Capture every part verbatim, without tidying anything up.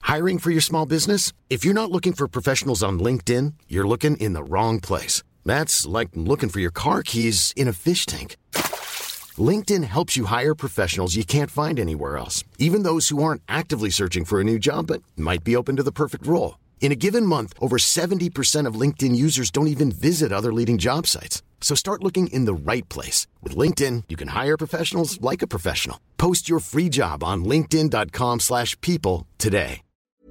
Hiring for your small business? If you're not looking for professionals on LinkedIn, you're looking in the wrong place. That's like looking for your car keys in a fish tank. LinkedIn helps you hire professionals you can't find anywhere else, even those who aren't actively searching for a new job but might be open to the perfect role. In a given month, over seventy percent of LinkedIn users don't even visit other leading job sites. So start looking in the right place. With LinkedIn, you can hire professionals like a professional. Post your free job on linkedin.com slash people today.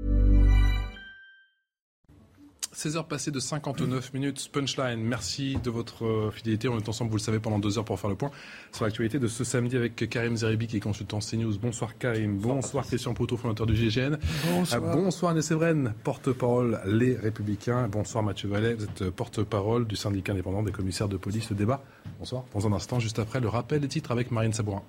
seize heures passées de cinquante-neuf minutes, Punchline, merci de votre fidélité. On est ensemble, vous le savez, pendant deux heures pour faire le point sur l'actualité de ce samedi avec Karim Zeribi qui est consultant CNews. Bonsoir Karim, bonsoir, bonsoir Christian Proutot, fondateur du G I G N. Bonsoir. Euh, bonsoir Agnès Evren, porte-parole Les Républicains. Bonsoir Mathieu Vallet, vous êtes porte-parole du syndicat indépendant des commissaires de police. Le débat, bonsoir, dans un instant, juste après le rappel des titres avec Marine Sabourin.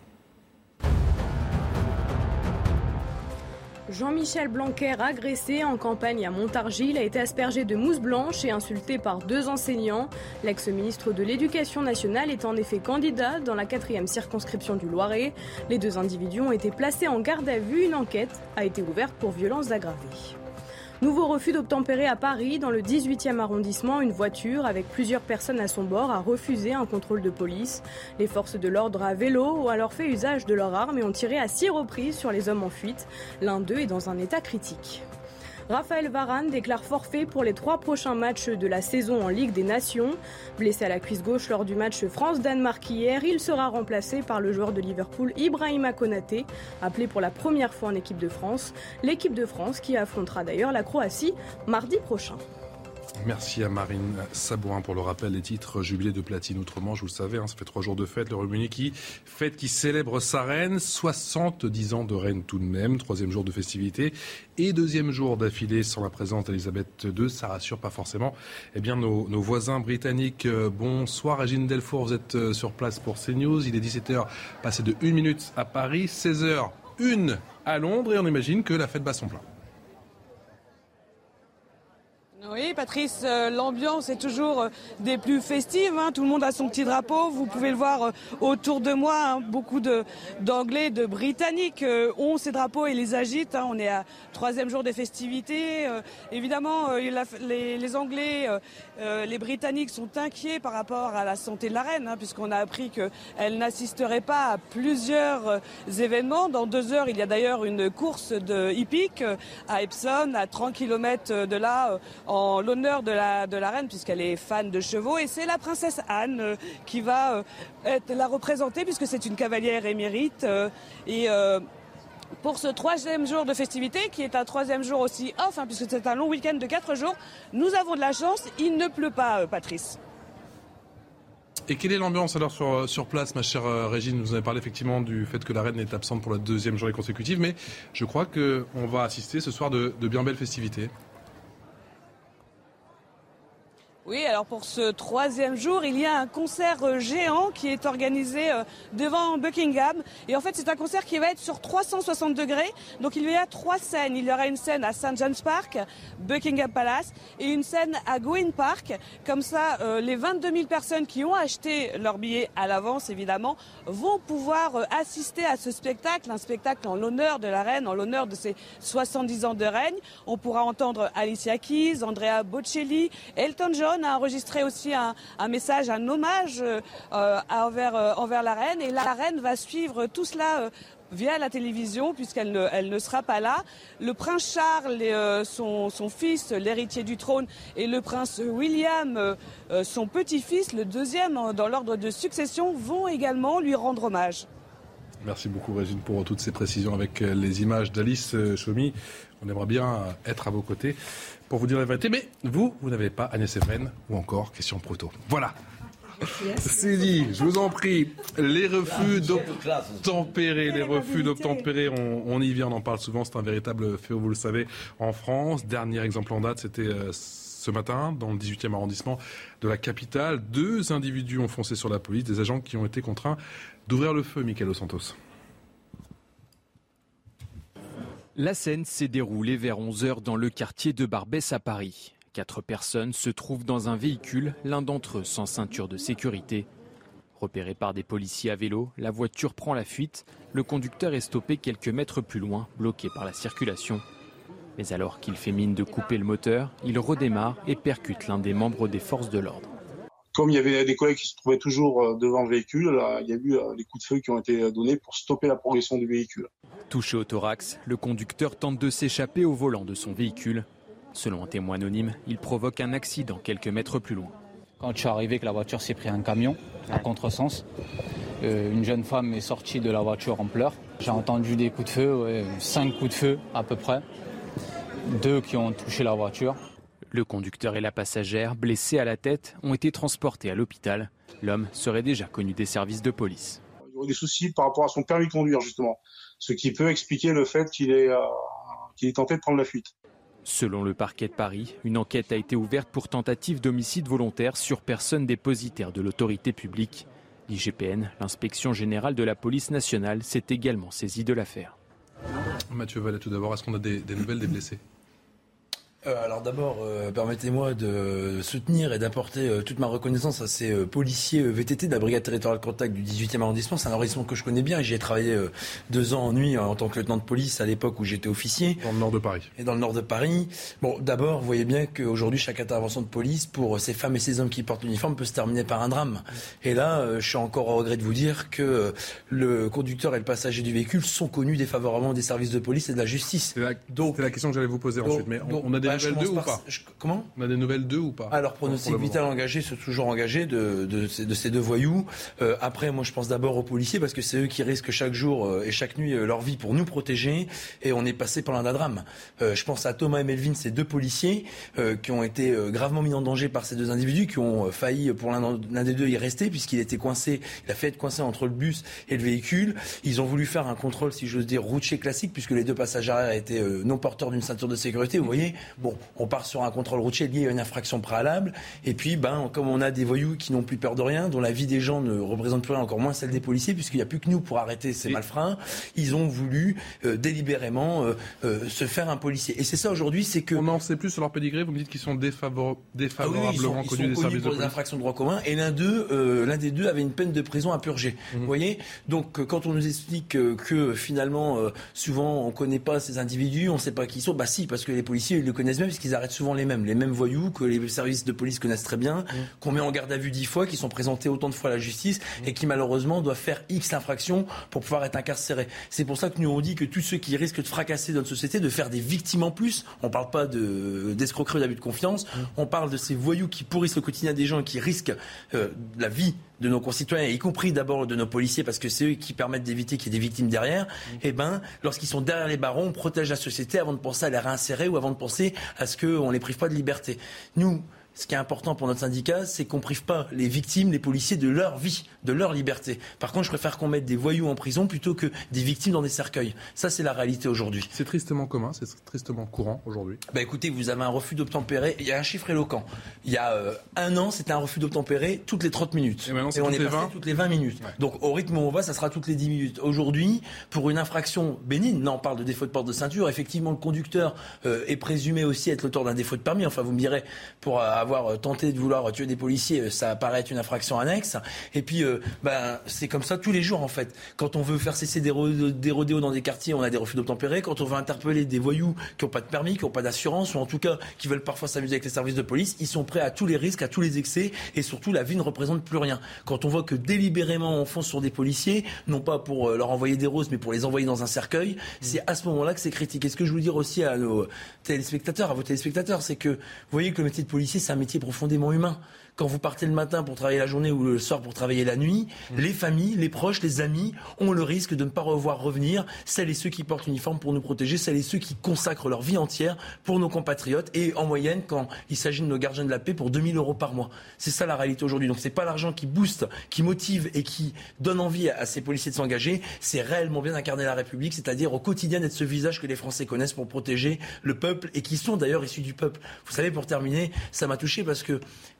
Jean-Michel Blanquer, agressé en campagne à Montargis, a été aspergé de mousse blanche et insulté par deux enseignants. L'ex-ministre de l'Éducation nationale est en effet candidat dans la quatrième circonscription du Loiret. Les deux individus ont été placés en garde à vue. Une enquête a été ouverte pour violences aggravées. Nouveau refus d'obtempérer à Paris. Dans le dix-huitième arrondissement, une voiture avec plusieurs personnes à son bord a refusé un contrôle de police. Les forces de l'ordre à vélo ont alors fait usage de leurs armes et ont tiré à six reprises sur les hommes en fuite. L'un d'eux est dans un état critique. Raphaël Varane déclare forfait pour les trois prochains matchs de la saison en Ligue des Nations. Blessé à la cuisse gauche lors du match France-Danemark hier, il sera remplacé par le joueur de Liverpool Ibrahima Konaté, appelé pour la première fois en équipe de France. L'équipe de France qui affrontera d'ailleurs la Croatie mardi prochain. Merci à Marine Sabourin pour le rappel des titres. Jubilé de platine outre-Manche, vous le savez, hein, ça fait trois jours de fête. Le Royaume-Uni qui fête, qui célèbre sa reine. soixante-dix ans de reine tout de même. Troisième jour de festivité et deuxième jour d'affilée sans la présence d'Elisabeth deux. Ça rassure pas forcément eh bien, nos, nos voisins britanniques. Bonsoir Régine Delfour, vous êtes sur place pour CNews. Il est dix-sept heures, passé de une minute à Paris, seize heures une à Londres et on imagine que la fête bat son plein. Oui, Patrice, euh, l'ambiance est toujours euh, des plus festives. Hein. Tout le monde a son petit drapeau. Vous pouvez le voir euh, autour de moi. Hein. Beaucoup de, d'Anglais, de Britanniques euh, ont ces drapeaux et les agitent. Hein. On est à troisième jour des festivités. Euh, évidemment, euh, la, les, les Anglais, euh, euh, les Britanniques sont inquiets par rapport à la santé de la reine, hein, puisqu'on a appris qu'elle n'assisterait pas à plusieurs euh, événements. Dans deux heures, il y a d'ailleurs une course de hippique euh, à Epsom, à trente kilomètres de là, euh, en en l'honneur de la, de la reine, puisqu'elle est fan de chevaux. Et c'est la princesse Anne euh, qui va euh, être la représenter, puisque c'est une cavalière émérite. Euh, et euh, pour ce troisième jour de festivité, qui est un troisième jour aussi off, hein, puisque c'est un long week-end de quatre jours, nous avons de la chance, il ne pleut pas, euh, Patrice. Et quelle est l'ambiance alors sur, sur place, ma chère Régine? Vous avez parlé effectivement du fait que la reine est absente pour la deuxième journée consécutive, mais je crois qu'on va assister ce soir de, de bien belles festivités. Oui, alors pour ce troisième jour, il y a un concert géant qui est organisé devant Buckingham. Et en fait, c'est un concert qui va être sur trois cent soixante degrés. Donc il y a trois scènes. Il y aura une scène à Saint John's Park, Buckingham Palace, et une scène à Gwyn Park. Comme ça, euh, les vingt-deux mille personnes qui ont acheté leur billet à l'avance, évidemment, vont pouvoir euh, assister à ce spectacle. Un spectacle en l'honneur de la reine, en l'honneur de ses soixante-dix ans de règne. On pourra entendre Alicia Keys, Andrea Bocelli, Elton John a enregistré aussi un, un message, un hommage euh, envers, euh, envers la reine. Et la reine va suivre tout cela euh, via la télévision, puisqu'elle ne, elle ne sera pas là. Le prince Charles, et, euh, son, son fils, l'héritier du trône, et le prince William, euh, son petit-fils, le deuxième dans l'ordre de succession, vont également lui rendre hommage. Merci beaucoup Régine pour toutes ces précisions avec les images d'Alice Chomy. On aimerait bien être à vos côtés pour vous dire la vérité, mais vous, vous n'avez pas Agnès Evren ou encore Christian Proutot. Voilà. C'est dit, je vous en prie. Les refus d'obtempérer, les refus d'obtempérer, on, on y vient, on en parle souvent, c'est un véritable fléau, vous le savez, en France. Dernier exemple en date, c'était euh, ce matin, dans le dix-huitième arrondissement de la capitale. Deux individus ont foncé sur la police, des agents qui ont été contraints d'ouvrir le feu, Michael Dos Santos. La scène s'est déroulée vers onze heures dans le quartier de Barbès à Paris. Quatre personnes se trouvent dans un véhicule, l'un d'entre eux sans ceinture de sécurité. Repéré par des policiers à vélo, la voiture prend la fuite. Le conducteur est stoppé quelques mètres plus loin, bloqué par la circulation. Mais alors qu'il fait mine de couper le moteur, il redémarre et percute l'un des membres des forces de l'ordre. Comme il y avait des collègues qui se trouvaient toujours devant le véhicule, là, il y a eu les coups de feu qui ont été donnés pour stopper la progression du véhicule. Touché au thorax, le conducteur tente de s'échapper au volant de son véhicule. Selon un témoin anonyme, il provoque un accident quelques mètres plus loin. Quand je suis arrivé, que la voiture s'est pris un camion à contresens, euh, une jeune femme est sortie de la voiture en pleurs. J'ai entendu des coups de feu, ouais, cinq coups de feu à peu près, deux qui ont touché la voiture. Le conducteur et la passagère, blessés à la tête, ont été transportés à l'hôpital. L'homme serait déjà connu des services de police. Il y aurait des soucis par rapport à son permis de conduire, justement. Ce qui peut expliquer le fait qu'il est, euh, qu'il est tenté de prendre la fuite. Selon le parquet de Paris, une enquête a été ouverte pour tentative d'homicide volontaire sur personne dépositaire de l'autorité publique. L'I G P N, l'inspection générale de la police nationale, s'est également saisie de l'affaire. Mathieu Vallet, tout d'abord, est-ce qu'on a des, des nouvelles des blessés ? Euh, alors d'abord, euh, permettez-moi de soutenir et d'apporter euh, toute ma reconnaissance à ces euh, policiers euh, V T T de la brigade territoriale contact du dix-huitième arrondissement. C'est un arrondissement que je connais bien et j'y ai travaillé euh, deux ans en nuit euh, en tant que lieutenant de police à l'époque où j'étais officier. Dans le nord de Paris. Et dans le nord de Paris. Bon, d'abord, vous voyez bien qu'aujourd'hui, chaque intervention de police pour euh, ces femmes et ces hommes qui portent l'uniforme peut se terminer par un drame. Et là, euh, je suis encore au regret de vous dire que euh, le conducteur et le passager du véhicule sont connus défavorablement des services de police et de la justice. C'est la, donc, c'est la question que j'allais vous poser donc, ensuite. Mais on, donc, on a des nouvelles d'eux ou pas je, Comment On a des nouvelles d'eux ou pas Alors, pronostic vital engagé, c'est toujours engagé de, de, de, de ces deux voyous. Euh, après, moi, je pense d'abord aux policiers parce que c'est eux qui risquent chaque jour euh, et chaque nuit euh, leur vie pour nous protéger. Et on est passé par l'un drame. Euh, je pense à Thomas et Melvin, ces deux policiers euh, qui ont été euh, gravement mis en danger par ces deux individus, qui ont euh, failli pour l'un, l'un des deux y rester puisqu'il était coincé. Il a fait être coincé entre le bus et le véhicule. Ils ont voulu faire un contrôle, si j'ose dire, routier classique puisque les deux passagers arrière étaient euh, non porteurs d'une ceinture de sécurité. Vous voyez, bon, on part sur un contrôle routier lié à une infraction préalable. Et puis, ben, comme on a des voyous qui n'ont plus peur de rien, dont la vie des gens ne représente plus rien, encore moins celle des policiers, puisqu'il n'y a plus que nous pour arrêter ces malfrats, ils ont voulu euh, délibérément euh, euh, se faire un policier. Et c'est ça aujourd'hui, c'est que... On n'en sait plus sur leur pédigré, vous me dites qu'ils sont défavor... défavorablement ah oui, ils sont, connus ils sont des connus services pour de des infractions de droit commun, et l'un d'eux, euh, l'un des deux avait une peine de prison à purger. Mmh. Vous voyez ? Donc, quand on nous explique euh, que finalement, euh, souvent, on ne connaît pas ces individus, on ne sait pas qui ils sont, bah si, parce que les policiers, ils le connaissent même, parce qu'ils arrêtent souvent les mêmes, les mêmes voyous que les services de police connaissent très bien, mmh. qu'on met en garde à vue dix fois, qui sont présentés autant de fois à la justice, mmh. et qui malheureusement doivent faire X infractions pour pouvoir être incarcérés. C'est pour ça que nous on dit que tous ceux qui risquent de fracasser notre société, de faire des victimes en plus, on ne parle pas de, d'escroquerie ou d'abus de confiance, mmh. on parle de ces voyous qui pourrissent le quotidien des gens, qui risquent euh, la vie de nos concitoyens, y compris d'abord de nos policiers, parce que c'est eux qui permettent d'éviter qu'il y ait des victimes derrière, mmh. et ben, lorsqu'ils sont derrière les barreaux, on protège la société avant de penser à les réinsérer ou avant de penser à ce qu'on ne les prive pas de liberté. Nous, ce qui est important pour notre syndicat, c'est qu'on ne prive pas les victimes, les policiers, de leur vie, de leur liberté. Par contre, je préfère qu'on mette des voyous en prison plutôt que des victimes dans des cercueils. Ça, c'est la réalité aujourd'hui. C'est tristement commun, c'est tristement courant aujourd'hui. Bah écoutez, vous avez un refus d'obtempérer. Il y a un chiffre éloquent. Il y a euh, un an, c'était un refus d'obtempérer toutes les trente minutes. Et maintenant, c'est Et on toutes est les passé vingt toutes les vingt minutes. Ouais. Donc, au rythme où on va, ça sera toutes les dix minutes. Aujourd'hui, pour une infraction bénigne, non, on parle de défaut de porte de ceinture. Effectivement, le conducteur euh, est présumé aussi être l'auteur d'un défaut de permis. Enfin, vous me direz, pour euh, avoir tenté de vouloir tuer des policiers, ça apparaît être une infraction annexe. Et puis, euh, ben, c'est comme ça tous les jours en fait. Quand on veut faire cesser des, ro- des rodéos dans des quartiers, on a des refus d'obtempérer. Quand on veut interpeller des voyous qui n'ont pas de permis, qui n'ont pas d'assurance, ou en tout cas qui veulent parfois s'amuser avec les services de police, ils sont prêts à tous les risques, à tous les excès, et surtout la vie ne représente plus rien. Quand on voit que délibérément on fonce sur des policiers, non pas pour leur envoyer des roses, mais pour les envoyer dans un cercueil, mmh. c'est à ce moment-là que c'est critique. Et ce que je veux dire aussi à nos téléspectateurs, à vos téléspectateurs, c'est que vous voyez que le métier de policier, c'est un métier profondément humain. Quand vous partez le matin pour travailler la journée ou le soir pour travailler la nuit, mmh. les familles, les proches, les amis ont le risque de ne pas revoir revenir celles et ceux qui portent l'uniforme pour nous protéger, celles et ceux qui consacrent leur vie entière pour nos compatriotes, et en moyenne, quand il s'agit de nos gardiens de la paix, pour deux mille euros par mois. C'est ça la réalité aujourd'hui. Donc c'est pas l'argent qui booste, qui motive et qui donne envie à ces policiers de s'engager, c'est réellement bien incarner la République, c'est-à-dire au quotidien d'être ce visage que les Français connaissent pour protéger le peuple, et qui sont d'ailleurs issus du peuple. Vous savez, pour terminer, ça m'a touché parce que j'ai fait jeudi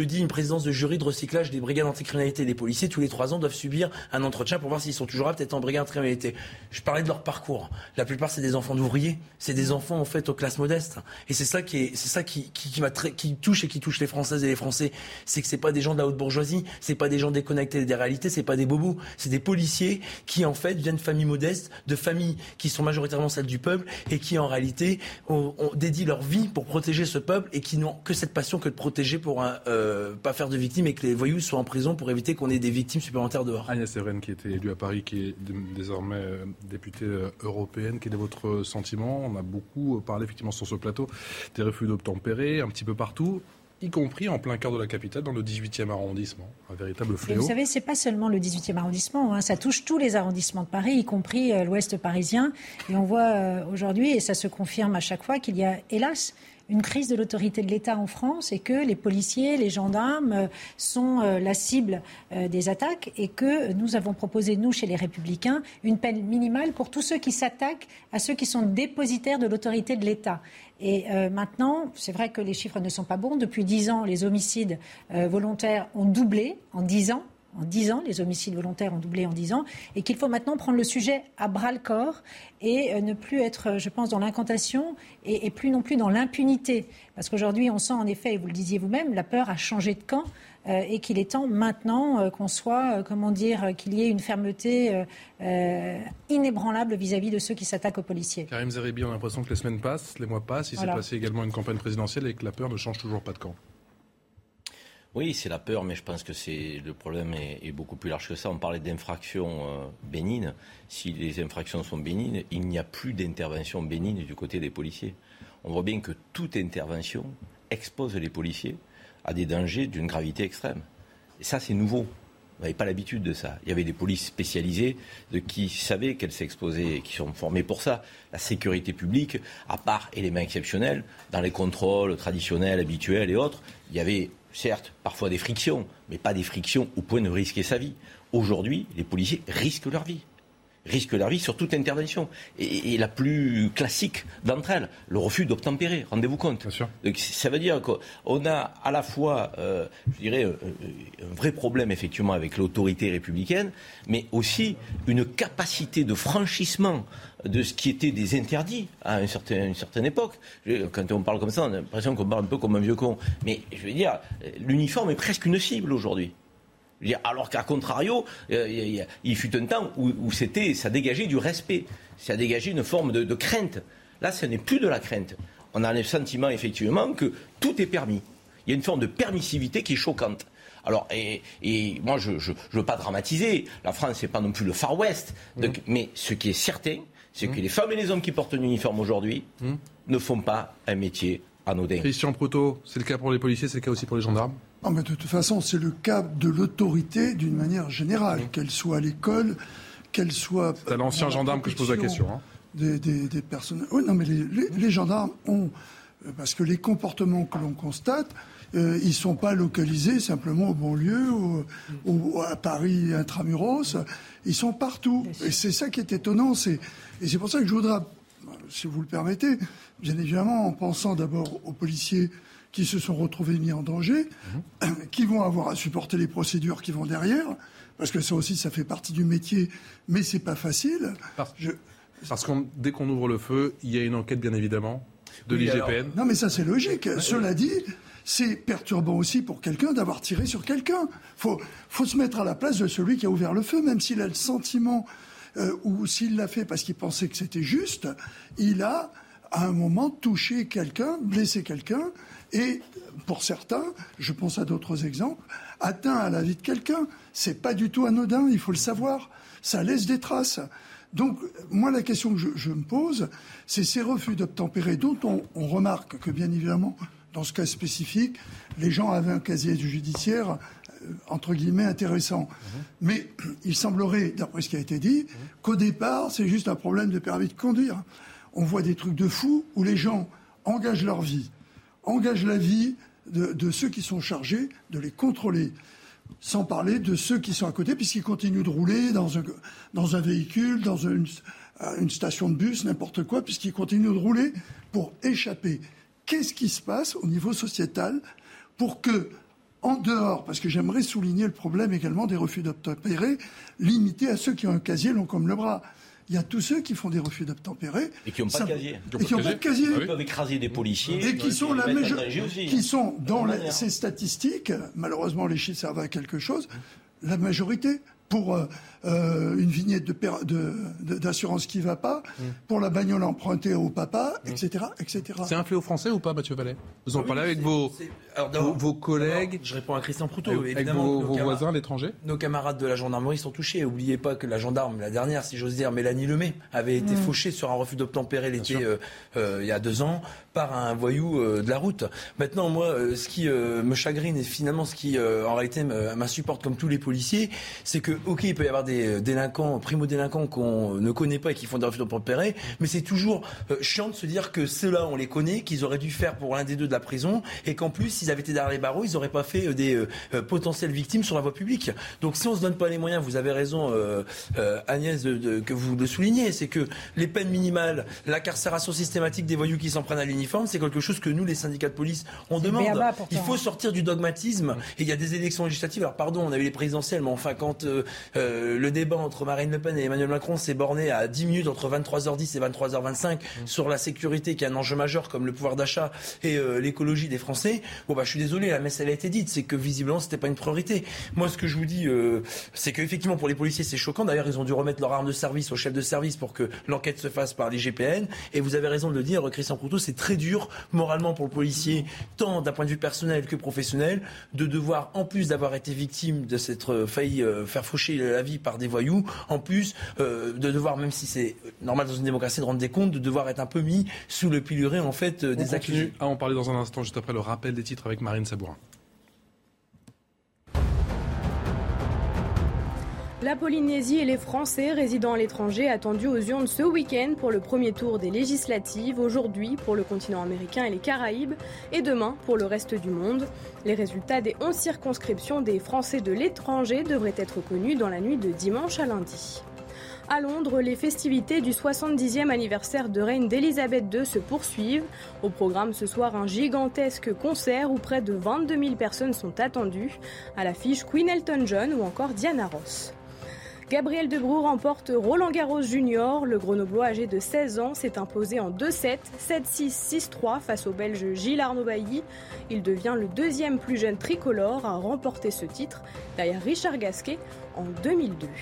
dis une présidence de jury de recyclage des brigades anticriminalité. Les policiers, tous les trois ans, doivent subir un entretien pour voir s'ils sont toujours aptes à être en brigade anticriminalité. Je parlais de leur parcours. La plupart, c'est des enfants d'ouvriers. C'est des enfants, en fait, aux classes modestes. Et c'est ça qui, est, c'est ça qui, qui, qui, m'a très, qui touche et qui touche les Françaises et les Français. C'est que c'est pas des gens de la haute bourgeoisie, c'est pas des gens déconnectés des réalités, c'est pas des bobos. C'est des policiers qui, en fait, viennent de familles modestes, de familles qui sont majoritairement celles du peuple et qui, en réalité, ont, ont dédié leur vie pour protéger ce peuple et qui n'ont que cette passion que de protéger pour un, euh, pas faire de victimes et que les voyous soient en prison pour éviter qu'on ait des victimes supplémentaires dehors. Agnès Evren, qui était élue à Paris, qui est désormais députée européenne, quel est votre sentiment ? On a beaucoup parlé effectivement sur ce plateau des refus d'obtempérer un petit peu partout, y compris en plein cœur de la capitale, dans le dix-huitième arrondissement. Un véritable fléau. Et vous savez, c'est pas seulement le dix-huitième arrondissement, hein, ça touche tous les arrondissements de Paris, y compris euh, l'ouest parisien. Et on voit euh, aujourd'hui, et ça se confirme à chaque fois, qu'il y a, hélas, une crise de l'autorité de l'État en France et que les policiers, les gendarmes euh, sont euh, la cible euh, des attaques et que nous avons proposé, nous, chez les Républicains, une peine minimale pour tous ceux qui s'attaquent à ceux qui sont dépositaires de l'autorité de l'État. Et euh, maintenant, c'est vrai que les chiffres ne sont pas bons. Depuis dix ans, les homicides euh, volontaires ont doublé en dix ans. En dix ans, les homicides volontaires ont doublé en dix ans, et qu'il faut maintenant prendre le sujet à bras-le-corps et euh, ne plus être, je pense, dans l'incantation et, et plus non plus dans l'impunité. Parce qu'aujourd'hui, on sent en effet, et vous le disiez vous-même, la peur a changé de camp euh, et qu'il est temps maintenant euh, qu'on soit, euh, comment dire, qu'il y ait une fermeté euh, euh, inébranlable vis-à-vis de ceux qui s'attaquent aux policiers. Karim Zeribi, on a l'impression que les semaines passent, les mois passent, il voilà. s'est passé également une campagne présidentielle et que la peur ne change toujours pas de camp. Oui, c'est la peur, mais je pense que c'est, le problème est, est beaucoup plus large que ça. On parlait d'infractions euh, bénines. Si les infractions sont bénines, il n'y a plus d'intervention bénigne du côté des policiers. On voit bien que toute intervention expose les policiers à des dangers d'une gravité extrême. Et ça, c'est nouveau. On n'avait pas l'habitude de ça. Il y avait des polices spécialisées de qui savaient qu'elles s'exposaient et qui sont formées pour ça. La sécurité publique, à part éléments exceptionnels, dans les contrôles traditionnels, habituels et autres, il y avait certes parfois des frictions, mais pas des frictions au point de risquer sa vie. Aujourd'hui, les policiers risquent leur vie. Risquent leur vie sur toute intervention. Et, et la plus classique d'entre elles, le refus d'obtempérer, rendez-vous compte. Bien sûr. Donc, ça veut dire qu'on a à la fois, euh, je dirais, un, un vrai problème effectivement avec l'autorité républicaine, mais aussi une capacité de franchissement de ce qui était des interdits à une certaine, une certaine époque. Quand on parle comme ça, on a l'impression qu'on parle un peu comme un vieux con. Mais je veux dire, l'uniforme est presque une cible aujourd'hui. Alors qu'à contrario, euh, il fut un temps où, où c'était, ça dégageait du respect, ça dégageait une forme de, de crainte. Là, ce n'est plus de la crainte. On a le sentiment, effectivement, que tout est permis. Il y a une forme de permissivité qui est choquante. Alors, et, et moi, je ne veux pas dramatiser. La France, c'est pas non plus le Far West. Donc, mmh. Mais ce qui est certain, c'est mmh. que les femmes et les hommes qui portent un uniforme aujourd'hui mmh. ne font pas un métier anodin. Christian Proutot, c'est le cas pour les policiers, c'est le cas aussi pour les gendarmes ? Non, mais de toute façon, c'est le cas de l'autorité d'une manière générale, mmh. qu'elle soit à l'école, qu'elle soit... C'est à l'ancien gendarme que je pose la question. Hein. Des, des, des personnes... Oui, non, mais les, les, les gendarmes ont... Parce que les comportements que l'on constate, euh, ils ne sont pas localisés simplement au banlieue, au, au, à Paris intramuros, ils sont partout. Et c'est ça qui est étonnant. C'est, et c'est pour ça que je voudrais, si vous le permettez, bien évidemment, en pensant d'abord aux policiers qui se sont retrouvés mis en danger, mmh. qui vont avoir à supporter les procédures qui vont derrière, parce que ça aussi, ça fait partie du métier, mais c'est pas facile. Parce, je... parce que dès qu'on ouvre le feu, il y a une enquête, bien évidemment, de oui, l'I G P N. Alors... Non, mais ça, c'est logique. Ouais, Cela ouais. dit, c'est perturbant aussi pour quelqu'un d'avoir tiré sur quelqu'un. Faut, faut se mettre à la place de celui qui a ouvert le feu, même s'il a le sentiment, euh, ou s'il l'a fait parce qu'il pensait que c'était juste, il a, à un moment, touché quelqu'un, blessé quelqu'un, et pour certains, je pense à d'autres exemples, atteint à la vie de quelqu'un. C'est pas du tout anodin, il faut le savoir. Ça laisse des traces. Donc, moi, la question que je, je me pose, c'est ces refus d'obtempérer dont on, on remarque que, bien évidemment, dans ce cas spécifique, les gens avaient un casier judiciaire, euh, entre guillemets, intéressant. Mmh. Mais il semblerait, d'après ce qui a été dit, mmh. qu'au départ, c'est juste un problème de permis de conduire. On voit des trucs de fous où les gens engagent leur vie, engagent la vie de, de ceux qui sont chargés de les contrôler. Sans parler de ceux qui sont à côté, puisqu'ils continuent de rouler dans un, dans un véhicule, dans une, une station de bus, n'importe quoi, puisqu'ils continuent de rouler pour échapper. Qu'est-ce qui se passe au niveau sociétal pour que, en dehors, parce que j'aimerais souligner le problème également des refus d'obtempérer, limités à ceux qui ont un casier long comme le bras. Il y a tous ceux qui font des refus d'obtempérer. Et qui n'ont pas, ça... de casier. Et qui n'ont pas de casier. Ils peuvent écraser des policiers. Et qui sont, la major... aussi, qui sont dans la... ces statistiques, malheureusement les chiffres servent à quelque chose, la majorité. Pour euh, euh, une vignette de per... de, de, d'assurance qui ne va pas, mmh. pour la bagnole empruntée au papa, mmh. et cetera, et cetera. C'est un fléau français ou pas, Mathieu Vallet? Vous en oui, parlez avec vos, Alors, vos, vos collègues? Je réponds à Christian Proutot. Avec, avec vos, vos voisins à l'étranger? Nos camarades de la gendarmerie sont touchés. N'oubliez pas que la gendarme, la dernière, si j'ose dire, Mélanie Lemay, avait été mmh. fauchée sur un refus d'obtempérer l'été euh, euh, il y a deux ans par un voyou euh, de la route. Maintenant, moi, euh, ce qui euh, me chagrine et finalement ce qui, euh, en réalité, m'insupporte comme tous les policiers, c'est que, ok, il peut y avoir des délinquants, primo-délinquants qu'on ne connaît pas et qui font des refus d'obtempérer, mais c'est toujours euh, chiant de se dire que ceux-là, on les connaît, qu'ils auraient dû faire pour l'un des deux de la prison, et qu'en plus, s'ils avaient été derrière les barreaux, ils n'auraient pas fait euh, des euh, potentielles victimes sur la voie publique. Donc si on ne se donne pas les moyens, vous avez raison, euh, euh, Agnès, de, de, que vous le soulignez, c'est que les peines minimales, l'incarcération systématique des voyous qui s'en prennent à l'uniforme, c'est quelque chose que nous, les syndicats de police, on c'est demande. Il faut sortir du dogmatisme, et il y a des élections législatives, alors pardon, on a eu les présidentielles, mais enfin, quand euh, euh, le débat entre Marine Le Pen et Emmanuel Macron s'est borné à dix minutes entre vingt-trois heures dix et vingt-trois heures vingt-cinq mmh. sur la sécurité qui est un enjeu majeur comme le pouvoir d'achat et euh, l'écologie des Français, bon bah je suis désolé, la messe elle a été dite, c'est que visiblement c'était pas une priorité. Moi ce que je vous dis, euh, c'est qu'effectivement pour les policiers c'est choquant, d'ailleurs ils ont dû remettre leur arme de service au chef de service pour que l'enquête se fasse par l'I G P N, et vous avez raison de le dire, Christian Proutot, c'est très dur moralement pour le policier, tant d'un point de vue personnel que professionnel, de devoir, en plus d'avoir été victime de s'être failli euh, faire faucher la vie par des voyous, en plus euh, de devoir, même si c'est normal dans une démocratie de rendre des comptes, de devoir être un peu mis sous le piluret en fait euh, des accusés. À en parler dans un instant, juste après le rappel des titres avec Marine Sabourin. La Polynésie et les Français résidant à l'étranger attendus aux urnes ce week-end pour le premier tour des législatives, aujourd'hui pour le continent américain et les Caraïbes, et demain pour le reste du monde. Les résultats des onze circonscriptions des Français de l'étranger devraient être connus dans la nuit de dimanche à lundi. À Londres, les festivités du soixante-dixième anniversaire de reine d'Élisabeth deux se poursuivent. Au programme ce soir, un gigantesque concert où près de vingt-deux mille personnes sont attendues. À l'affiche, Queen Elton John ou encore Diana Ross. Gabriel Debrou remporte Roland Garros Junior. Le Grenoblois âgé de seize ans s'est imposé en deux sept, sept six, six trois face au Belge Gilles Arnaud-Bailly. Il devient le deuxième plus jeune tricolore à remporter ce titre, derrière Richard Gasquet en deux mille deux.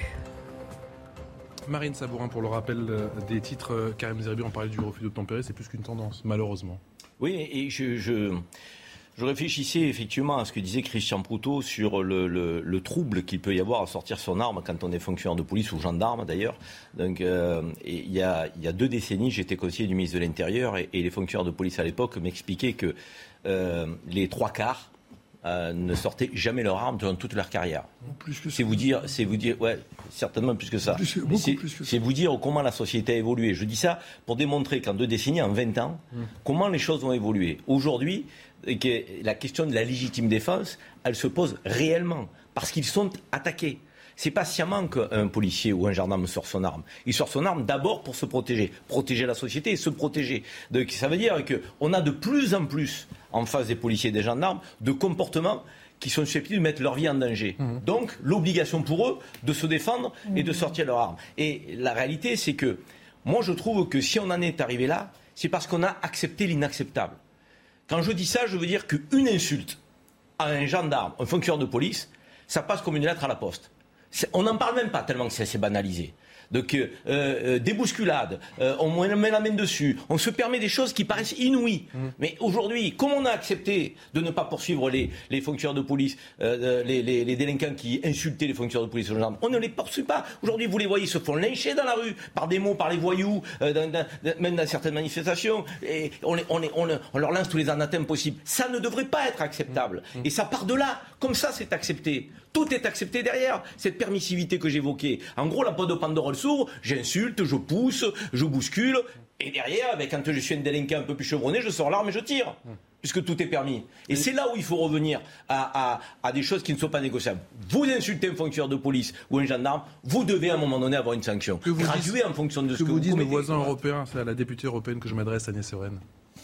Marine Sabourin pour le rappel des titres. Karim Zeribi, on parlait du refus d'obtempérer, c'est plus qu'une tendance, malheureusement. Oui, et je... je... Je réfléchissais effectivement à ce que disait Christian Proutot sur le, le, le trouble qu'il peut y avoir à sortir son arme quand on est fonctionnaire de police ou gendarme d'ailleurs. Donc, euh, et il, y a, il y a deux décennies, j'étais conseiller du ministre de l'Intérieur et, et les fonctionnaires de police à l'époque m'expliquaient que euh, les trois quarts Euh, ne sortaient jamais leur arme durant toute leur carrière. Plus que c'est vous dire, c'est vous dire, ouais, certainement plus que ça. Plus, beaucoup c'est, plus que ça. C'est vous dire comment la société a évolué. Je dis ça pour démontrer qu'en deux décennies, en vingt ans, mmh. comment les choses ont évolué. Aujourd'hui, que la question de la légitime défense, elle se pose réellement parce qu'ils sont attaqués. C'est pas sciemment qu'un policier ou un gendarme sort son arme. Il sort son arme d'abord pour se protéger, protéger la société et se protéger. Donc ça veut dire qu'on a de plus en plus, en face des policiers et des gendarmes, de comportements qui sont susceptibles de mettre leur vie en danger. Mmh. Donc l'obligation pour eux de se défendre mmh. et de sortir leur arme. Et la réalité, c'est que moi je trouve que si on en est arrivé là, c'est parce qu'on a accepté l'inacceptable. Quand je dis ça, je veux dire qu'une insulte à un gendarme, un fonctionnaire de police, ça passe comme une lettre à la poste. On n'en parle même pas tellement que c'est banalisé. Donc, euh, euh, des bousculades, euh, on met la main dessus, on se permet des choses qui paraissent inouïes. Mmh. Mais aujourd'hui, comme on a accepté de ne pas poursuivre les, les fonctionnaires de police, euh, les, les, les délinquants qui insultaient les fonctionnaires de police et gendarmes, on ne les poursuit pas. Aujourd'hui, vous les voyez, ils se font lyncher dans la rue, par des mots, par les voyous, euh, dans, dans, même dans certaines manifestations, et on, les, on, les, on, on leur lance tous les anathèmes possibles. Ça ne devrait pas être acceptable. Mmh. Et ça part de là. Comme ça, c'est accepté. Tout est accepté derrière, cette permissivité que j'évoquais. En gros, la boîte de Pandore s'ouvre, j'insulte, je pousse, je bouscule, et derrière, ben, quand je suis un délinquant un peu plus chevronné, je sors l'arme et je tire, puisque tout est permis. Et c'est là où il faut revenir à, à, à des choses qui ne sont pas négociables. Vous insultez un fonctionnaire de police ou un gendarme, vous devez à un moment donné avoir une sanction. Graduée en fonction de ce que, que vous disent commettez. nos voisins européens, c'est à la députée européenne que je m'adresse, Agnès Evren.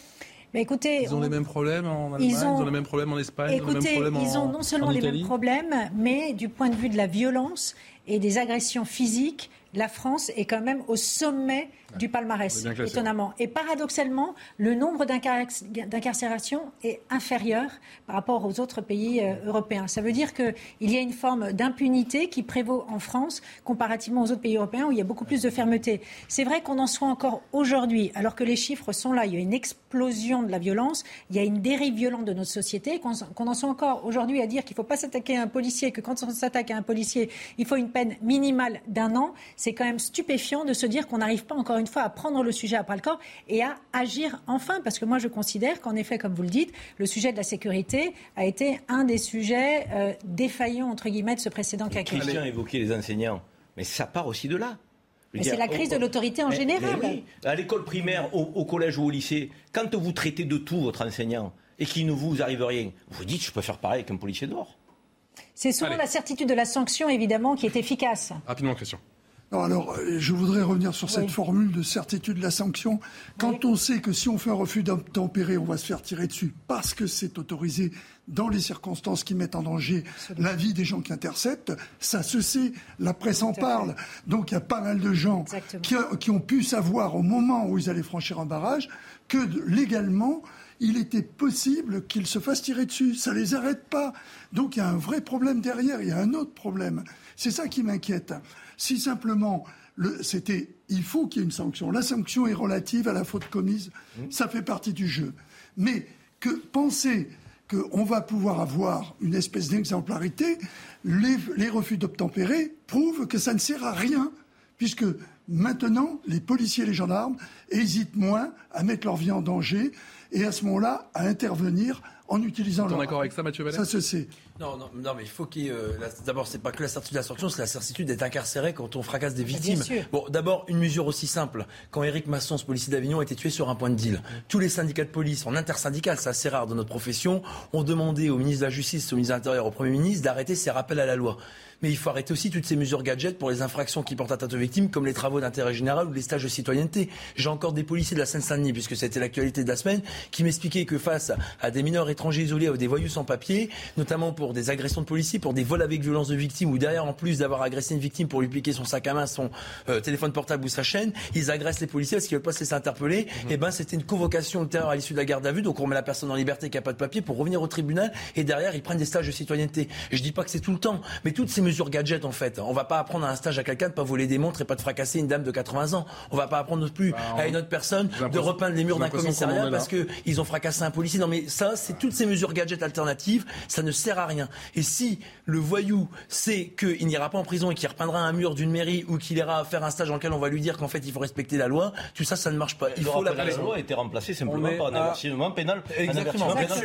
Mais écoutez, ils ont on... les mêmes problèmes en Allemagne, ils ont, ils ont les mêmes problèmes en Espagne, écoutez, ils ont les mêmes problèmes en ils ont non seulement les mêmes problèmes, mais du point de vue de la violence et des agressions physiques, la France est quand même au sommet du palmarès, étonnamment. Et paradoxalement, le nombre d'incar- d'incarcérations est inférieur par rapport aux autres pays euh, européens. Ça veut dire qu'il y a une forme d'impunité qui prévaut en France comparativement aux autres pays européens où il y a beaucoup plus de fermeté. C'est vrai qu'on en soit encore aujourd'hui, alors que les chiffres sont là. Il y a une explosion de la violence, il y a une dérive violente de notre société, qu'on, qu'on en soit encore aujourd'hui à dire qu'il ne faut pas s'attaquer à un policier, que quand on s'attaque à un policier, il faut une peine minimale d'un an. C'est quand même stupéfiant de se dire qu'on n'arrive pas encore une fois à prendre le sujet à bras-le-corps et à agir enfin, parce que moi je considère qu'en effet, comme vous le dites, le sujet de la sécurité a été un des sujets euh, défaillants entre guillemets de ce précédent quinquennat. Christian évoquait les enseignants, mais ça part aussi de là. Mais c'est la crise au, de l'autorité en mais, général. Mais oui, à l'école primaire, au, au collège ou au lycée, quand vous traitez de tout votre enseignant et qu'il ne vous arrive rien, vous dites je peux faire pareil avec un policier dehors. C'est souvent Allez. la certitude de la sanction évidemment qui est efficace. Rapidement, Christian. Non, alors, je voudrais revenir sur cette oui. formule de certitude de la sanction. Quand oui. on sait que si on fait un refus d'obtempérer, on va se faire tirer dessus parce que c'est autorisé dans les circonstances qui mettent en danger Absolument. la vie des gens qui interceptent, ça se sait, la presse en parle. Donc il y a pas mal de gens qui, qui ont pu savoir au moment où ils allaient franchir un barrage que légalement, il était possible qu'ils se fassent tirer dessus. Ça ne les arrête pas. Donc il y a un vrai problème derrière, il y a un autre problème. C'est ça qui m'inquiète. Si simplement, le, c'était, il faut qu'il y ait une sanction. La sanction est relative à la faute commise, mmh. ça fait partie du jeu. Mais que penser qu'on va pouvoir avoir une espèce d'exemplarité, les, les refus d'obtempérer prouvent que ça ne sert à rien, puisque maintenant, les policiers et les gendarmes hésitent moins à mettre leur vie en danger et à ce moment-là, à intervenir en utilisant leur... T'es d'accord avec ça, Mathieu Vallet ? Ça se sait. Non, non, non, mais il faut qu'il y ait... Euh, la, d'abord, c'est pas que la certitude de la sanction, c'est la certitude d'être incarcéré quand on fracasse des victimes. Bon, d'abord, une mesure aussi simple. Quand Éric Masson, ce policier d'Avignon, a été tué sur un point de deal, tous les syndicats de police, en intersyndical, c'est assez rare dans notre profession, ont demandé au ministre de la Justice, au ministre de l'Intérieur, au Premier ministre, d'arrêter ces rappels à la loi. Mais il faut arrêter aussi toutes ces mesures gadgets pour les infractions qui portent atteinte aux victimes, comme les travaux d'intérêt général ou les stages de citoyenneté. J'ai encore des policiers de la Seine-Saint-Denis, puisque c'était l'actualité de la semaine, qui m'expliquaient que face à des mineurs étrangers isolés ou des voyous sans papier, notamment pour des agressions de policiers, pour des vols avec violence de victimes, ou derrière, en plus d'avoir agressé une victime pour lui piquer son sac à main, son euh, téléphone portable ou sa chaîne, ils agressent les policiers parce qu'ils ne veulent pas se laisser interpeller. Mmh. Et ben, c'était une convocation de terreur à l'issue de la garde à vue, donc on met la personne en liberté qui n'a pas de papier pour revenir au tribunal, et derrière, ils prennent des stages de citoyenneté. Et je dis pas que c'est tout le temps, mais toutes ces mesures gadgets, en fait. On va pas apprendre à un stage à quelqu'un de pas voler des montres et pas de fracasser une dame de quatre-vingts ans. On va pas apprendre non plus bah, on... à une autre personne de repeindre les murs d'un commissariat parce que ils ont fracassé un policier. Non mais ça, c'est toutes ces mesures gadgets alternatives, ça ne sert à rien. Et si le voyou sait qu'il n'ira pas en prison et qu'il repeindra un mur d'une mairie ou qu'il ira faire un stage dans lequel on va lui dire qu'en fait il faut respecter la loi, tout ça, ça ne marche pas. Il le faut la, la loi a été remplacée simplement par un avertissement pénal. Exactement. Merci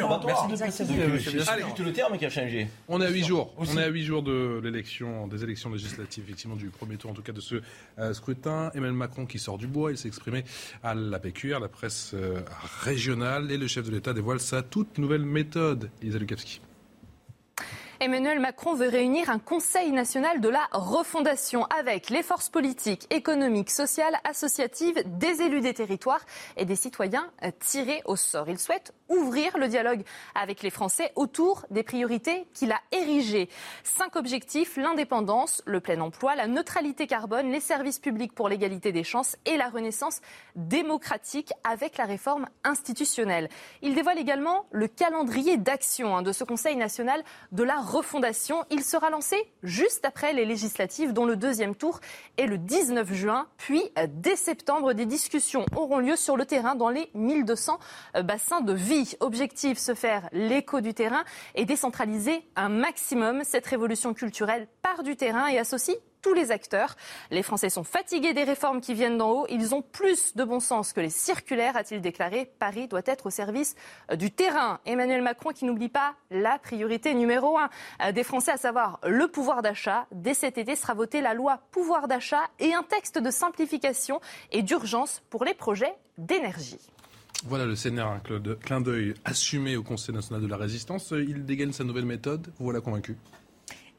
de le terme qui a changé. On est à huit jours. On est à huit jours de l'élection, des élections législatives, effectivement, du premier tour, en tout cas de ce euh, scrutin. Emmanuel Macron qui sort du bois, il s'est exprimé à la P Q R, la presse euh, régionale, et le chef de l'État dévoile sa toute nouvelle méthode. Elisa Lukavski. Emmanuel Macron veut réunir un Conseil national de la refondation avec les forces politiques, économiques, sociales, associatives, des élus des territoires et des citoyens tirés au sort. Il souhaite ouvrir le dialogue avec les Français autour des priorités qu'il a érigées. Cinq objectifs, l'indépendance, le plein emploi, la neutralité carbone, les services publics pour l'égalité des chances et la renaissance démocratique avec la réforme institutionnelle. Il dévoile également le calendrier d'action de ce Conseil national de la refondation. Il sera lancé juste après les législatives dont le deuxième tour est le dix-neuf juin. Puis, dès septembre, des discussions auront lieu sur le terrain dans les mille deux cents bassins de vie. Objectif, se faire l'écho du terrain et décentraliser un maximum. Cette révolution culturelle part du terrain et associe tous les acteurs. Les Français sont fatigués des réformes qui viennent d'en haut. Ils ont plus de bon sens que les circulaires, a-t-il déclaré. Paris doit être au service du terrain. Emmanuel Macron qui n'oublie pas la priorité numéro un des Français, à savoir le pouvoir d'achat. Dès cet été sera votée la loi pouvoir d'achat et un texte de simplification et d'urgence pour les projets d'énergie. Voilà le scénario, un clin d'œil assumé au Conseil national de la résistance. Il dégaine sa nouvelle méthode. Vous voilà convaincu ?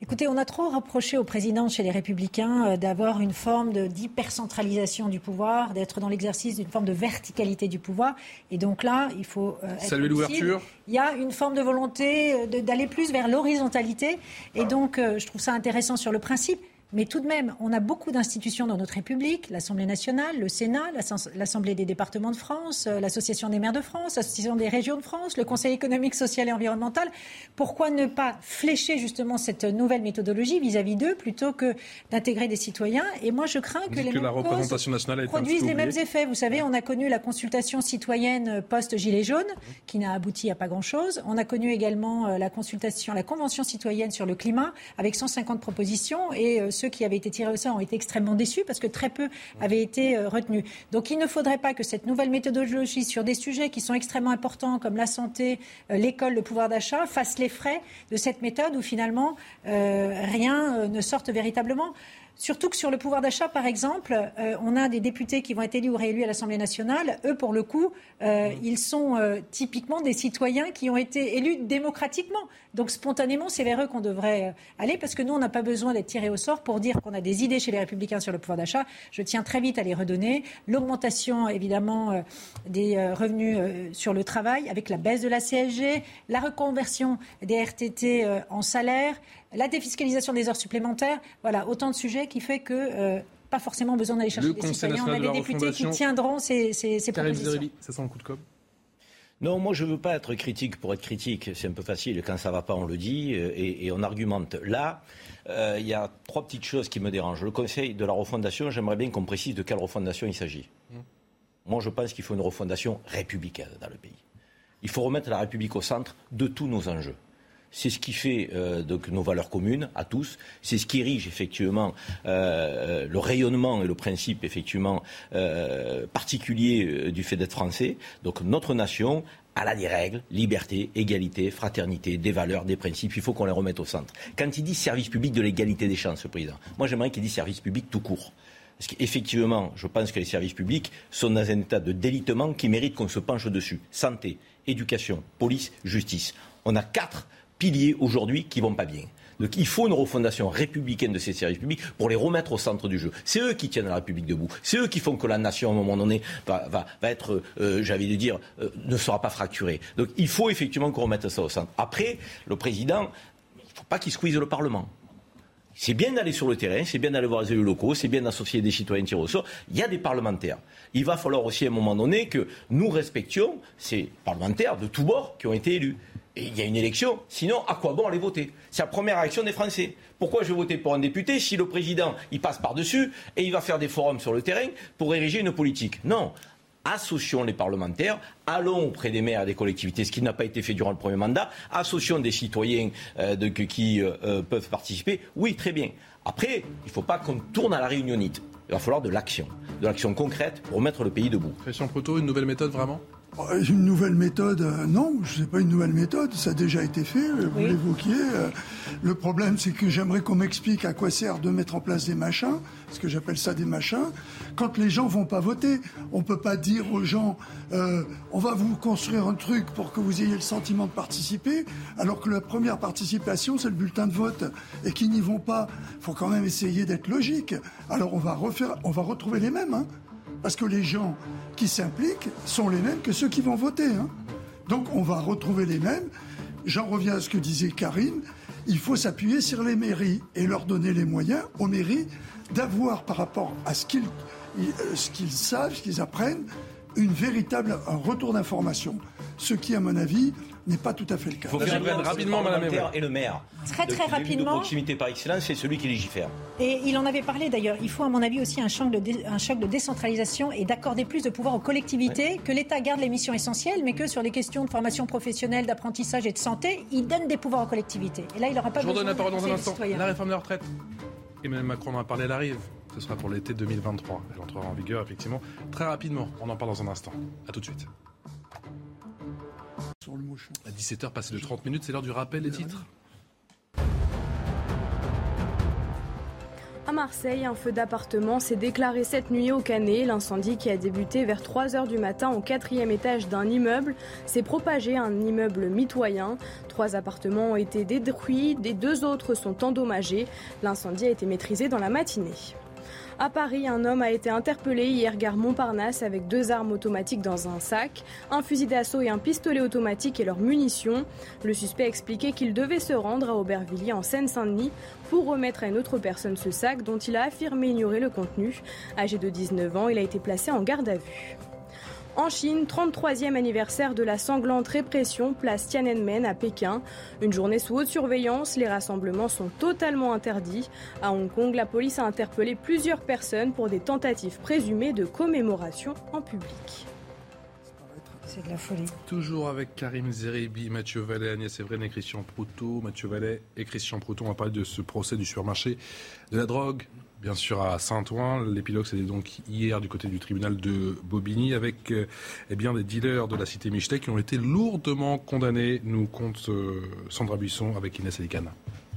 Écoutez, on a trop reproché au président chez les Républicains d'avoir une forme de, d'hypercentralisation du pouvoir, d'être dans l'exercice d'une forme de verticalité du pouvoir. Et donc là, il faut euh, être Saluer l'ouverture. Il y a une forme de volonté de, d'aller plus vers l'horizontalité. Et donc, euh, je trouve ça intéressant sur le principe. Mais tout de même, on a beaucoup d'institutions dans notre République, l'Assemblée nationale, le Sénat, l'Assemblée des départements de France, l'Association des maires de France, l'Association des régions de France, le Conseil économique, social et environnemental. Pourquoi ne pas flécher justement cette nouvelle méthodologie vis-à-vis d'eux plutôt que d'intégrer des citoyens ? Et moi, je crains que les que la mêmes représentation nationale a été produisent les oubliée. mêmes effets. Vous savez, on a connu la consultation citoyenne post-Gilets jaunes, qui n'a abouti à pas grand-chose. On a connu également la consultation, la Convention citoyenne sur le climat, avec cent cinquante propositions, et euh, ceux qui avaient été tirés au sort ont été extrêmement déçus parce que très peu avaient été euh, retenus. Donc il ne faudrait pas que cette nouvelle méthodologie sur des sujets qui sont extrêmement importants comme la santé, euh, l'école, le pouvoir d'achat fasse les frais de cette méthode où finalement euh, rien euh, ne sorte véritablement. Surtout que sur le pouvoir d'achat, par exemple, euh, on a des députés qui vont être élus ou réélus à l'Assemblée nationale. Eux, pour le coup, euh, ils sont euh, typiquement des citoyens qui ont été élus démocratiquement. Donc, spontanément, c'est vers eux qu'on devrait euh, aller, parce que nous, on n'a pas besoin d'être tirés au sort pour dire qu'on a des idées chez les Républicains sur le pouvoir d'achat. Je tiens très vite à les redonner. L'augmentation, évidemment, euh, des euh, revenus euh, sur le travail, avec la baisse de la C S G, la reconversion des R T T euh, en salaire, la défiscalisation des heures supplémentaires, voilà, autant de sujets qui fait que euh, pas forcément besoin d'aller chercher le des Conseil citoyens. On a national des de la députés qui tiendront ces, ces, ces Karim propositions. Zeribi, ça sent le coup de com'. Non, moi je ne veux pas être critique pour être critique. C'est un peu facile. Quand ça ne va pas, on le dit et, et on argumente. Là, euh, il y a trois petites choses qui me dérangent. Le Conseil de la refondation, j'aimerais bien qu'on précise de quelle refondation il s'agit. Mmh. Moi, je pense qu'il faut une refondation républicaine dans le pays. Il faut remettre la République au centre de tous nos enjeux. C'est ce qui fait euh, donc, nos valeurs communes à tous. C'est ce qui érige effectivement euh, le rayonnement et le principe effectivement euh, particulier euh, du fait d'être français. Donc notre nation, elle a des règles, liberté, égalité, fraternité, des valeurs, des principes. Il faut qu'on les remette au centre. Quand il dit service public de l'égalité des chances, ce président, moi j'aimerais qu'il dise service public tout court. Parce qu'effectivement, je pense que les services publics sont dans un état de délitement qui mérite qu'on se penche dessus. Santé, éducation, police, justice. On a quatre piliers aujourd'hui qui vont pas bien. Donc il faut une refondation républicaine de ces services publics pour les remettre au centre du jeu. C'est eux qui tiennent la République debout. C'est eux qui font que la nation, à un moment donné, va, va, va être, euh, j'avais de dire, euh, ne sera pas fracturée. Donc il faut effectivement qu'on remette ça au centre. Après, le président, il ne faut pas qu'il squeeze le Parlement. C'est bien d'aller sur le terrain, c'est bien d'aller voir les élus locaux, c'est bien d'associer des citoyens tirés au sort. Il y a des parlementaires. Il va falloir aussi à un moment donné que nous respections ces parlementaires de tous bords qui ont été élus. Et il y a une élection, sinon à quoi bon aller voter ? C'est la première réaction des Français. Pourquoi je vais voter pour un député si le président il passe par-dessus et il va faire des forums sur le terrain pour ériger une politique ? Non. Associons les parlementaires, allons auprès des maires et des collectivités, ce qui n'a pas été fait durant le premier mandat, associons des citoyens euh, de, qui euh, peuvent participer. Oui, très bien. Après, il ne faut pas qu'on tourne à la réunionnite. Il va falloir de l'action, de l'action concrète pour mettre le pays debout. Christian Proto, une nouvelle méthode vraiment ? Une nouvelle méthode, euh, non, je sais pas une nouvelle méthode, ça a déjà été fait, vous oui. l'évoquiez. Euh, le problème, c'est que j'aimerais qu'on m'explique à quoi sert de mettre en place des machins, parce que j'appelle ça des machins, quand les gens vont pas voter. On peut pas dire aux gens, euh, on va vous construire un truc pour que vous ayez le sentiment de participer, alors que la première participation, c'est le bulletin de vote, et qui n'y vont pas. Faut quand même essayer d'être logique. Alors on va refaire, on va retrouver les mêmes, hein. Parce que les gens qui s'impliquent sont les mêmes que ceux qui vont voter. Hein. Donc on va retrouver les mêmes. J'en reviens à ce que disait Karine. Il faut s'appuyer sur les mairies et leur donner les moyens aux mairies d'avoir par rapport à ce qu'ils, ce qu'ils savent, ce qu'ils apprennent, une véritable, un retour d'information. Ce qui, à mon avis, n'est pas tout à fait le cas. Il faut faire rapidement, Madame et le maire. Très très rapidement. De proximité par excellence, c'est celui qui légifère. Et il en avait parlé d'ailleurs. Il faut, à mon avis, aussi un choc de, dé, un choc de décentralisation et d'accorder plus de pouvoir aux collectivités, ouais. Que l'État garde les missions essentielles, mais que sur les questions de formation professionnelle, d'apprentissage et de santé, il donne des pouvoirs aux collectivités. Et là, il n'aura pas Je besoin. Je redonne la parole dans un instant. Citoyens. La réforme des retraites. Emmanuel Macron en a parlé, elle arrive. Ce sera pour l'été deux mille vingt-trois. Elle entrera en vigueur, effectivement, très rapidement. On en parle dans un instant. A tout de suite. Sur le mouche. À dix-sept heures, passé de trente minutes, c'est l'heure du rappel des titres. Un À Marseille, un feu d'appartement s'est déclaré cette nuit au Canet. L'incendie qui a débuté vers trois heures du matin au quatrième étage d'un immeuble s'est propagé à un immeuble mitoyen. Trois appartements ont été détruits, les deux autres sont endommagés. L'incendie a été maîtrisé dans la matinée. À Paris, un homme a été interpellé hier gare Montparnasse avec deux armes automatiques dans un sac, un fusil d'assaut et un pistolet automatique et leurs munitions. Le suspect a expliqué qu'il devait se rendre à Aubervilliers en Seine-Saint-Denis pour remettre à une autre personne ce sac dont il a affirmé ignorer le contenu. Âgé de dix-neuf ans, il a été placé en garde à vue. En Chine, trente-troisième anniversaire de la sanglante répression, place Tiananmen à Pékin. Une journée sous haute surveillance, les rassemblements sont totalement interdits. À Hong Kong, la police a interpellé plusieurs personnes pour des tentatives présumées de commémoration en public. C'est de la folie. Toujours avec Karim Zeribi, Mathieu Vallet, Agnès Evren et Christian Proutot. Mathieu Vallet et Christian Proutot, on va parler de ce procès du supermarché de la drogue. Bien sûr à Saint-Ouen, l'épilogue c'était donc hier du côté du tribunal de Bobigny avec euh, eh bien, des dealers de la cité Michelet qui ont été lourdement condamnés, nous compte euh, Sandra Buisson avec Inès Elikane.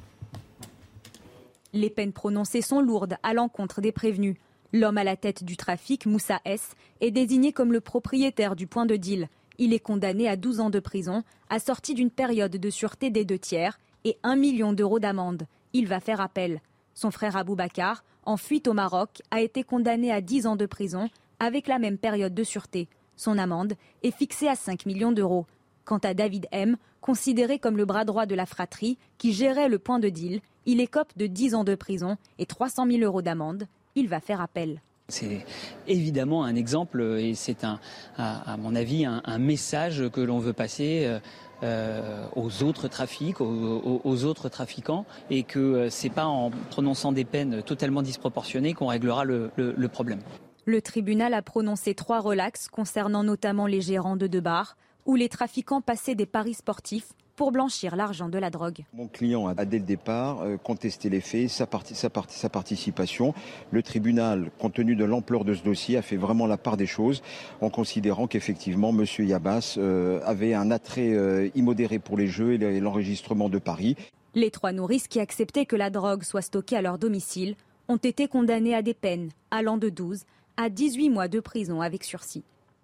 Les peines prononcées sont lourdes à l'encontre des prévenus. L'homme à la tête du trafic, Moussa S, est désigné comme le propriétaire du point de deal. Il est condamné à douze ans de prison, assorti d'une période de sûreté des deux tiers et un million d'euros d'amende. Il va faire appel. Son frère Aboubacar, en fuite au Maroc, a été condamné à dix ans de prison avec la même période de sûreté. Son amende est fixée à cinq millions d'euros. Quant à David M, considéré comme le bras droit de la fratrie qui gérait le point de deal, il écope de dix ans de prison et trois cent mille euros d'amende. Il va faire appel. C'est évidemment un exemple et c'est, un, à, à mon avis, un, un message que l'on veut passer euh, euh, aux autres trafics, aux, aux, aux autres trafiquants, et que euh, c'est pas en prononçant des peines totalement disproportionnées qu'on réglera le, le, le problème. Le tribunal a prononcé trois relax concernant notamment les gérants de deux bars où les trafiquants passaient des paris sportifs pour blanchir l'argent de la drogue. Mon client a dès le départ contesté les faits, sa, parti, sa, parti, sa participation. Le tribunal, compte tenu de l'ampleur de ce dossier, a fait vraiment la part des choses en considérant qu'effectivement M. Yabas euh, avait un attrait euh, immodéré pour les jeux et l'enregistrement de paris. Les trois nourrices qui acceptaient que la drogue soit stockée à leur domicile ont été condamnées à des peines allant de douze à dix-huit mois de prison avec sursis.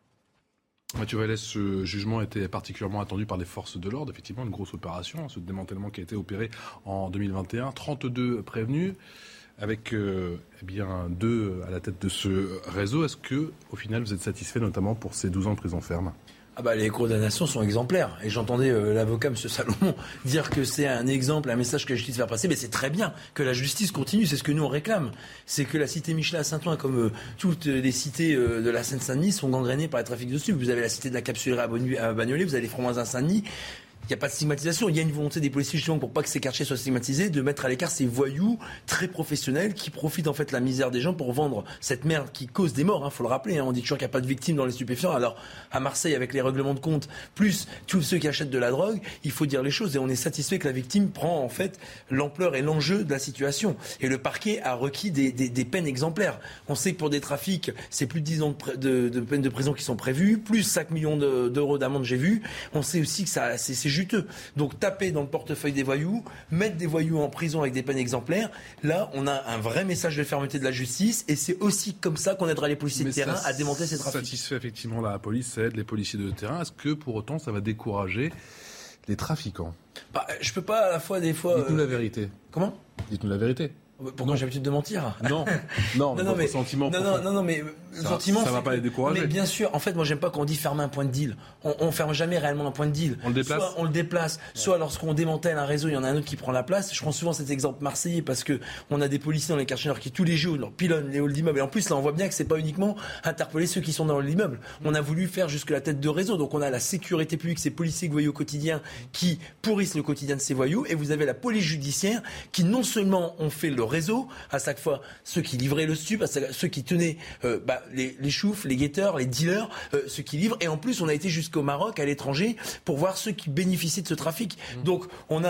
Mathieu Vallès, ce jugement était particulièrement attendu par les forces de l'ordre. Effectivement, une grosse opération, ce démantèlement qui a été opéré en deux mille vingt et un. trente-deux prévenus, avec euh, eh bien, deux à la tête de ce réseau. Est-ce que, au final, vous êtes satisfait, notamment pour ces douze ans de prison ferme ? Ah bah les condamnations sont exemplaires. Et j'entendais euh, l'avocat M. Salomon dire que c'est un exemple, un message que la justice va passer. Mais c'est très bien que la justice continue. C'est ce que nous on réclame. C'est que la cité Michelet à Saint-Ouen, comme euh, toutes les cités euh, de la Seine-Saint-Denis, sont gangrénées par les trafics de stupes. Vous avez la cité de la Capsulerie à Bagnolet, vous avez les Francs à Saint-Denis. Il n'y a pas de stigmatisation. Il y a une volonté des policiers, justement, pour pas que ces quartiers soient stigmatisés, de mettre à l'écart ces voyous très professionnels qui profitent, en fait, de la misère des gens pour vendre cette merde qui cause des morts, hein, faut le rappeler, hein. On dit toujours qu'il n'y a pas de victimes dans les stupéfiants. Alors, à Marseille, avec les règlements de compte, plus tous ceux qui achètent de la drogue, il faut dire les choses et on est satisfait que la victime prend, en fait, l'ampleur et l'enjeu de la situation. Et le parquet a requis des, des, des peines exemplaires. On sait que pour des trafics, c'est plus de dix ans de, de, de peines de prison qui sont prévues, plus cinq millions de, d'euros d'amende, j'ai vu. On sait aussi que ça, c'est, c'est juteux. Donc taper dans le portefeuille des voyous, mettre des voyous en prison avec des peines exemplaires, là on a un vrai message de fermeté de la justice et c'est aussi comme ça qu'on aidera les policiers Mais de terrain ça à démanteler ces trafics. Satisfait effectivement la police, ça aide les policiers de terrain. Est-ce que pour autant ça va décourager les trafiquants ? Bah, je peux pas à la fois des fois... Dites-nous euh... la vérité. Comment ? Dites-nous la vérité. Pourquoi j'ai l'habitude de mentir ? Non, non, non, non, mais, sentiment non, non, non, non, mais le ça, sentiment, ça va pas les décourager. Mais bien sûr, en fait, moi, j'aime pas quand on dit fermer un point de deal. On, on ferme jamais réellement un point de deal. On le déplace. Soit on le déplace, ouais. Soit lorsqu'on démantèle un réseau, il y en a un autre qui prend la place. Je prends souvent cet exemple marseillais parce que on a des policiers dans les quartiers nord qui tous les jours leur pilonnent les halls d'immeubles. Et en plus, là, on voit bien que c'est pas uniquement interpeller ceux qui sont dans l'immeuble. On a voulu faire jusque la tête de réseau. Donc, on a la sécurité publique, ces policiers voyous au quotidien qui pourrissent le quotidien de ces voyous. Et vous avez la police judiciaire qui non seulement ont fait le réseau, à chaque fois ceux qui livraient le stup, ceux qui tenaient euh, bah, les, les choufs, les guetteurs, les dealers, euh, ceux qui livrent. Et en plus, on a été jusqu'au Maroc, à l'étranger, pour voir ceux qui bénéficiaient de ce trafic. Mmh. Donc, on a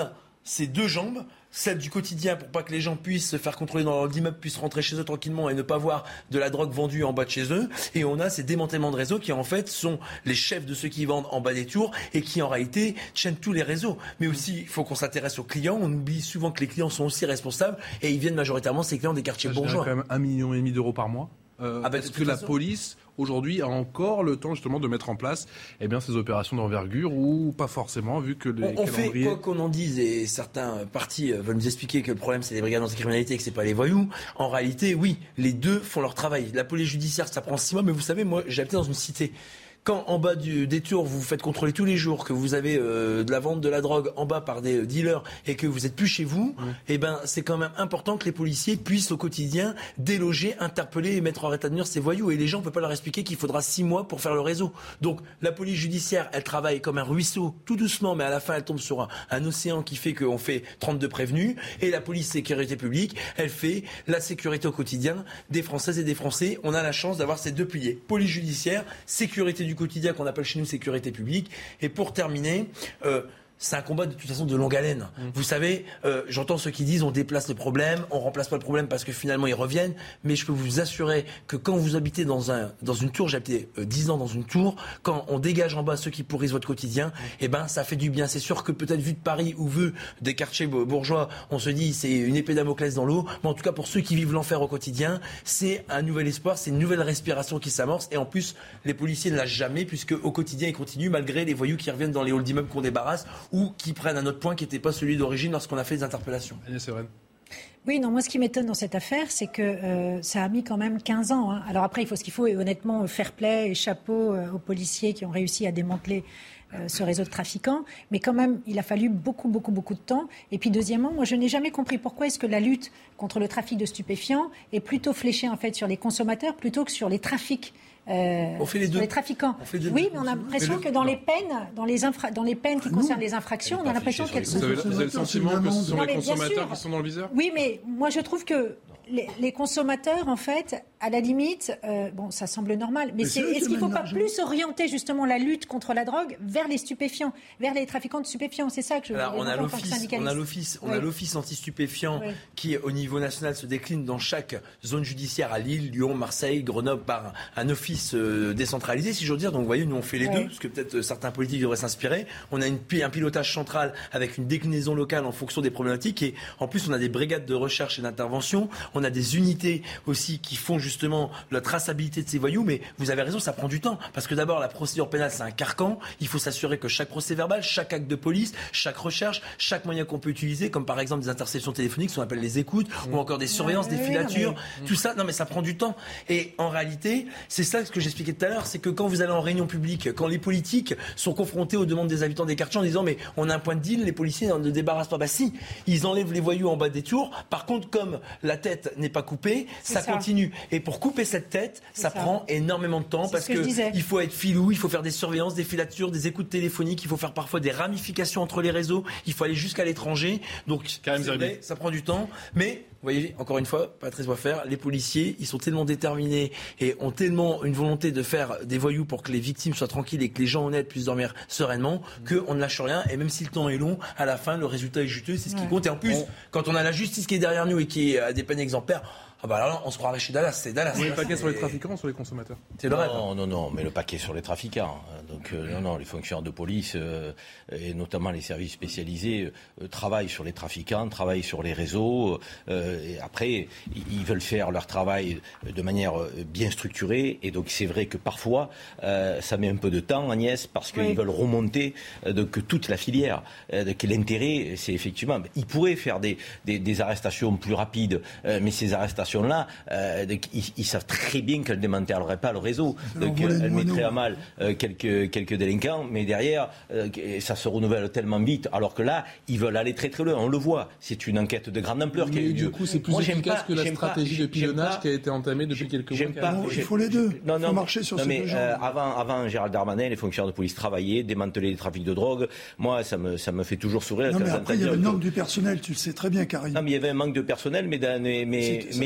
c'est deux jambes. Celle du quotidien pour pas que les gens puissent se faire contrôler dans l'immeuble, puissent rentrer chez eux tranquillement et ne pas voir de la drogue vendue en bas de chez eux. Et on a ces démantèlements de réseaux qui en fait sont les chefs de ceux qui vendent en bas des tours et qui en réalité tiennent tous les réseaux. Mais aussi, il faut qu'on s'intéresse aux clients. On oublie souvent que les clients sont aussi responsables et ils viennent majoritairement ces clients des quartiers Ça bourgeois. quand même un million et demi d'euros par mois. Euh, ah bah, est-ce que la façon. police aujourd'hui a encore le temps justement de mettre en place eh bien, ces opérations d'envergure ou pas forcément vu que les on, on fait calendriers... quoi qu'on en dise et certains partis veulent nous expliquer que le problème c'est les brigades anticriminalité et que c'est pas les voyous. En réalité, oui, les deux font leur travail. La police judiciaire, ça prend six mois, mais vous savez, moi j'ai habité dans une cité. Quand en bas du, des tours, vous vous faites contrôler tous les jours, que vous avez euh, de la vente de la drogue en bas par des euh, dealers et que vous êtes plus chez vous, mmh. eh ben c'est quand même important que les policiers puissent au quotidien déloger, interpeller et mettre en état de nuire ces voyous. Et les gens ne peuvent pas leur expliquer qu'il faudra six mois pour faire le réseau. Donc la police judiciaire, elle travaille comme un ruisseau, tout doucement, mais à la fin elle tombe sur un, un océan qui fait qu'on fait trente-deux prévenus. Et la police sécurité publique, elle fait la sécurité au quotidien des Françaises et des Français. On a la chance d'avoir ces deux piliers. Police judiciaire, sécurité du quotidien qu'on appelle chez nous sécurité publique. Et pour terminer, euh, c'est un combat de toute façon de longue haleine. Mmh. Vous savez, euh, j'entends ceux qui disent on déplace le problème, on remplace pas le problème parce que finalement ils reviennent. Mais je peux vous assurer que quand vous habitez dans un dans une tour, j'ai habité euh, dix ans dans une tour, quand on dégage en bas ceux qui pourrissent votre quotidien, mmh. eh ben ça fait du bien. C'est sûr que peut-être vu de Paris ou vu des quartiers bourgeois, on se dit c'est une épée Damoclès dans l'eau. Mais en tout cas pour ceux qui vivent l'enfer au quotidien, c'est un nouvel espoir, c'est une nouvelle respiration qui s'amorce. Et en plus, les policiers ne lâchent jamais puisque au quotidien ils continuent malgré les voyous qui reviennent dans les halls d'immeubles qu'on débarrasse ou qui prennent un autre point qui n'était pas celui d'origine lorsqu'on a fait des interpellations. Oui, non, moi ce qui m'étonne dans cette affaire, c'est que euh, ça a mis quand même quinze ans. Hein. Alors après, il faut ce qu'il faut, et honnêtement, fair play et chapeau euh, aux policiers qui ont réussi à démanteler euh, ce réseau de trafiquants. Mais quand même, il a fallu beaucoup, beaucoup, beaucoup de temps. Et puis deuxièmement, moi je n'ai jamais compris pourquoi est-ce que la lutte contre le trafic de stupéfiants est plutôt fléchée en fait sur les consommateurs plutôt que sur les trafics. Euh, on fait les deux. Les trafiquants. Oui, mais on a l'impression que dans les peines, dans les, infra... dans les peines qui nous, concernent les infractions, on a l'impression qu'elles sont. Vous avez, vous avez le sentiment que ce sont non, les consommateurs qui sont dans le viseur ? Oui, mais moi je trouve que les, les consommateurs, en fait, à la limite, euh, bon, ça semble normal, mais, mais c'est, est-ce qu'il ne faut pas plus orienter justement la lutte contre la drogue vers les stupéfiants, vers les trafiquants de stupéfiants ? C'est ça que je. Alors, on a l'office, on a l'office, on oui. a l'office anti-stupéfiants oui. qui, au niveau national, se décline dans chaque zone judiciaire à Lille, Lyon, Marseille, Grenoble, par un, un office euh, décentralisé, si j'ose dire. Donc, vous voyez, nous on fait les oui. deux, parce que peut-être euh, certains politiques devraient s'inspirer. On a une, un pilotage central avec une déclinaison locale en fonction des problématiques, et en plus, on a des brigades de recherche et d'intervention. On a des unités aussi qui font justement la traçabilité de ces voyous, mais vous avez raison, ça prend du temps. Parce que d'abord, la procédure pénale, c'est un carcan. Il faut s'assurer que chaque procès verbal, chaque acte de police, chaque recherche, chaque moyen qu'on peut utiliser, comme par exemple des interceptions téléphoniques, ce qu'on appelle les écoutes, mmh. ou encore des surveillances, ouais, des filatures, ouais, mais... tout ça, non mais ça prend du temps. Et en réalité, c'est ça ce que j'expliquais tout à l'heure, c'est que quand vous allez en réunion publique, quand les politiques sont confrontés aux demandes des habitants des quartiers en disant mais on a un point de deal, les policiers ne débarrassent pas. Bah si, ils enlèvent les voyous en bas des tours. Par contre, comme la tête n'est pas coupée, ça, ça continue. Et pour couper cette tête, ça, ça prend énormément de temps, c'est parce que, que il faut être filou, il faut faire des surveillances, des filatures, des écoutes téléphoniques, il faut faire parfois des ramifications entre les réseaux, il faut aller jusqu'à l'étranger. Donc c'est vrai, ça prend du temps, mais vous voyez, encore une fois, Patrice Boisfer, les policiers, ils sont tellement déterminés et ont tellement une volonté de faire des voyous pour que les victimes soient tranquilles et que les gens honnêtes puissent dormir sereinement, qu'on ne lâche rien. Et même si le temps est long, à la fin, le résultat est juteux, c'est ce qui ouais. compte. Et en plus, on... quand on a la justice qui est derrière nous et qui a des peines exemplaires, ah bah alors on se croirait chez Dallas, c'est Dallas. Oui, le paquet sur les trafiquants ou sur les consommateurs ? C'est le rêve. Non, non, non, mais le paquet sur les trafiquants. Donc euh, non, non, les fonctionnaires de police euh, et notamment les services spécialisés euh, travaillent sur les trafiquants, travaillent sur les réseaux. Euh, et après, ils veulent faire leur travail de manière bien structurée. Et donc c'est vrai que parfois, euh, ça met un peu de temps, Agnès, parce qu'ils oui. veulent remonter euh, donc, toute la filière. Euh, que l'intérêt, c'est effectivement, ils pourraient faire des, des, des arrestations plus rapides, euh, mais ces arrestations là, euh, ils, ils savent très bien qu'elles ne démantèleraient pas le réseau. Donc, elles mettraient à mal euh, quelques, quelques délinquants, mais derrière, euh, ça se renouvelle tellement vite. Alors que là, ils veulent aller très très loin. On le voit. C'est une enquête de grande ampleur qui a eu lieu. Du coup, c'est plus Moi, efficace pas, que la stratégie pas, de pilonnage qui a été entamée depuis quelques mois. Pas, non, il faut les deux. Non, non, il faut marcher sur non, ces mais, deux jambes. Euh, avant, avant Gérald Darmanin, les fonctionnaires de police travaillaient, démantelaient les trafics de drogue. Moi, ça me, ça me fait toujours sourire. Non, mais après, il y avait un manque du personnel. Tu le sais très bien, Karim. Non, mais il y avait un manque de personnel, mais, mais, mais, mais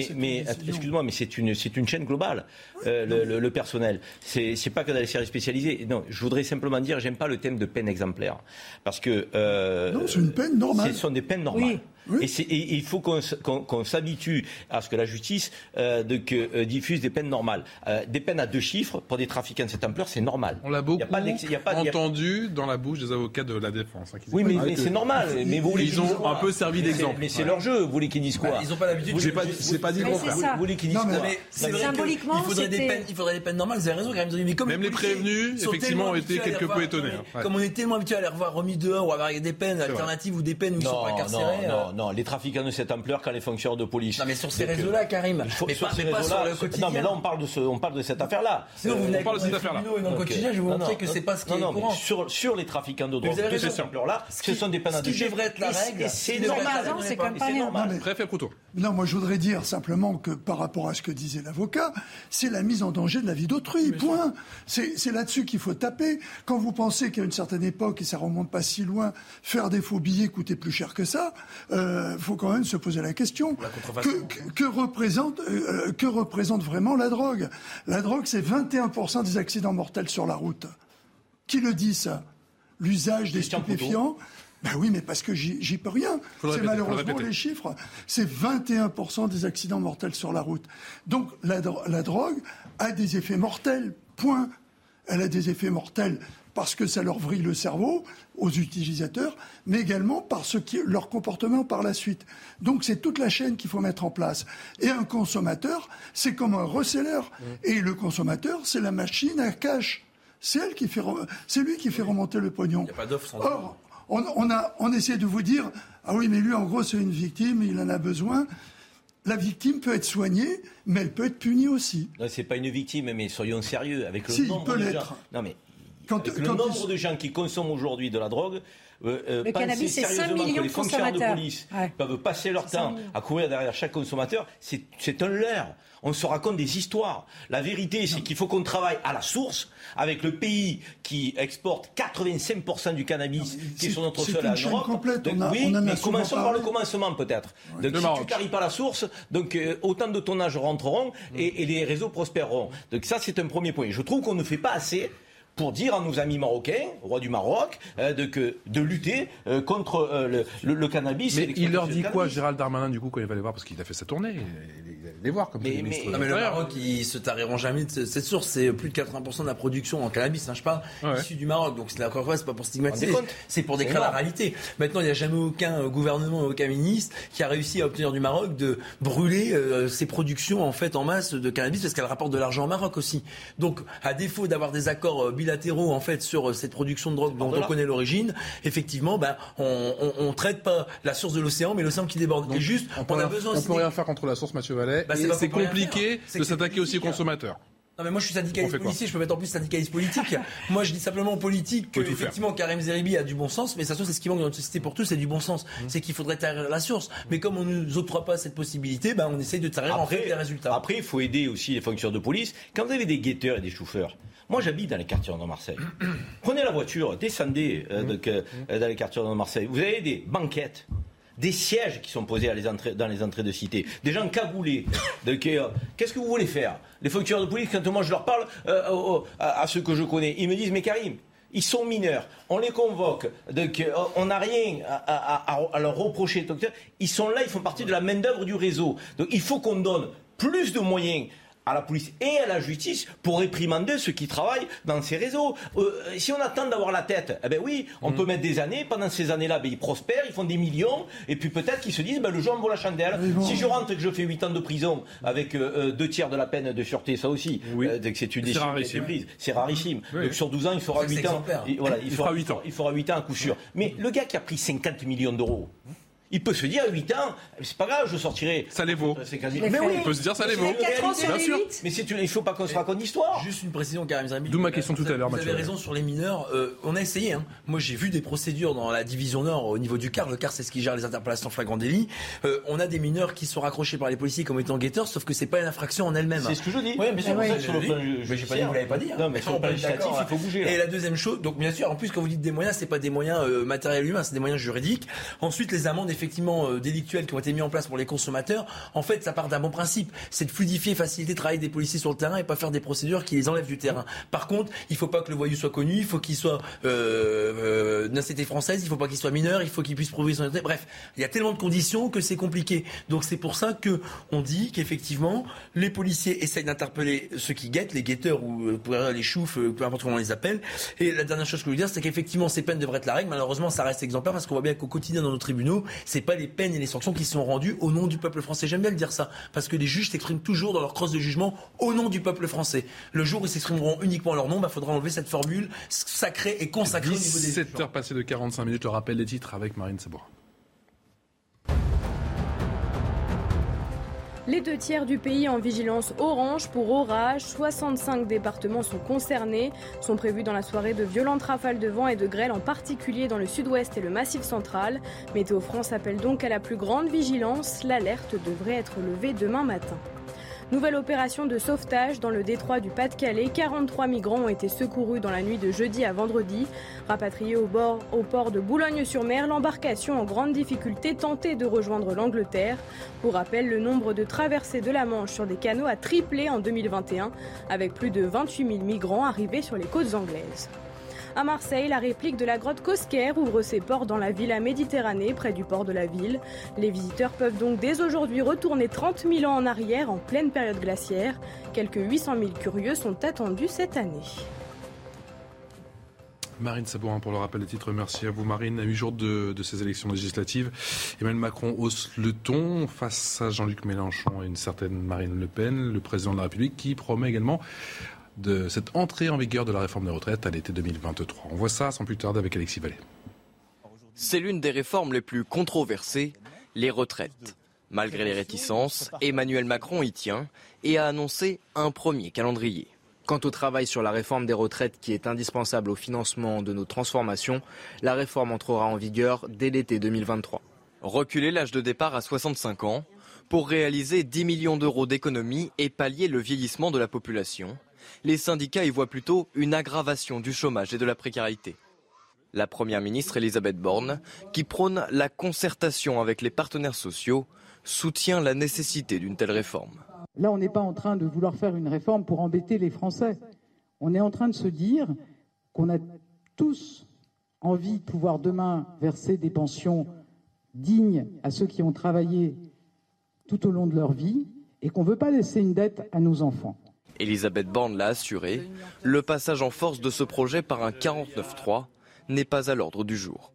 mais, mais excuse-moi, mais c'est une, c'est une chaîne globale, euh, le, le, le personnel. C'est, c'est pas que dans les services spécialisés. Non, je voudrais simplement dire, j'aime pas le thème de peine exemplaire. Parce que... Euh, non, c'est une peine normale. Ce sont des peines normales. Oui. Oui. Et, c'est, et il faut qu'on, qu'on, qu'on s'habitue à ce que la justice euh, de, que, euh, diffuse des peines normales. Euh, des peines à deux chiffres, pour des trafiquants de cette ampleur, c'est normal. On l'a beaucoup y a pas y a pas, entendu y a... dans la bouche des avocats de la défense. Hein, oui, mais, mais c'est normal. Mais vous ils ont un peu servi d'exemple. Mais c'est ouais. leur jeu. Vous voulez qu'ils disent quoi? bah, Ils n'ont pas l'habitude. J'ai pas, c'est pas dit le contraire. Vous voulez qu'ils disent quoi? C'est vrai symboliquement, il faudrait des peines. Il faudrait des peines normales. Vous avez raison, Karim. Mais comme même les prévenus, effectivement, ont été quelque peu étonnés. Comme on est tellement habitué à les revoir remis dehors ou avoir des peines alternatives ou des peines où ils sont pas incarcérés. Non, non, les trafiquants de cette ampleur quand les fonctionnaires de police. Non, mais sur ces réseaux-là, Karim. Faut, mais sur pas, ces mais pas sur le quotidien. Non, mais là, on parle de, ce, on parle de cette affaire-là. Sinon, vous venez on parle de cette affaire-là. Et dans le quotidien, je vais vous montrer que c'est pas ce qui est courant. Sur, sur les trafiquants de drogue de cette ampleur-là, ce sont des peines à deux chiffres. Ce qui devrait être la règle. C'est normal. C'est quand même pas normal. Préfet Proutot. Non, moi, je voudrais dire simplement que par rapport à ce que disait l'avocat, c'est la mise en danger de la vie d'autrui. Point. C'est, c'est là-dessus qu'il faut taper. Quand vous pensez qu'à une certaine époque, et ça remonte pas si loin, faire des faux billets coûtait plus cher que ça, euh, faut quand même se poser la question. La que, que, que représente, euh, que représente vraiment la drogue? La drogue, c'est vingt et un pour cent des accidents mortels sur la route. Qui le dit, ça? L'usage des stupéfiants? Ben oui, mais parce que j'y, j'y peux rien. C'est répéter, malheureusement les chiffres. C'est vingt et un pour cent des accidents mortels sur la route. Donc la, la drogue a des effets mortels, point. Elle a des effets mortels parce que ça leur vrille le cerveau aux utilisateurs, mais également par ce qui, leur comportement par la suite. Donc c'est toute la chaîne qu'il faut mettre en place. Et un consommateur, c'est comme un reseller. Mmh. Et le consommateur, c'est la machine à cash. C'est elle qui fait, c'est lui qui fait remonter le pognon. Il n'y a pas d'offre sans Or, on, on a, on essaie de vous dire, ah oui, mais lui, en gros, c'est une victime, il en a besoin. La victime peut être soignée, mais elle peut être punie aussi. Non, c'est pas une victime, mais soyons sérieux avec le si, nombre il peut de l'être. gens. Non mais quand, avec quand le nombre il... de gens qui consomment aujourd'hui de la drogue. Euh, le cannabis, c'est cinq millions de consommateurs. Les fonctionnaires de police ouais. peuvent passer leur temps à courir derrière chaque consommateur. C'est, c'est un leurre. On se raconte des histoires. La vérité, c'est qu'il faut qu'on travaille à la source avec le pays qui exporte quatre-vingt-cinq pour cent du cannabis non, qui est sur notre sol en Europe. Complète. Donc, on a, oui, on mais commençons par le commencement peut-être. Ouais. Donc si tu n'arrives pas à la source, donc euh, autant de tonnages rentreront et, et les réseaux prospéreront. Donc ça, c'est un premier point. Je trouve qu'on ne fait pas assez pour dire à nos amis marocains, au roi du Maroc, euh, de, que, de lutter euh, contre euh, le, le, le cannabis. Mais il leur dit quoi, Gérald Darmanin, du coup, quand il va les voir? Parce qu'il a fait sa tournée. Il va les voir comme mais, mais, non, mais le Maroc, ils se tariront jamais de cette source. C'est plus de quatre-vingts pour cent de la production en cannabis, hein, je parle, ouais. issue du Maroc. Donc, c'est encore une fois, c'est pas pour stigmatiser, c'est pour décrire la réalité. Maintenant, il n'y a jamais aucun gouvernement, aucun ministre qui a réussi à obtenir du Maroc de brûler euh, ses productions, en fait, en masse de cannabis, parce qu'elle rapporte de l'argent au Maroc aussi. Donc, à défaut d'avoir des accords bilatéraux, en fait, sur cette production de drogue dont on connaît l'origine, effectivement, ben, on, on, on traite pas la source de l'océan, mais l'océan qui déborde. Donc, et juste, on, on a besoin On peut rien faire contre la source, Mathieu Vallet. Bah, c'est, c'est compliqué c'est de s'attaquer aussi aux consommateurs. Non mais moi je suis syndicaliste policier, je peux mettre en plus syndicaliste politique. Moi je dis simplement politique que effectivement Karim Zeribi a du bon sens, mais ça c'est ce qui manque dans notre société pour tous, c'est du bon sens. Mmh. C'est qu'il faudrait tarir la source. Mais comme on ne nous octroie pas cette possibilité, ben on essaye de tarir après, en fait les résultats. Après il faut aider aussi les fonctionnaires de police. Quand vous avez des guetteurs et des chauffeurs, moi j'habite dans les quartiers de Marseille. Prenez la voiture, descendez euh, mmh. de, euh, dans les quartiers de Marseille. Vous avez des banquettes. Des sièges qui sont posés à les entrées, dans les entrées de cité, des gens cagoulés. Donc, euh, qu'est-ce que vous voulez faire? Les fonctionnaires de police, quand moi je leur parle, euh, euh, à, à ceux que je connais, ils me disent, mais Karim, ils sont mineurs, on les convoque, donc euh, on n'a rien à, à, à leur reprocher. Donc, ils sont là, ils font partie de la main-d'œuvre du réseau. Donc il faut qu'on donne plus de moyens à la police et à la justice pour réprimander ceux qui travaillent dans ces réseaux. Euh, si on attend d'avoir la tête, eh ben oui, on mmh. peut mettre des années. Pendant ces années-là, ben, ils prospèrent, ils font des millions, et puis peut-être qu'ils se disent, ben, le jour en vaut la chandelle. Oui, bon. Si je rentre et que je fais huit ans de prison avec euh, deux tiers de la peine de sûreté, ça aussi, oui. euh, c'est une décision qui est prise. C'est rarissime. Oui. Donc sur douze ans, il fera huit ans. Il, voilà, il, il fera huit ans. Il fera huit ans à coup sûr. Mais le gars qui a pris cinquante millions d'euros, il peut se dire à huit ans, c'est pas grave, je sortirai. Ça les vaut. Quasi... Mais oui, il peut se dire ça les vaut. Bien sûr. Mais c'est une... il ne faut pas qu'on se raconte d'histoire. Juste une précision, Karim Zeribi. D'où ma question tout à l'heure, Mathieu. Vous avez raison sur les mineurs. Euh, on a essayé. Hein. Moi, j'ai vu des procédures dans la division Nord au niveau du C A R. Le C A R, c'est ce qui gère les interpellations flagrant délit. Euh, on a des mineurs qui sont raccrochés par les policiers comme étant guetteurs, sauf que c'est pas une infraction en elle-même. C'est ce que je dis. Oui, mais sur ouais, le plan Mais j'ai pas dit, vous l'avez pas dit. Non, mais sur le plan législatif, il faut bouger. Et la deuxième chose, donc bien sûr, en plus, quand vous dites des moyens, c'est pas des moyens matériels humains, c'est des moyens juridiques. Ensuite, les amendes effectivement euh, délictuelles qui ont été mises en place pour les consommateurs, en fait, ça part d'un bon principe. C'est de fluidifier, faciliter le travail des policiers sur le terrain et pas faire des procédures qui les enlèvent du terrain. Par contre, il faut pas que le voyou soit connu, il faut qu'il soit euh, euh, de nationalité française, il faut pas qu'il soit mineur, il faut qu'il puisse prouver son identité. Bref, il y a tellement de conditions que c'est compliqué. Donc c'est pour ça que on dit qu'effectivement, les policiers essayent d'interpeller ceux qui guettent, les guetteurs ou euh, les choufs, euh, peu importe comment on les appelle. Et la dernière chose que je veux dire, c'est qu'effectivement, ces peines devraient être la règle. Malheureusement, ça reste exemplaire parce qu'on voit bien qu'au quotidien dans nos tribunaux, c'est pas les peines et les sanctions qui sont rendues au nom du peuple français. J'aime bien le dire ça parce que les juges s'expriment toujours dans leur crosse de jugement au nom du peuple français. Le jour où ils s'exprimeront uniquement en leur nom, il bah, faudra enlever cette formule sacrée et consacrée au niveau des dix-sept heures passées de quarante-cinq minutes, le rappel des titres avec Marine Sabourin. Les deux tiers du pays en vigilance orange pour orage. soixante-cinq départements sont concernés. Sont prévus dans la soirée de violentes rafales de vent et de grêle, en particulier dans le sud-ouest et le massif central. Météo France appelle donc à la plus grande vigilance. L'alerte devrait être levée demain matin. Nouvelle opération de sauvetage dans le détroit du Pas-de-Calais. quarante-trois migrants ont été secourus dans la nuit de jeudi à vendredi. Rapatriés au, bord, au port de Boulogne-sur-Mer, l'embarcation en grande difficulté tentait de rejoindre l'Angleterre. Pour rappel, le nombre de traversées de la Manche sur des canaux a triplé en deux mille vingt et un, avec plus de vingt-huit mille migrants arrivés sur les côtes anglaises. À Marseille, la réplique de la grotte Cosquer ouvre ses portes dans la Villa Méditerranée, près du port de la ville. Les visiteurs peuvent donc dès aujourd'hui retourner trente mille ans en arrière, en pleine période glaciaire. Quelques huit cent mille curieux sont attendus cette année. Marine Sabourin pour le rappel des titres. Merci à vous Marine. À huit jours de, de ces élections législatives, Emmanuel Macron hausse le ton face à Jean-Luc Mélenchon et une certaine Marine Le Pen, le président de la République, qui promet également de cette entrée en vigueur de la réforme des retraites à l'été deux mille vingt-trois. On voit ça sans plus tarder avec Alexis Vallée. C'est l'une des réformes les plus controversées, les retraites. Malgré les réticences, Emmanuel Macron y tient et a annoncé un premier calendrier. Quant au travail sur la réforme des retraites qui est indispensable au financement de nos transformations, la réforme entrera en vigueur dès l'été deux mille vingt-trois. Reculer l'âge de départ à soixante-cinq ans pour réaliser dix millions d'euros d'économies et pallier le vieillissement de la population. Les syndicats y voient plutôt une aggravation du chômage et de la précarité. La Première ministre Elisabeth Borne, qui prône la concertation avec les partenaires sociaux, soutient la nécessité d'une telle réforme. Là, on n'est pas en train de vouloir faire une réforme pour embêter les Français. On est en train de se dire qu'on a tous envie de pouvoir demain verser des pensions dignes à ceux qui ont travaillé tout au long de leur vie et qu'on ne veut pas laisser une dette à nos enfants. Elisabeth Borne l'a assuré, le passage en force de ce projet par un quarante-neuf trois n'est pas à l'ordre du jour.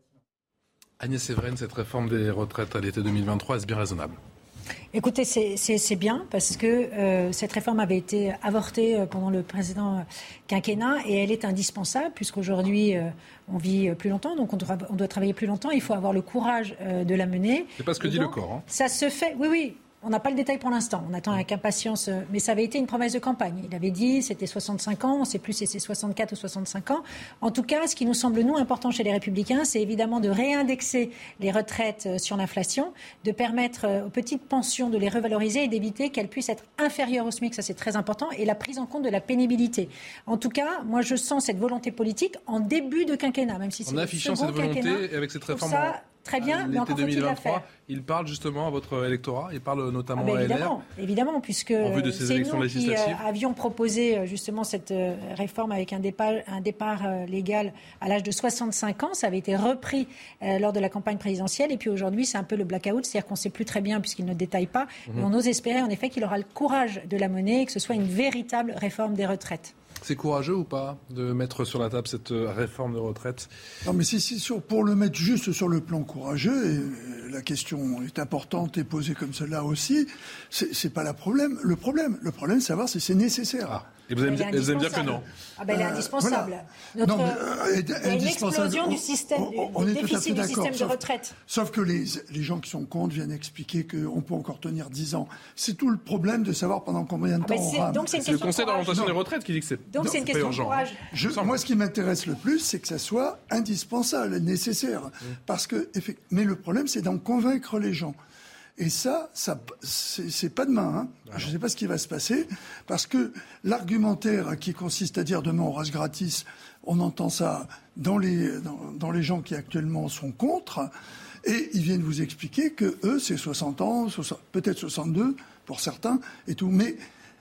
Agnès Evren, cette réforme des retraites à l'été deux mille vingt-trois, est-ce bien raisonnable ? Écoutez, c'est, c'est, c'est bien parce que euh, cette réforme avait été avortée pendant le précédent quinquennat et elle est indispensable puisqu'aujourd'hui euh, on vit plus longtemps, donc on doit, on doit travailler plus longtemps. Il faut avoir le courage euh, de la mener. C'est pas ce que et dit donc, le corps. Hein. Ça se fait, oui, oui. On n'a pas le détail pour l'instant, on attend avec impatience, mais ça avait été une promesse de campagne. Il avait dit c'était soixante-cinq ans, on ne sait plus si c'est soixante-quatre ou soixante-cinq ans. En tout cas, ce qui nous semble, nous, important chez les Républicains, c'est évidemment de réindexer les retraites sur l'inflation, de permettre aux petites pensions de les revaloriser et d'éviter qu'elles puissent être inférieures au SMIC, ça c'est très important, et la prise en compte de la pénibilité. En tout cas, moi je sens cette volonté politique en début de quinquennat, même si c'est en affichant cette volonté avec cette réforme. Très bien, mais encore faut-il la faire. Il parle justement à votre électorat, il parle notamment ah ben évidemment, à L R. Évidemment, puisque c'est nous qui euh, avions proposé justement cette euh, réforme avec un départ, un départ euh, légal à l'âge de soixante-cinq ans. Ça avait été repris euh, lors de la campagne présidentielle et puis aujourd'hui c'est un peu le blackout, c'est-à-dire qu'on ne sait plus très bien puisqu'il ne détaille pas. Mmh. Et on ose espérer en effet qu'il aura le courage de la mener et que ce soit une véritable réforme des retraites. C'est courageux ou pas de mettre sur la table cette réforme de retraite ? Non, mais c'est, c'est sûr, pour le mettre juste sur le plan courageux, et la question est importante et posée comme cela aussi, c'est, c'est pas le problème. Le problème, le problème, c'est savoir si c'est nécessaire. Ah. Et vous allez, me, vous allez me dire que non. Ah ben, elle est indispensable. Euh, voilà. Notre, non, mais, euh, il y a une explosion du système, on, on du déficit du système sauf, de retraite. Sauf que les, les gens qui sont contre viennent expliquer qu'on peut encore tenir dix ans. C'est tout le problème de savoir pendant combien de ah temps ben on rame. Donc c'est, c'est le Conseil d'orientation des retraites qui dit que c'est Donc non, c'est une question de courage. Je, moi, ce qui m'intéresse le plus, c'est que ça soit indispensable, nécessaire. Mmh. Parce que, mais le problème, c'est d'en convaincre les gens. Et ça, ça c'est, c'est pas demain. Hein. Je ne sais pas ce qui va se passer, parce que l'argumentaire qui consiste à dire demain on rase gratis, on entend ça dans les, dans, dans les gens qui actuellement sont contre, et ils viennent vous expliquer que eux, c'est soixante ans, soixante, peut-être soixante-deux pour certains, et tout. Mais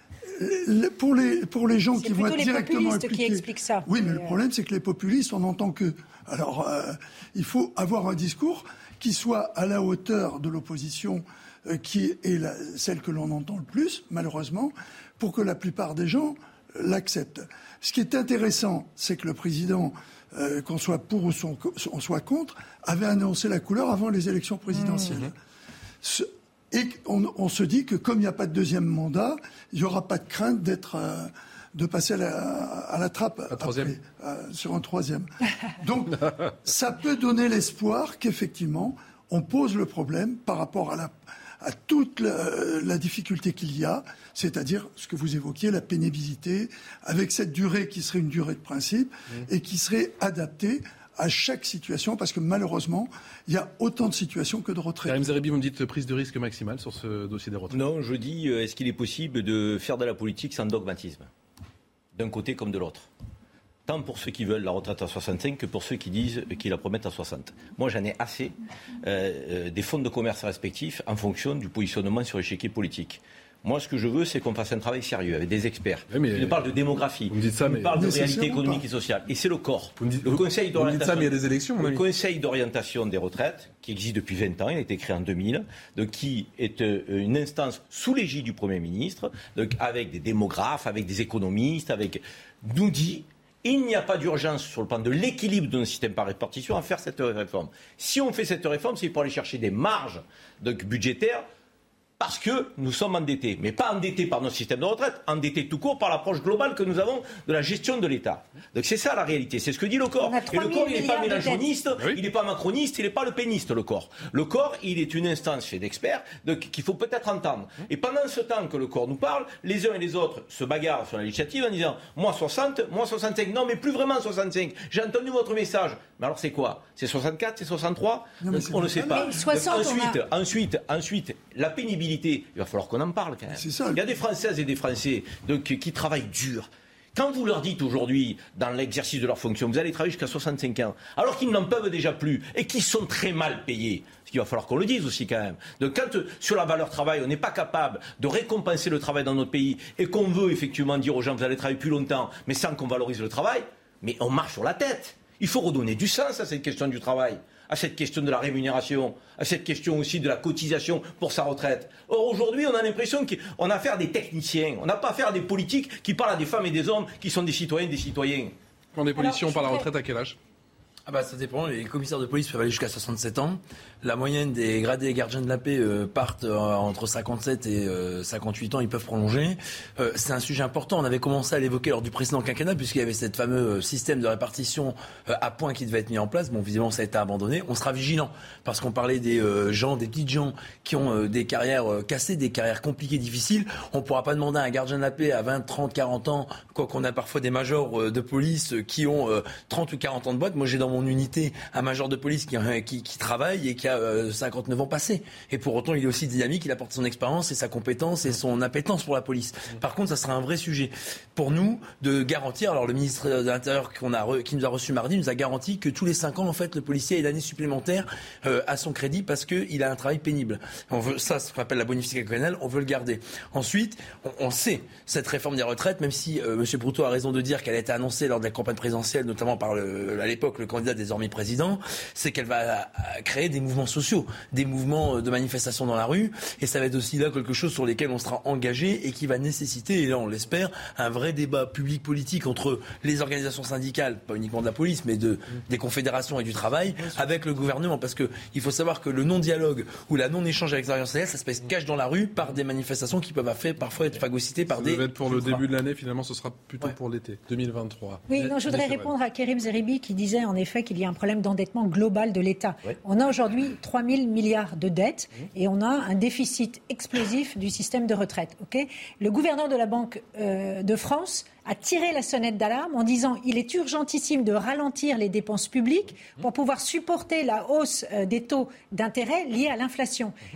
pour les, pour les gens c'est qui vont être directement impliqués... C'est les populistes qui expliquent ça. Oui, mais euh... le problème, c'est que les populistes, on n'entend que... Alors, euh, il faut avoir un discours qui soit à la hauteur de l'opposition, euh, qui est la, celle que l'on entend le plus, malheureusement, pour que la plupart des gens euh, l'acceptent. Ce qui est intéressant, c'est que le président, euh, qu'on soit pour ou son, on soit contre, avait annoncé la couleur avant les élections présidentielles. Mmh. Ce, et on, on se dit que comme il n'y a pas de deuxième mandat, il n'y aura pas de crainte d'être... Euh, de passer à la, à la trappe après, euh, sur un troisième. Donc, ça peut donner l'espoir qu'effectivement, on pose le problème par rapport à, la, à toute la, la difficulté qu'il y a, c'est-à-dire ce que vous évoquiez, la pénibilité, avec cette durée qui serait une durée de principe mmh. et qui serait adaptée à chaque situation, parce que malheureusement, il y a autant de situations que de retraites. Karim Zeribi, vous me dites prise de risque maximale sur ce dossier des retraites. Non, je dis, est-ce qu'il est possible de faire de la politique sans dogmatisme ? D'un côté comme de l'autre. Tant pour ceux qui veulent la retraite à soixante-cinq que pour ceux qui disent qu'ils la promettent à soixante. Moi, j'en ai assez euh, euh, des fonds de commerce respectifs en fonction du positionnement sur l'échiquier politique. Moi, ce que je veux, c'est qu'on fasse un travail sérieux avec des experts. Oui, mais... Je parle de démographie, vous me dites ça, je mais... parle de mais réalité économique pas. Et sociale. Et c'est le corps. Vous me dites, le Conseil d'orientation, vous me dites ça, mais il y a des élections. Le Conseil d'orientation des retraites, qui existe depuis vingt ans, il a été créé en deux mille, donc qui est une instance sous l'égide du Premier ministre, donc avec des démographes, avec des économistes, avec nous dit. Il n'y a pas d'urgence sur le plan de l'équilibre de nos systèmes par répartition à faire cette réforme. Si on fait cette réforme, c'est pour aller chercher des marges donc, budgétaires. Parce que nous sommes endettés, mais pas endettés par notre système de retraite, endettés tout court par l'approche globale que nous avons de la gestion de l'État. Donc c'est ça la réalité, c'est ce que dit le corps. Et le corps, il n'est pas mélanchoniste, oui. il n'est pas macroniste, il n'est pas le péniste, le corps. Le corps, il est une instance fait d'experts donc, qu'il faut peut-être entendre. Et pendant ce temps que le corps nous parle, les uns et les autres se bagarrent sur la législative en disant « moi soixante, moi soixante-cinq ». Non, mais plus vraiment soixante-cinq. J'ai entendu votre message. Mais alors c'est quoi ? C'est soixante-quatre, c'est soixante-trois ? Non, donc, on ne le sait pas. soixante, ensuite, a... ensuite, ensuite, la pénibilité. Il va falloir qu'on en parle quand même. C'est ça. Il y a des Françaises et des Français donc, qui travaillent dur. Quand vous leur dites aujourd'hui, dans l'exercice de leur fonction, vous allez travailler jusqu'à soixante-cinq ans, alors qu'ils n'en peuvent déjà plus et qu'ils sont très mal payés, parce qu'il va falloir qu'on le dise aussi quand même. Donc quand sur la valeur travail, on n'est pas capable de récompenser le travail dans notre pays et qu'on veut effectivement dire aux gens vous allez travailler plus longtemps, mais sans qu'on valorise le travail, mais on marche sur la tête. Il faut redonner du sens à cette question du travail, à cette question de la rémunération, à cette question aussi de la cotisation pour sa retraite. Or, aujourd'hui, on a l'impression qu'on a affaire à des techniciens, on n'a pas affaire à des politiques qui parlent à des femmes et des hommes qui sont des citoyennes, des citoyens. Quand des policiers, on parle à la retraite à quel âge ? Ah bah ça dépend, les commissaires de police peuvent aller jusqu'à soixante-sept ans. La moyenne des gradés gardiens de la paix euh, partent euh, entre cinquante-sept et euh, cinquante-huit ans, ils peuvent prolonger. Euh, c'est un sujet important, on avait commencé à l'évoquer lors du précédent quinquennat puisqu'il y avait cette fameux système de répartition euh, à points qui devait être mis en place. Bon, visiblement ça a été abandonné. On sera vigilant parce qu'on parlait des euh, gens, des petites gens qui ont euh, des carrières euh, cassées, des carrières compliquées, difficiles. On ne pourra pas demander à un gardien de la paix à vingt, trente, quarante ans, quoi qu'on a parfois des majors euh, de police qui ont euh, trente ou quarante ans de boîte. Moi j'ai dans mon unité un major de police qui, qui, qui travaille et qui a euh, cinquante-neuf ans passés. Et pour autant, il est aussi dynamique, il apporte son expérience et sa compétence et son appétence pour la police. Par contre, ça sera un vrai sujet pour nous de garantir. Alors, le ministre de l'Intérieur qu'on a re, qui nous a reçu mardi nous a garanti que tous les cinq ans, en fait, le policier ait l'année supplémentaire euh, à son crédit parce qu'il a un travail pénible. On veut, ça, ce qu'on appelle la bonification quinquennale, on veut le garder. Ensuite, on, on sait cette réforme des retraites, même si euh, M. Broutot a raison de dire qu'elle a été annoncée lors de la campagne présidentielle, notamment par le, à l'époque le candidat désormais président, c'est qu'elle va créer des mouvements sociaux, des mouvements de manifestation dans la rue, et ça va être aussi là quelque chose sur lesquels on sera engagé et qui va nécessiter, et là on l'espère, un vrai débat public politique entre les organisations syndicales, pas uniquement de la police, mais de, des confédérations et du travail, avec le gouvernement, parce que il faut savoir que le non-dialogue ou la non-échange avec les organisations syndicales, ça se cache dans la rue par des manifestations qui peuvent faire, parfois être phagocytées par ça des... Ça devait être pour le début de l'année, finalement ce sera plutôt ouais. pour l'été deux mille vingt-trois. Oui, non, je voudrais répondre à Karim Zeribi qui disait en effet qu'il y a un problème d'endettement global de l'État. Oui. On a aujourd'hui trois mille milliards de dettes mmh. et on a un déficit explosif du système de retraite. Okay, le gouverneur de la Banque euh, de France a tiré la sonnette d'alarme en disant il est urgentissime de ralentir les dépenses publiques pour pouvoir supporter la hausse euh, des taux d'intérêt liés à l'inflation. Mmh.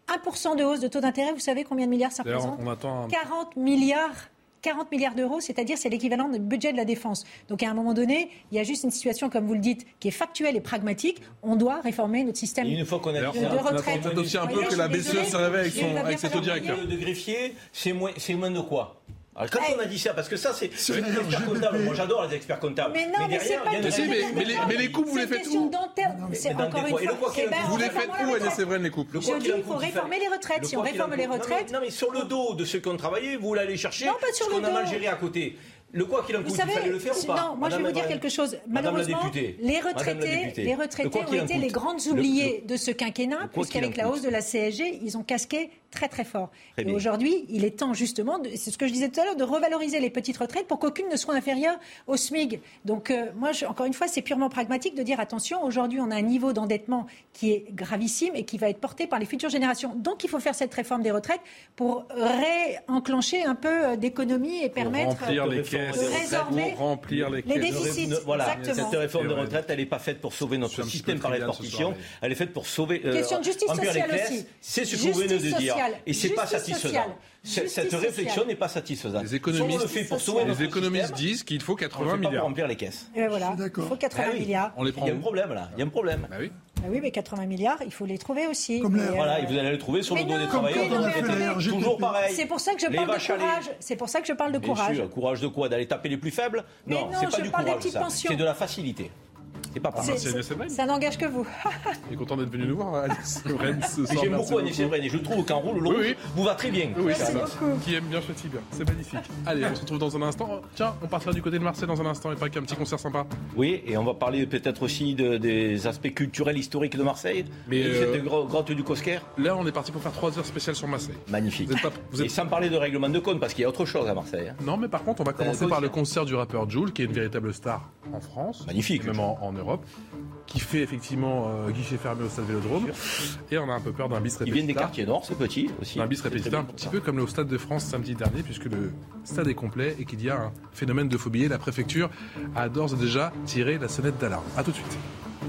un pour cent de hausse de taux d'intérêt, vous savez combien de milliards ça D'ailleurs, représente ? on attend un... quarante milliards. quarante milliards d'euros, c'est-à-dire c'est l'équivalent du budget de la défense. Donc à un moment donné, il y a juste une situation, comme vous le dites, qui est factuelle et pragmatique. On doit réformer notre système et une fois qu'on a de, de, de retraite. On attend aussi un peu que la B C E se réveille avec, son, avec ses taux directeurs. De greffier, c'est moins, c'est moins de quoi ? Alors, quand on a dit ça, parce que ça, c'est, c'est les experts comptables. Moi, j'adore les experts comptables. Mais non, mais, mais c'est pas mais, si, mais, mais, les, mais les coupes, vous les faites où ? C'est encore une fois. Vous les faites où, Agnès Séverine, les coupes ? Je dis qu'il faut réformer les retraites. Si on réforme les retraites... Non, mais sur le dos de ceux qui ont travaillé, vous l'allez chercher. Non, pas sur le dos. Parce qu'on a mal géré à côté. Le quoi qu'il en coûte, il fallait le faire ou pas ? Non, moi je vais vous dire quelque chose. Malheureusement, les retraités, les retraités ont été les grandes oubliées de ce quinquennat, puisqu'avec la hausse de la C S G, ils ont casqué très très fort. Et aujourd'hui, il est temps justement, de, c'est ce que je disais tout à l'heure, de revaloriser les petites retraites pour qu'aucune ne soit inférieure au S M I G. Donc euh, moi, je, encore une fois, c'est purement pragmatique de dire attention, aujourd'hui on a un niveau d'endettement qui est gravissime et qui va être porté par les futures générations. Donc il faut faire cette réforme des retraites pour réenclencher un peu d'économie et permettre pour remplir les de résorber pour remplir les, les déficits. Voilà, exactement. cette réforme de retraite, elle n'est pas faite pour sauver notre système par répartition, elle est faite pour sauver... Euh, Question de justice sociale aussi. C'est ce que vous venez de dire. Et c'est pas satisfaisant. Cette, cette réflexion n'est pas satisfaisante. Les économistes, le fait pour sauver les économistes disent qu'il faut quatre-vingts milliards pour remplir les caisses. Et voilà, il faut quatre-vingts ah oui. milliards. On les prend. Il y a un problème là. Il y a un problème. Bah oui. Bah oui, mais quatre-vingts milliards, il faut les trouver aussi. Comme mais les... Voilà, et vous allez les trouver sur mais le dos non, des travailleurs. mais non, mais Toujours pareil. C'est pour ça que je parle de courage. C'est pour ça que je parle de Bien courage. sûr, courage de quoi ? D'aller taper les plus faibles ? Non, non, c'est pas je du parle des courage petites ça. pensions. C'est de la facilité. C'est pas pareil. Ça n'engage que vous. Il est content d'être venu nous voir, Agnès Séverine, ce soir. J'aime beaucoup Agnès Séverine et je trouve qu'en roule, l'eau oui, oui. vous va très bien. Oui, Merci beaucoup. Qui aime bien châtie bien. C'est magnifique. Allez, on se retrouve dans un instant. Tiens, on partira du côté de Marseille dans un instant et pas qu'un petit concert sympa. Oui, et on va parler peut-être aussi de, des aspects culturels historiques de Marseille. Mais euh, cette gro- grotte du Cosquer. Là, on est parti pour faire trois heures spéciales sur Marseille. Magnifique. Vous êtes pas, vous êtes... Et sans parler de règlement de compte, parce qu'il y a autre chose à Marseille. Hein. Non, mais par contre, on va commencer euh, par le concert du rappeur Jul, qui est une véritable star en France. Magnifique. Même en, en Europe. Qui fait effectivement euh, guichet fermé au stade Vélodrome. Et on a un peu peur d'un bis répétiteur. Ils viennent des quartiers nord, c'est petit aussi. Un bis répétiteur, un petit peu comme le Stade de France samedi dernier, puisque le stade est complet et qu'il y a un phénomène de phobie. La préfecture a d'ores et déjà tiré la sonnette d'alarme. A tout de suite.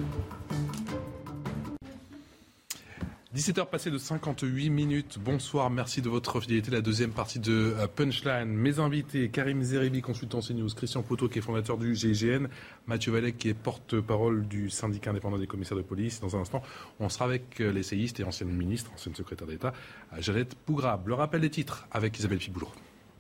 dix-sept heures passées de cinquante-huit minutes. Bonsoir, merci de votre fidélité. La deuxième partie de Punchline. Mes invités, Karim Zeribi, consultant CNews, Christian Poteau, qui est fondateur du G I G N, Mathieu Vallet, qui est porte-parole du syndicat indépendant des commissaires de police. Dans un instant, on sera avec l'essayiste et ancienne ministre, ancienne secrétaire d'État, Jeannette Pougrab. Le rappel des titres avec Isabelle Piboulot.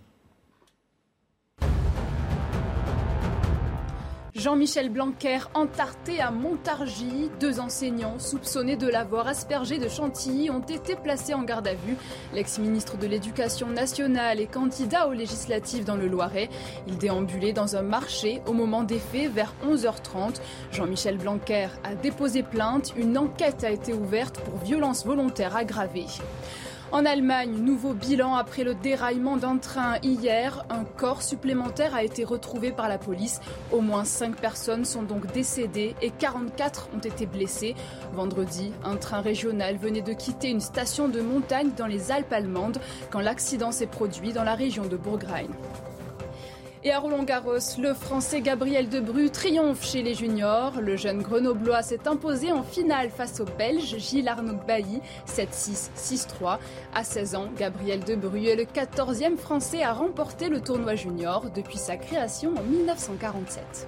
Jean-Michel Blanquer entarté à Montargis. Deux enseignants soupçonnés de l'avoir aspergé de chantilly ont été placés en garde à vue. L'ex-ministre de l'Éducation nationale est candidat aux législatives dans le Loiret. Il déambulait dans un marché au moment des faits vers onze heures trente. Jean-Michel Blanquer a déposé plainte. Une enquête a été ouverte pour violence volontaire aggravée. En Allemagne, nouveau bilan après le déraillement d'un train hier. Un corps supplémentaire a été retrouvé par la police. Au moins cinq personnes sont donc décédées et quarante-quatre ont été blessées. Vendredi, un train régional venait de quitter une station de montagne dans les Alpes allemandes quand l'accident s'est produit dans la région de Bourg-Rhein. Et à Roland-Garros, le Français Gabriel Debrue triomphe chez les juniors. Le jeune Grenoblois s'est imposé en finale face au Belge Gilles Arnaud-Bailly, sept six, six trois. À seize ans, Gabriel Debrue est le quatorzième Français à remporter le tournoi junior depuis sa création en mille neuf cent quarante-sept.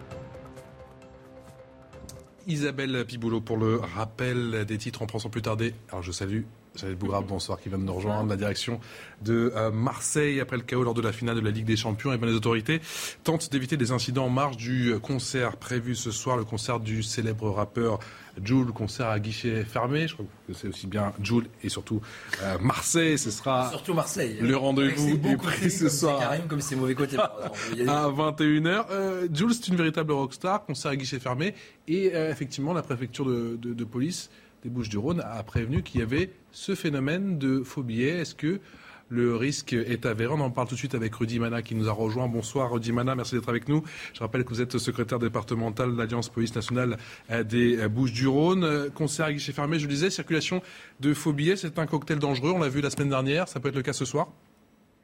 Isabelle Piboulot pour le rappel des titres. On prend sans plus tarder. Alors je salue Jeannette Pougrab, bonsoir, qui vient de nous rejoindre. La direction de euh, Marseille, après le chaos lors de la finale de la Ligue des Champions, et bien les autorités tentent d'éviter des incidents en marge du concert prévu ce soir, le concert du célèbre rappeur Jul, le concert à guichet fermé. Je crois que c'est aussi bien Jul et surtout euh, Marseille. Ce sera surtout Marseille. Le rendez-vous est pris ce soir. Karim, comme c'est mauvais côté. À vingt et une heures. Euh, Jul, c'est une véritable rockstar, concert à guichet fermé. Et euh, effectivement, la préfecture de, de, de police des Bouches-du-Rhône a prévenu qu'il y avait ce phénomène de faux billets. Est-ce que le risque est avéré? On en parle tout de suite avec Rudy Mana qui nous a rejoint. Bonsoir Rudy Mana, merci d'être avec nous. Je rappelle que vous êtes secrétaire départemental de l'Alliance Police Nationale des Bouches-du-Rhône. Concert à guichet fermé, je le disais, circulation de faux billets, c'est un cocktail dangereux, on l'a vu la semaine dernière, ça peut être le cas ce soir?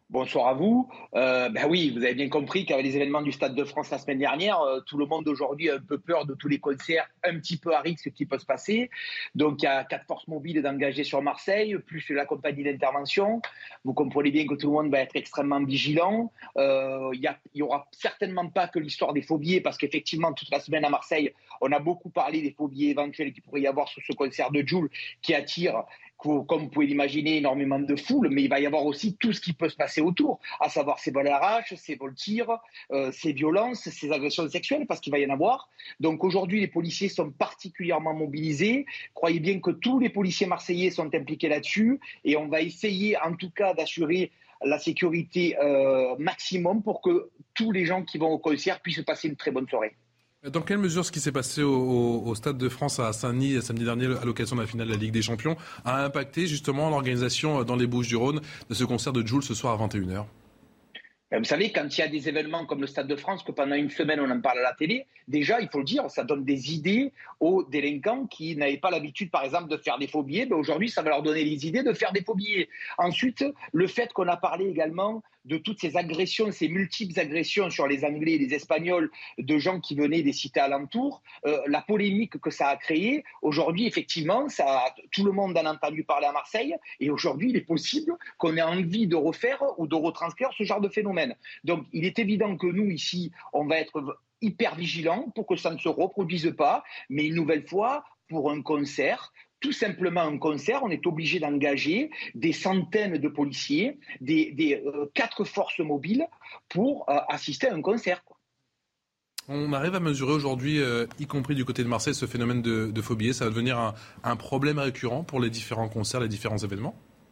Bonsoir à vous. Euh, ben oui, vous avez bien compris qu'avec les événements du Stade de France la semaine dernière, euh, tout le monde aujourd'hui a un peu peur de tous les concerts un petit peu à risque qui peut se passer. Donc il y a quatre forces mobiles d'engagées sur Marseille, plus la compagnie d'intervention. Vous comprenez bien que tout le monde va être extrêmement vigilant. Euh, il n'y aura certainement pas que l'histoire des faux billets, parce qu'effectivement, toute la semaine à Marseille, on a beaucoup parlé des faux billets éventuels qu'il pourrait y avoir sur ce concert de Jul qui attire, comme vous pouvez l'imaginer, énormément de foule, mais il va y avoir aussi tout ce qui peut se passer autour, à savoir ces vols à l'arrache, ces vols-tirs, euh, ces violences, ces agressions sexuelles, parce qu'il va y en avoir. Donc aujourd'hui, les policiers sont particulièrement mobilisés. Croyez bien que tous les policiers marseillais sont impliqués là-dessus, et on va essayer en tout cas d'assurer la sécurité euh, maximum pour que tous les gens qui vont au concert puissent passer une très bonne soirée. Dans quelle mesure ce qui s'est passé au, au, au Stade de France à Saint-Denis samedi dernier à l'occasion de la finale de la Ligue des Champions a impacté justement l'organisation dans les Bouches-du-Rhône de ce concert de Jul ce soir à vingt et une heures? Vous savez, quand il y a des événements comme le Stade de France, que pendant une semaine on en parle à la télé, déjà, il faut le dire, ça donne des idées aux délinquants qui n'avaient pas l'habitude, par exemple, de faire des faux billets. Ben aujourd'hui, ça va leur donner les idées de faire des faux billets. Ensuite, le fait qu'on a parlé également de toutes ces agressions, ces multiples agressions sur les Anglais et les Espagnols, de gens qui venaient des cités alentours, euh, la polémique que ça a créée, aujourd'hui, effectivement, ça, tout le monde en a entendu parler à Marseille, et aujourd'hui, il est possible qu'on ait envie de refaire ou de retranscrire ce genre de phénomène. Donc, il est évident que nous, ici, on va être hyper vigilants pour que ça ne se reproduise pas, mais une nouvelle fois, pour un concert, tout simplement un concert, on est obligé d'engager des centaines de policiers, des, des euh, quatre forces mobiles pour euh, assister à un concert, quoi. On arrive à mesurer aujourd'hui, euh, y compris du côté de Marseille, ce phénomène de, de faux billets. Ça va devenir un, un problème récurrent pour les différents concerts, les différents événements ?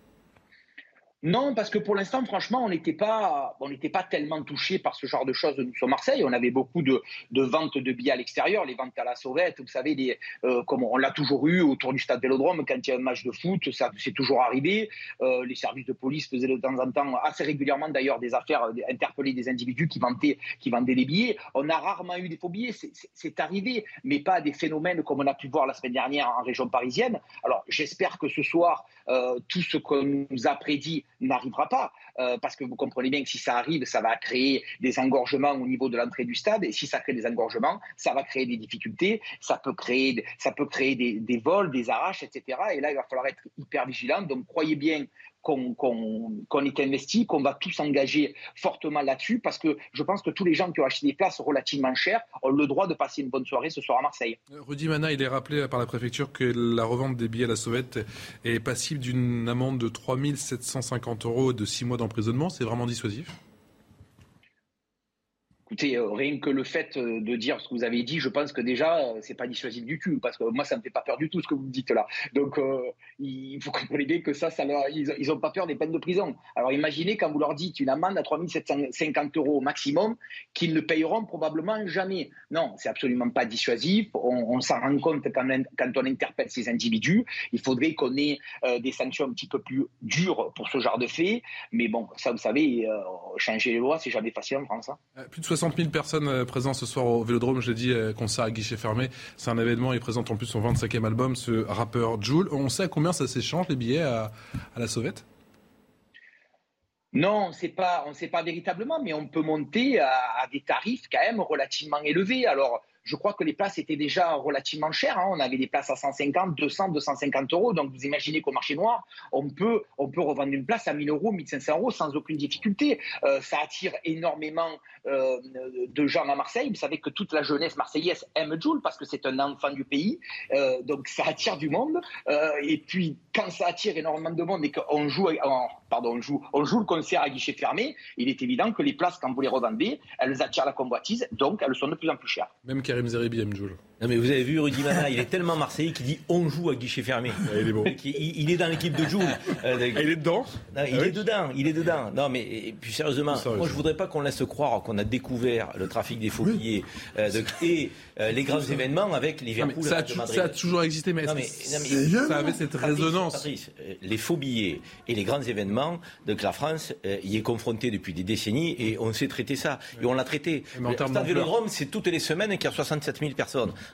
Non, parce que pour l'instant, franchement, on n'était pas, on n'était pas tellement touché par ce genre de choses nous sur Marseille. On avait beaucoup de, de ventes de billets à l'extérieur, les ventes à la sauvette, vous savez, les, euh, comme on l'a toujours eu autour du stade Vélodrome, quand il y a un match de foot, ça c'est toujours arrivé. Euh, les services de police faisaient de temps en temps, assez régulièrement d'ailleurs, des affaires, interpeller des individus qui vendaient, qui vendaient des billets. On a rarement eu des faux billets, c'est, c'est, c'est arrivé, mais pas des phénomènes comme on a pu voir la semaine dernière en région parisienne. Alors j'espère que ce soir, euh, tout ce qu'on nous a prédit n'arrivera pas, euh, parce que vous comprenez bien que si ça arrive, ça va créer des engorgements au niveau de l'entrée du stade, et si ça crée des engorgements, ça va créer des difficultés, ça peut créer, ça peut créer des, des vols, des arraches, et cetera. Et là, il va falloir être hyper vigilant. Donc, croyez bien qu'on, qu'on, qu'on est investi, qu'on va tous s'engager fortement là-dessus, parce que je pense que tous les gens qui ont acheté des places relativement chères ont le droit de passer une bonne soirée ce soir à Marseille. Rudy Mana, il est rappelé par la préfecture que la revente des billets à la sauvette est passible d'une amende de trois mille sept cent cinquante euros et de six mois d'emprisonnement. C'est vraiment dissuasif ? Écoutez, euh, rien que le fait euh, de dire ce que vous avez dit, je pense que déjà, euh, c'est pas dissuasif du tout, parce que moi, ça me fait pas peur du tout ce que vous me dites là. Donc, euh, il faut comprendre bien que ça, ça leur, ils, ils ont pas peur des peines de prison. Alors, imaginez quand vous leur dites une amende à trois mille sept cent cinquante euros au maximum, qu'ils ne payeront probablement jamais. Non, c'est absolument pas dissuasif. On, on s'en rend compte quand, quand on interpelle ces individus. Il faudrait qu'on ait euh, des sanctions un petit peu plus dures pour ce genre de faits. Mais bon, ça, vous savez, euh, changer les lois, c'est jamais facile en France. Hein. Plus de soixante mille personnes présentes ce soir au Vélodrome, je l'ai dit, concert à guichet fermé. C'est un événement, il présente en plus son vingt-cinquième album, ce rappeur Jul. On sait à combien ça s'échange les billets à, à la sauvette ? Non, on sait pas, on ne sait pas véritablement, mais on peut monter à, à des tarifs quand même relativement élevés. Alors, je crois que les places étaient déjà relativement chères. Hein. On avait des places à cent cinquante, deux cents, deux cent cinquante euros. Donc, vous imaginez qu'au marché noir, on peut, on peut revendre une place à mille euros, mille cinq cents euros sans aucune difficulté. Euh, ça attire énormément euh, de gens à Marseille. Vous savez que toute la jeunesse marseillaise aime Jul parce que c'est un enfant du pays. Euh, donc, ça attire du monde. Euh, et puis, quand ça attire énormément de monde et qu'on joue, en, pardon, on joue, on joue le concert à guichet fermé, il est évident que les places, quand vous les revendez, elles attirent la convoitise. Donc, elles sont de plus en plus chères. Même Karim Zeribi aime Jul. Non mais vous avez vu Rudy Mana, il est tellement marseillais qu'il dit on joue à guichet fermé. Ouais, il est bon. Il, il est dans l'équipe de Jul. Euh, ah, il est dedans. Non, il ah, est oui. dedans, il est dedans. Non mais et puis sérieusement, sérieusement, moi je voudrais pas qu'on laisse croire qu'on a découvert le trafic des faux billets oui. euh, de, et euh, les grands événements avec Liverpool ça, a, de Madrid. Ça a toujours existé, mais, non, mais, non, mais ça avait cette Patrice, résonance. Patrice, euh, les faux billets et les grands événements, donc la France euh, y est confrontée depuis des décennies et on sait traiter ça oui. et on l'a traité. Le Stade Vélodrome, c'est toutes les semaines qu'il y a soixante-sept mille personnes.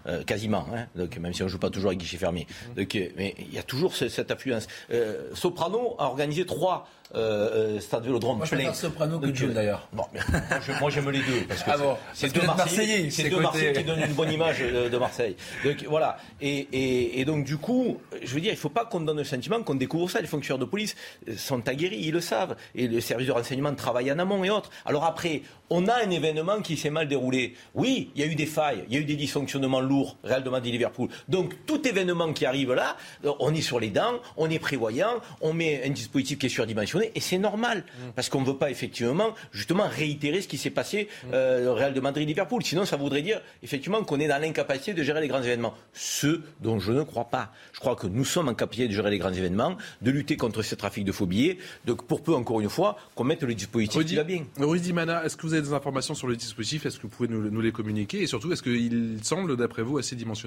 euh, quasiment, hein, donc, même si on ne joue pas toujours à guichet fermé. Donc, euh, mais il y a toujours ce, cette affluence. Euh, Soprano a organisé trois euh, stades Vélodrome pleins. Moi, je préfère Soprano que Jules, d'ailleurs. Bon, moi, je, moi, j'aime les deux. Parce que ah bon, c'est, c'est deux Marseillais, Marseillais, c'est deux Marseillais qui donnent une bonne image de, de Marseille. Donc, voilà. Et, et, et donc, du coup, je veux dire, il ne faut pas qu'on donne le sentiment qu'on découvre ça. Les fonctionnaires de police sont aguerris, ils le savent. Et le service de renseignement travaille en amont et autres. Alors après, on a un événement qui s'est mal déroulé. Oui, il y a eu des failles, il y a eu des dysfonctionnements lourds, Real de Madrid, Liverpool. Donc, tout événement qui arrive là, on est sur les dents, on est prévoyant, on met un dispositif qui est surdimensionné, et c'est normal. Parce qu'on ne veut pas effectivement, justement, réitérer ce qui s'est passé euh, au Real de Madrid-Liverpool. Sinon, ça voudrait dire effectivement qu'on est dans l'incapacité de gérer les grands événements. Ce dont je ne crois pas. Je crois que nous sommes en capacité de gérer les grands événements, de lutter contre ce trafic de faux billets. Donc, pour peu, encore une fois, qu'on mette le dispositif Rudy, qui va bien. Rudy Mana, est-ce que vous avez des informations sur le dispositif ? Est-ce que vous pouvez nous, nous les communiquer ? Et surtout, est-ce qu'il semble, d'après vous, assez dimensionné ?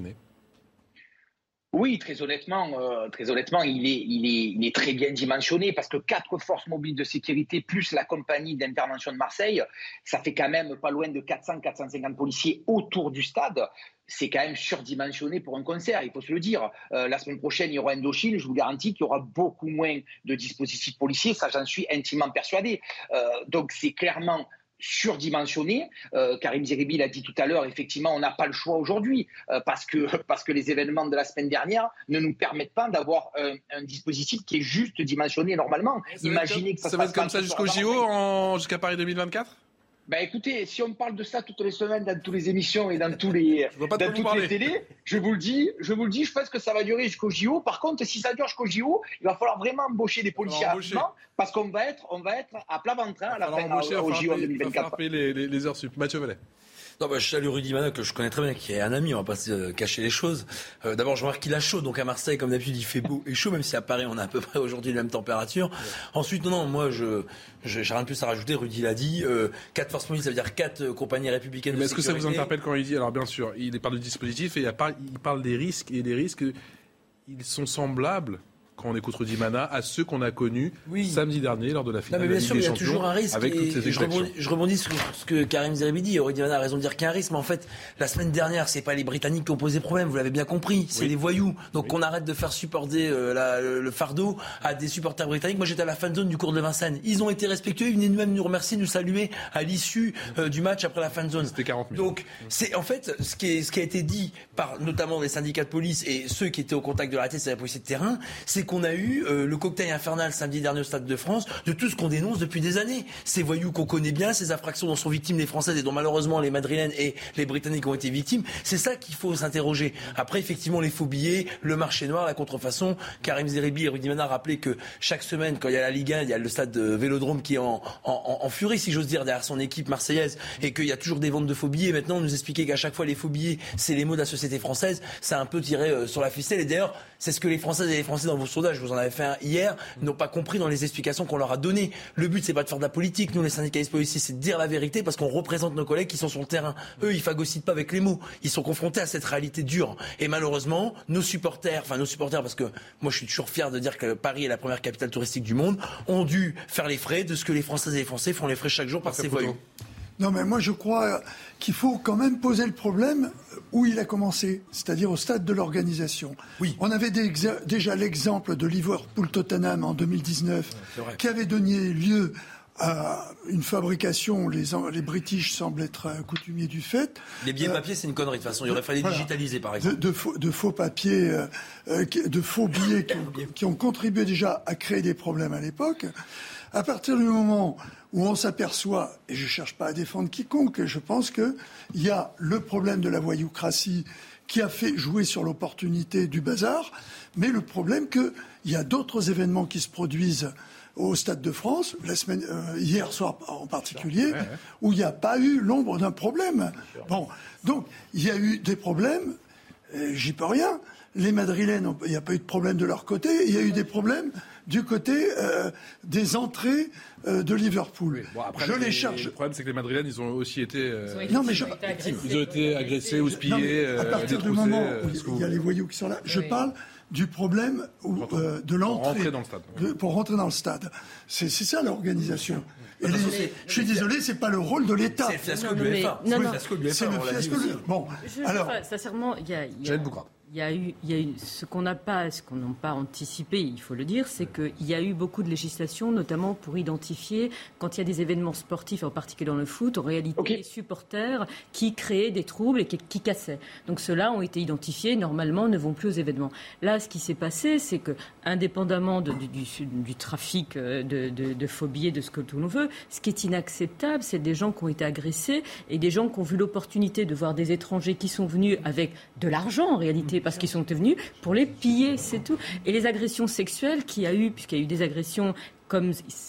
Oui, très honnêtement, euh, très honnêtement, il est, il est, il est très bien dimensionné parce que quatre forces mobiles de sécurité plus la compagnie d'intervention de Marseille, ça fait quand même pas loin de quatre cents à quatre cent cinquante policiers autour du stade. C'est quand même surdimensionné pour un concert, il faut se le dire. Euh, la semaine prochaine, il y aura Indochine, je vous garantis qu'il y aura beaucoup moins de dispositifs policiers, ça j'en suis intimement persuadé. Euh, donc c'est clairement surdimensionné. Euh, Karim Zeribi l'a dit tout à l'heure, effectivement, on n'a pas le choix aujourd'hui euh, parce que, parce que les événements de la semaine dernière ne nous permettent pas d'avoir euh, un dispositif qui est juste dimensionné normalement. Ça Imaginez comme, que ça, ça va être comme ça jusqu'au J O, en, jusqu'à Paris deux mille vingt-quatre ? Ben écoutez, si on parle de ça toutes les semaines dans toutes les émissions et dans tous les dans toutes les télés, je vous le dis, je vous le dis, je pense que ça va durer jusqu'au J O. Par contre, si ça dure jusqu'au J O, il va falloir vraiment embaucher des policiers rapidement parce qu'on va être, on va être à plat ventre à la fin embaucher, au J O en deux mille vingt-quatre. Il va falloir payer les, les, les heures sup. Mathieu Vallet. Non, bah, je salue Rudy Mana, que je connais très bien, qui est un ami, on va pas se euh, cacher les choses. Euh, d'abord, je remarque qu'il a chaud, donc à Marseille, comme d'habitude, il fait beau et chaud, même si à Paris, on a à peu près aujourd'hui la même température. Ouais. Ensuite, non, non, moi, je, je j'ai rien de plus à rajouter, Rudy l'a dit, euh, quatre forces mobiles, ça veut dire quatre euh, compagnies républicaines. Mais est-ce que ça vous interpelle quand il dit, alors bien sûr, il parle du dispositif et il parle, il parle des risques, et les risques, ils sont semblables, quand on écoute Rudy Mana, à ceux qu'on a connus oui. samedi dernier lors de la finale. Non, mais bien de la sûr, Ligue il y a des toujours un risque. Avec toutes ces je, rebondis, je rebondis sur ce que Karim Zeribi dit. Rudy Mana a raison de dire qu'il y a un risque, mais en fait, la semaine dernière, c'est pas les Britanniques qui ont posé problème. Vous l'avez bien compris. C'est oui. les voyous. Donc, oui. on arrête de faire supporter euh, la, le fardeau à des supporters britanniques. Moi, j'étais à la fan zone du cours de Vincennes. Ils ont été respectueux. Ils venaient même nous remercier, nous saluer à l'issue euh, du match après la fan zone. C'était quarante minutes. Donc, c'est en fait ce qui, est, ce qui a été dit par notamment les syndicats de police et ceux qui étaient au contact de la tête, c'est la police de terrain, c'est qu'on a eu euh, le cocktail infernal samedi dernier au Stade de France de tout ce qu'on dénonce depuis des années. Ces voyous qu'on connaît bien, ces infractions dont sont victimes les Françaises et dont malheureusement les Madrilènes et les Britanniques ont été victimes, c'est ça qu'il faut s'interroger. Après, effectivement, les faux billets, le marché noir, la contrefaçon. Karim Zeribi et Rudy Mana rappelaient que chaque semaine, quand il y a la Ligue un, il y a le stade de Vélodrome qui est en, en, en furie, si j'ose dire, derrière son équipe marseillaise et qu'il y a toujours des ventes de faux billets. Maintenant, on nous expliquait qu'à chaque fois, les faux billets, c'est les mots de la société française. C'est un peu tiré euh, sur la ficelle. Et d'ailleurs, c'est ce que les Françaises et les Français dans vos sondages, je vous en avais fait un hier, n'ont pas compris dans les explications qu'on leur a données. Le but, c'est pas de faire de la politique. Nous, les syndicalistes policiers, c'est de dire la vérité parce qu'on représente nos collègues qui sont sur le terrain. Eux, ils phagocytent pas avec les mots. Ils sont confrontés à cette réalité dure. Et malheureusement, nos supporters, enfin nos supporters, parce que moi, je suis toujours fier de dire que Paris est la première capitale touristique du monde, ont dû faire les frais de ce que les Françaises et les Français font les frais chaque jour par ces voyous. Non, mais moi, je crois qu'il faut quand même poser le problème où il a commencé, c'est-à-dire au stade de l'organisation. Oui. On avait des exa- déjà l'exemple de Liverpool-Tottenham en deux mille dix-neuf, ouais, qui avait donné lieu à une fabrication où les, les British semblent être coutumiers du fait. Les billets euh, papier, c'est une connerie de toute façon. Il aurait fallu voilà, digitaliser, par exemple. De, de, faux, de faux papiers, euh, de faux billets qui ont, qui ont contribué déjà à créer des problèmes à l'époque. À partir du moment où on s'aperçoit, et je ne cherche pas à défendre quiconque, je pense qu'il y a le problème de la voyoucratie qui a fait jouer sur l'opportunité du bazar, mais le problème qu'il y a d'autres événements qui se produisent au Stade de France, la semaine, euh, hier soir en particulier, ouais, ouais. où il n'y a pas eu l'ombre d'un problème. Bon, donc il y a eu des problèmes, j'y peux rien. Les Madrilènes, il n'y a pas eu de problème de leur côté, il y a eu des problèmes du côté euh, des entrées euh, de Liverpool. Oui, bon, après, je les, les charge. Le problème, c'est que les Madrilènes, ils ont aussi été, euh, ils ont été, non, mais je... ils ont été agressés, ils ont été agressés ou pillés. À partir du moment où il y, y a les voyous qui sont là, oui. je parle du problème où, euh, de l'entrée. Pour rentrer dans le stade. De, pour rentrer dans le stade. C'est, c'est ça l'organisation. Et les, c'est, je suis désolé, c'est pas le rôle de l'État. C'est le fiasco de l'U E F A. C'est le fiasco de l'U E F A. C'est le fiasco de Bon, je, alors. Enfin, sincèrement, il y a. Y a... Il y a eu, il y a eu ce qu'on n'a pas, ce qu'on n'a pas anticipé, il faut le dire, c'est qu'il y a eu beaucoup de législation, notamment pour identifier quand il y a des événements sportifs, en particulier dans le foot, en réalité, okay. les supporters qui créaient des troubles et qui, qui cassaient. Donc ceux-là ont été identifiés, normalement, ne vont plus aux événements. Là, ce qui s'est passé, c'est que, indépendamment de, du, du, du trafic de, de, de faux billets, de ce que tout l'on veut, ce qui est inacceptable, c'est des gens qui ont été agressés et des gens qui ont vu l'opportunité de voir des étrangers qui sont venus avec de l'argent, en réalité, parce qu'ils sont venus pour les piller, c'est tout. Et les agressions sexuelles qu'il y a eu, puisqu'il y a eu des agressions comme...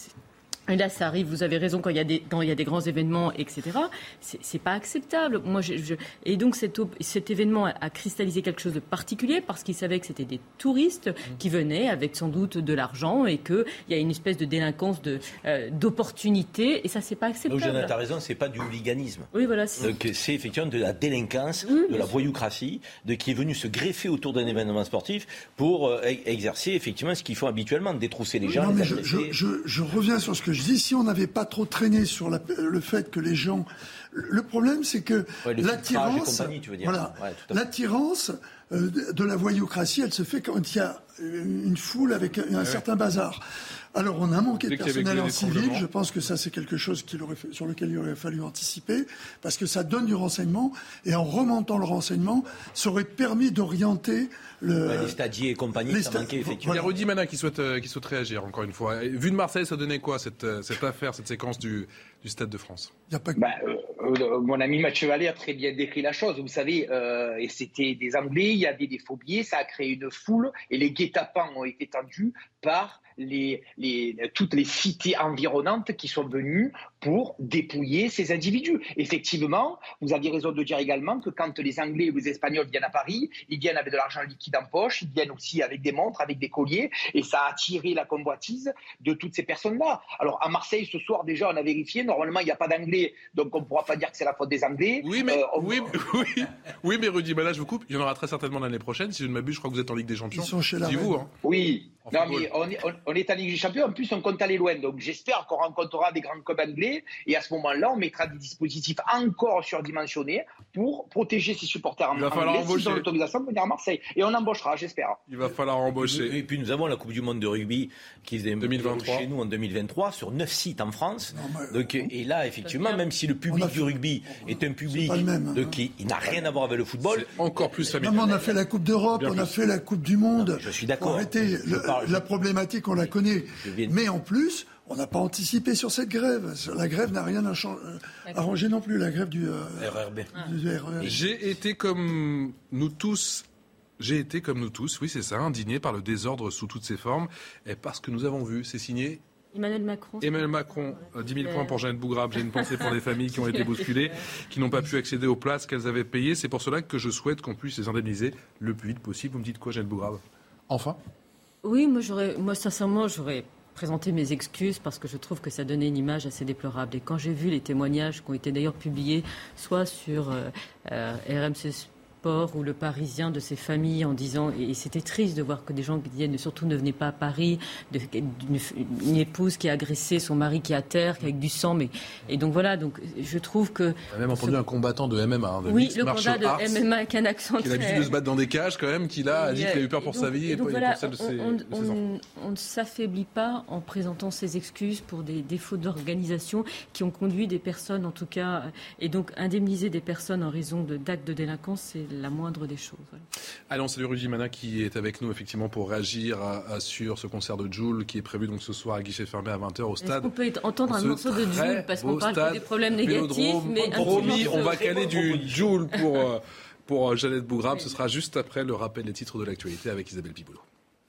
Et là, ça arrive, vous avez raison, quand il y a des, quand il y a des grands événements, et cetera, c'est, c'est pas acceptable. Moi, je, je... Et donc, cet, cet événement a, a cristallisé quelque chose de particulier parce qu'ils savaient que c'était des touristes qui venaient avec sans doute de l'argent et qu'il y a une espèce de délinquance de, euh, d'opportunité et ça, c'est pas acceptable. Donc, Jonathan a raison, c'est pas du hooliganisme. Oui, voilà. C'est, Donc, c'est effectivement de la délinquance, oui, de la voyoucratie, de, qui est venue se greffer autour d'un événement sportif pour euh, exercer effectivement ce qu'ils font habituellement, détrousser les gens. Non, les mais je, je, je, je reviens sur ce que je dis, si on n'avait pas trop traîné sur la, le fait que les gens... Le problème, c'est que ouais, l'attirance... Tu veux dire. Voilà, ouais, l'attirance euh, de la voyoucratie, elle se fait quand il y a une foule avec un, un ouais. certain bazar. Alors, on a manqué Dès de personnel en civil. Je pense que ça, c'est quelque chose qu'il aurait fait, sur lequel il aurait fallu anticiper, parce que ça donne du renseignement, et en remontant le renseignement, ça aurait permis d'orienter le... Ouais, les stadiers et compagnie, les ça sta... manquait effectivement. Il y a Rudy Mana qui souhaite, euh, qui souhaite réagir, encore une fois. Et, vu de Marseille, ça donnait quoi, cette, cette affaire, cette séquence du, du Stade de France? Il y a pas... bah, euh, euh, Mon ami Mathieu Vallée a très bien décrit la chose. Vous savez, euh, et c'était des Anglais, il y avait des faux billets, ça a créé une foule, et les guet-apens ont été tendus par les, les, toutes les cités environnantes qui sont venues pour dépouiller ces individus. Effectivement, vous aviez raison de dire également que quand les Anglais ou les Espagnols viennent à Paris, ils viennent avec de l'argent liquide en poche, ils viennent aussi avec des montres, avec des colliers, et ça a attiré la convoitise de toutes ces personnes-là. Alors, à Marseille, ce soir, déjà, on a vérifié, normalement, il n'y a pas d'Anglais, donc on ne pourra pas dire que c'est la faute des Anglais. Oui, mais, euh, on... oui, oui, oui, mais Rudy, bah là, je vous coupe, il y en aura très certainement l'année prochaine, si je ne m'abuse, je crois que vous êtes en Ligue des Champions. Ils sont chez la vous, hein. Oui. Non, mais on est, on, on est en Ligue des Champions, en plus on compte aller loin, donc j'espère qu'on rencontrera des grands clubs anglais et à ce moment-là on mettra des dispositifs encore surdimensionnés pour protéger ses supporters en anglais s'ils ont l'autorisation de venir à Marseille. Et on embauchera, j'espère. Il va falloir embaucher. Et puis nous avons la Coupe du Monde de rugby qui est deux mille vingt-trois chez nous en deux mille vingt-trois sur neuf sites en France. Non, mais... Donc, et là effectivement, même si le public fait... du rugby est un public est même, de, qui il n'a rien à voir avec le football, c'est encore plus familial. On a fait la Coupe d'Europe, Bien on plus. a fait la Coupe du Monde. Non, je suis d'accord. Arrêtez, le, parle, la problématique on la connaît. Mais en plus, on n'a pas anticipé sur cette grève. La grève n'a rien arrangé non plus, la grève du, euh, R R B. du R R B. J'ai été comme nous tous, j'ai été comme nous tous, oui c'est ça, indigné par le désordre sous toutes ses formes, et parce que nous avons vu, c'est signé Emmanuel Macron. Emmanuel Macron, dix mille points pour Jeannette Bougrab. J'ai une pensée pour les familles qui ont été bousculées, qui n'ont pas pu accéder aux places qu'elles avaient payées. C'est pour cela que je souhaite qu'on puisse les indemniser le plus vite possible. Vous me dites quoi, Jeannette Bougrab? Enfin? Oui, moi, j'aurais, moi sincèrement, j'aurais présenté mes excuses parce que je trouve que ça donnait une image assez déplorable. Et quand j'ai vu les témoignages qui ont été d'ailleurs publiés, soit sur euh, euh, R M C Sport ou Le Parisien de ces familles en disant, et c'était triste de voir que des gens qui disaient surtout ne venaient pas à Paris, de, d'une, une épouse qui a agressé son mari qui est à terre, avec du sang, mais et donc voilà, donc je trouve que. On a même entendu ce... un combattant de M M A, hein, de oui, le combat de M M A avec un accent qui a l'habitude de se battre dans des cages quand même, qui là a dit qu'il a eu peur pour donc, sa vie et, et, donc, et voilà, pour celle de ses, on, de ses on, enfants. On ne s'affaiblit pas en présentant ses excuses pour des défauts d'organisation qui ont conduit des personnes, en tout cas, et donc indemniser des personnes en raison de, d'actes de délinquance, c'est la moindre des choses. Voilà. Allez, on salue Rudy Mana qui est avec nous effectivement pour réagir à, à, sur ce concert de Jul qui est prévu donc ce soir à guichet fermé à vingt heures au stade. Est-ce qu'on peut entendre un morceau de Jul parce qu'on parle que des problèmes négatifs, mais promis, on va caler du Jul pour euh, pour Jeannette Bougrab. Ce sera juste après le rappel des titres de l'actualité avec Isabelle Piboulot.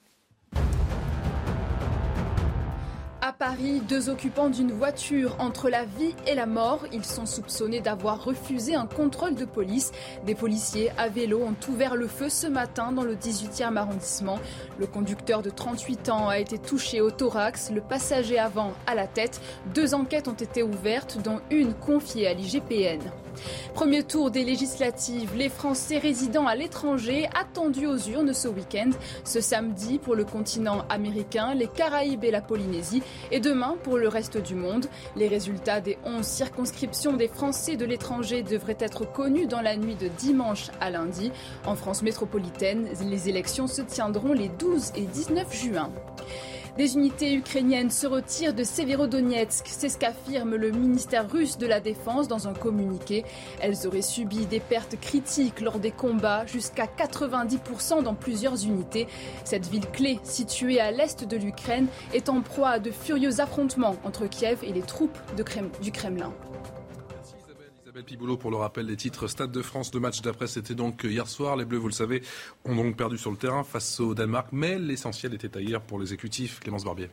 À Paris, deux occupants d'une voiture entre la vie et la mort. Ils sont soupçonnés d'avoir refusé un contrôle de police. Des policiers à vélo ont ouvert le feu ce matin dans le dix-huitième arrondissement. Le conducteur de trente-huit ans a été touché au thorax, le passager avant à la tête. Deux enquêtes ont été ouvertes, dont une confiée à l'I G P N. Premier tour des législatives, les Français résidant à l'étranger attendus aux urnes ce week-end. Ce samedi pour le continent américain, les Caraïbes et la Polynésie et demain pour le reste du monde. Les résultats des onze circonscriptions des Français de l'étranger devraient être connus dans la nuit de dimanche à lundi. En France métropolitaine, les élections se tiendront les douze et dix-neuf juin. Des unités ukrainiennes se retirent de Severodonetsk, c'est ce qu'affirme le ministère russe de la Défense dans un communiqué. Elles auraient subi des pertes critiques lors des combats, jusqu'à quatre-vingt-dix pour cent dans plusieurs unités. Cette ville clé, située à l'est de l'Ukraine, est en proie à de furieux affrontements entre Kiev et les troupes de Krem- du Kremlin. Isabelle Piboulot pour le rappel des titres. Stade de France, le match d'après c'était donc hier soir. Les Bleus, vous le savez, ont donc perdu sur le terrain face au Danemark, mais l'essentiel était ailleurs pour l'exécutif. Clémence Barbier.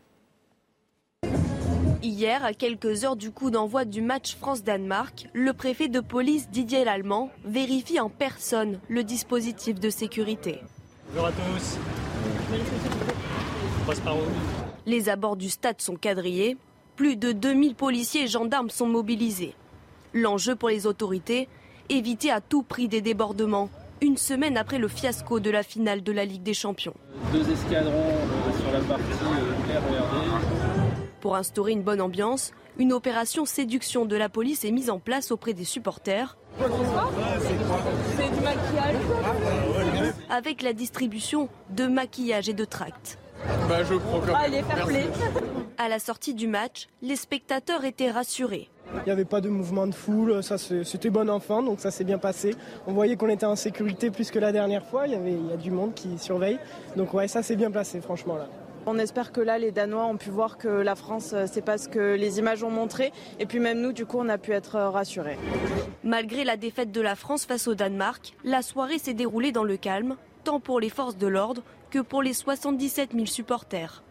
Hier, à quelques heures du coup d'envoi du match France-Danemark, le préfet de police Didier Lallemand vérifie en personne le dispositif de sécurité. Bonjour à tous. On passe par où ? Les abords du stade sont quadrillés. Plus de deux mille policiers et gendarmes sont mobilisés. L'enjeu pour les autorités, éviter à tout prix des débordements, une semaine après le fiasco de la finale de la Ligue des Champions. Deux escadrons euh, sur la partie euh, R E R D. Pour instaurer une bonne ambiance, une opération séduction de la police est mise en place auprès des supporters. C'est du maquillage. Avec la distribution de maquillage et de tracts. Bah, je proclame. Allez, fair play. À la sortie du match, les spectateurs étaient rassurés. Il n'y avait pas de mouvement de foule, ça c'était bon enfant, donc ça s'est bien passé. On voyait qu'on était en sécurité plus que la dernière fois, il y avait, il y a du monde qui surveille. Donc ouais, ça s'est bien passé franchement là. On espère que là, les Danois ont pu voir que la France, c'est pas ce que les images ont montré. Et puis même nous, du coup, on a pu être rassurés. Malgré la défaite de la France face au Danemark, la soirée s'est déroulée dans le calme, tant pour les forces de l'ordre que pour les soixante-dix-sept mille supporters.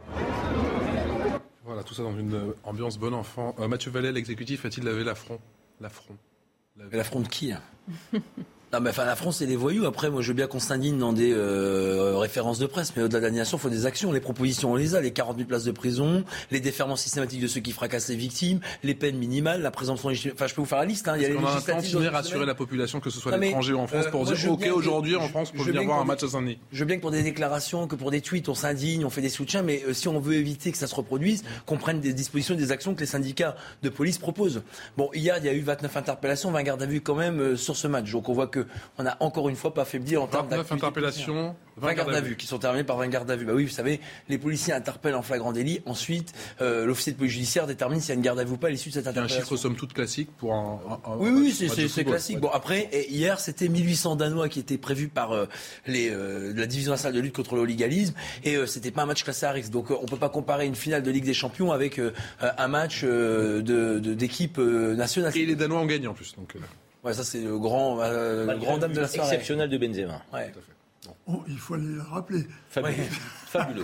Voilà, tout ça dans une ambiance bon enfant. Euh, Mathieu Vallet, l'exécutif, a-t-il lavé l'affront L'affront. L'affront de qui hein Non, mais enfin, la France, c'est des voyous. Après, moi, je veux bien qu'on s'indigne dans des euh, références de presse, mais au-delà de l'indignation, il faut des actions. Les propositions, on les a. Les quarante mille places de prison, les déferments systématiques de ceux qui fracassent les victimes, les peines minimales, la présomption. Enfin, je peux vous faire la liste. Hein. Il y a les législatives. On a rassurer la population, que ce soit non, l'étranger ou en France, euh, pour moi, dire ok, aujourd'hui, en France, on peut venir voir un match à Saint-Denis. Je veux bien que pour des déclarations, que pour des tweets, on s'indigne, on fait des soutiens, mais euh, si on veut éviter que ça se reproduise, qu'on prenne des dispositions, des actions que les syndicats de police proposent. Bon, hier, il y a eu vingt-neuf interpellations, vingt gardes à vue quand même euh, sur ce match. Donc, on voit que on a encore une fois pas affaibli en termes vingt-neuf interpellations, vingt gardes à vue qui sont terminées par vingt gardes à vue. Bah oui, vous savez, les policiers interpellent en flagrant délit. Ensuite, euh, l'officier de police judiciaire détermine s'il y a une garde à vue ou pas à l'issue de cette interpellation. Il y a un chiffre somme toute classique pour un. un, un oui, oui, c'est, c'est, c'est football. classique. Bon, après, et hier, c'était mille huit cents Danois qui étaient prévus par euh, les, euh, la division nationale de lutte contre le hooliganisme, et euh, c'était pas un match classé à risque. Donc, euh, on peut pas comparer une finale de Ligue des Champions avec euh, un match euh, de, de, d'équipe euh, nationale. Et les Danois ont gagné en plus. Donc. Euh... Ouais, ça c'est le grand, euh, le grand dame de la soirée. Exceptionnel de Benzema. Ouais. Oh, il faut le rappeler. Fabuleux. Ouais. Fabuleux.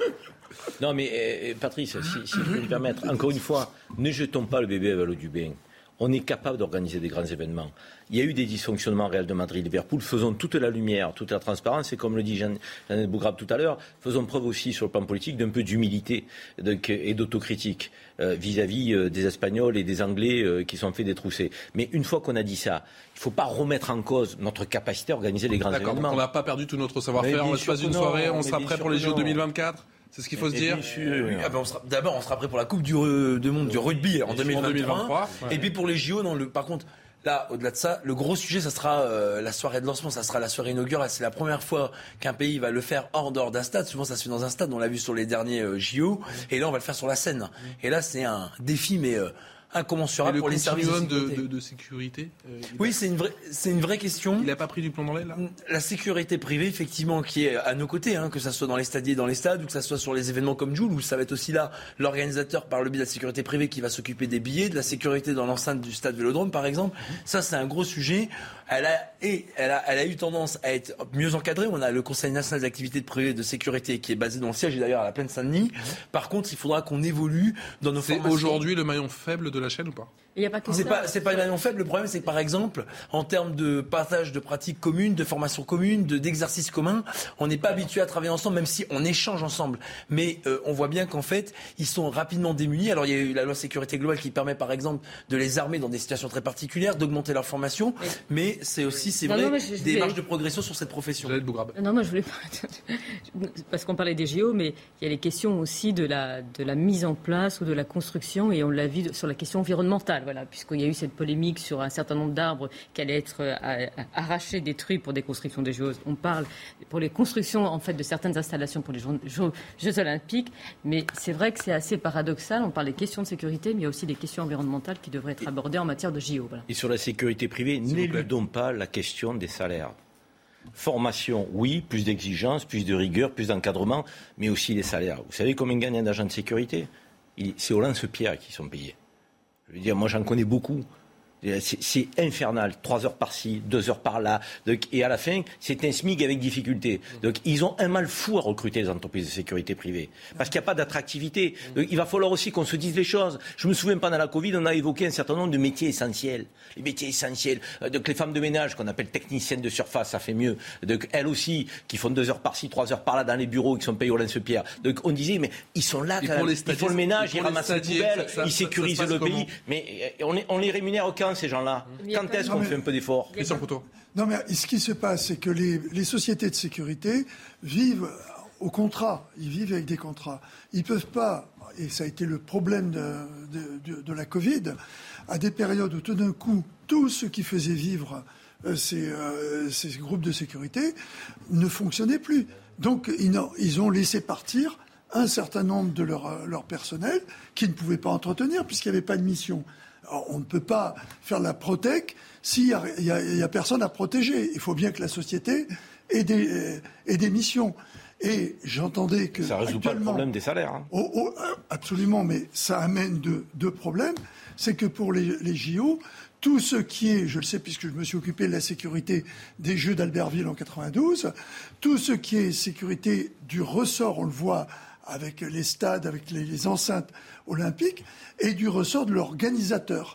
Non mais euh, Patrice, si, si je peux me permettre, encore une fois, ne jetons pas le bébé avec l'eau du bain. On est capable d'organiser des grands événements. Il y a eu des dysfonctionnements au Real de Madrid, Liverpool. Faisons toute la lumière, toute la transparence. Et comme le dit Jeannette Bougrab tout à l'heure, faisons preuve aussi sur le plan politique d'un peu d'humilité et d'autocritique euh, vis-à-vis euh, des Espagnols et des Anglais euh, qui sont fait détrousser. Mais une fois qu'on a dit ça, il ne faut pas remettre en cause notre capacité à organiser les grands D'accord, événements. Donc on n'a pas perdu tout notre savoir-faire. On se passe une soirée, on sera prêt pour les J O deux mille vingt-quatre. C'est ce qu'il faut se dire. Oui, ah ben on sera, d'abord, on sera prêt pour la Coupe du, euh, du Monde du rugby en deux mille vingt-trois. deux mille vingt-trois ouais. Et puis pour les J O, non, le, par contre, là, au-delà de ça, le gros sujet, ça sera euh, la soirée de lancement, ça sera la soirée inaugurale. C'est la première fois qu'un pays va le faire hors dehors d'un stade. Souvent, ça se fait dans un stade. On l'a vu sur les derniers euh, J O. Et là, on va le faire sur la scène. Et là, c'est un défi, mais euh, incommensurable pour les services de sécurité. De, de, de sécurité euh, oui, a... c'est une vraie, c'est une vraie question. Il n'a pas pris du plomb dans l'aile, là. La sécurité privée, effectivement, qui est à nos côtés, hein, que ça soit dans les stadiers, dans les stades, ou que ça soit sur les événements comme Joule, où ça va être aussi là l'organisateur par le biais de la sécurité privée qui va s'occuper des billets, de la sécurité dans l'enceinte du stade Vélodrome, par exemple. Ça, c'est un gros sujet. elle a, et elle a, elle a eu tendance à être mieux encadrée. On a le Conseil national d'activité de privée de sécurité qui est basé dans le siège et d'ailleurs à la Plaine Saint-Denis. Par contre, il faudra qu'on évolue dans nos formations. C'est aujourd'hui le maillon faible de la chaîne ou pas ? Il y a pas que c'est ça. pas, c'est pas le maillon faible. Le problème, c'est que par exemple, en termes de partage de pratiques communes, de formation commune, de, d'exercices communs, on n'est pas habitué à travailler ensemble, même si on échange ensemble. Mais euh, on voit bien qu'en fait, ils sont rapidement démunis. Alors il y a eu la loi sécurité globale qui permet par exemple de les armer dans des situations très particulières, d'augmenter leur formation. Mais, mais c'est aussi, c'est non, vrai, non, je, des je marges vais... de progression sur cette profession. Non, moi je voulais pas... Parce qu'on parlait des J O, mais il y a les questions aussi de la, de la mise en place ou de la construction, et on l'a vu sur la question environnementale, voilà, puisqu'il y a eu cette polémique sur un certain nombre d'arbres qui allaient être arrachés, détruits pour des constructions des Jeux. On parle pour les constructions en fait de certaines installations pour les Jeux, Jeux olympiques, mais c'est vrai que c'est assez paradoxal. On parle des questions de sécurité, mais il y a aussi des questions environnementales qui devraient être abordées en matière de J O. Voilà. Et sur la sécurité privée, n'éludons pas la question des salaires. Formation, oui, plus d'exigences, plus de rigueur, plus d'encadrement, mais aussi les salaires. Vous savez combien gagne un agent de sécurité ? C'est au lance-pierre qui sont payés. Je veux dire, moi j'en connais beaucoup. C'est, c'est infernal, trois heures par-ci, deux heures par-là, donc, et à la fin, c'est un SMIC avec difficulté. Donc, ils ont un mal fou à recruter les entreprises de sécurité privée, parce qu'il n'y a pas d'attractivité. Donc, il va falloir aussi qu'on se dise les choses. Je me souviens, pendant la Covid, on a évoqué un certain nombre de métiers essentiels. Les métiers essentiels, donc les femmes de ménage, qu'on appelle techniciennes de surface, ça fait mieux. Donc, elles aussi, qui font deux heures par-ci, trois heures par-là dans les bureaux, qui sont payés au lance-pierre. Donc, on disait, mais ils sont là quand même. Ils font le ménage, ils ramassent les poubelles, ça, ça, ils sécurisent ça, ça le pays. Mais on, est, on les rémunère aucun, ces gens-là. Quand est-ce qu'on fait un peu d'effort ? Non, mais ce qui se passe, c'est que les, les sociétés de sécurité vivent au contrat. Ils vivent avec des contrats. Ils ne peuvent pas, et ça a été le problème de, de, de, de la Covid, à des périodes où tout d'un coup, tout ce qui faisait vivre euh, ces, euh, ces groupes de sécurité ne fonctionnait plus. Donc, ils, ils ont laissé partir un certain nombre de leur, leur personnel qui ne pouvaient pas entretenir puisqu'il n'y avait pas de mission. Alors, on ne peut pas faire la protec s'il n'y a, a, a personne à protéger. Il faut bien que la société ait des, ait des missions. Et j'entendais que... Ça ne résout pas le problème des salaires. Hein. Oh, oh, absolument, mais ça amène deux, deux problèmes. C'est que pour les, les J O, tout ce qui est, je le sais puisque je me suis occupé de la sécurité des Jeux d'Albertville en quatre-vingt-douze, tout ce qui est sécurité du ressort, on le voit avec les stades, avec les, les enceintes olympiques, et du ressort de l'organisateur.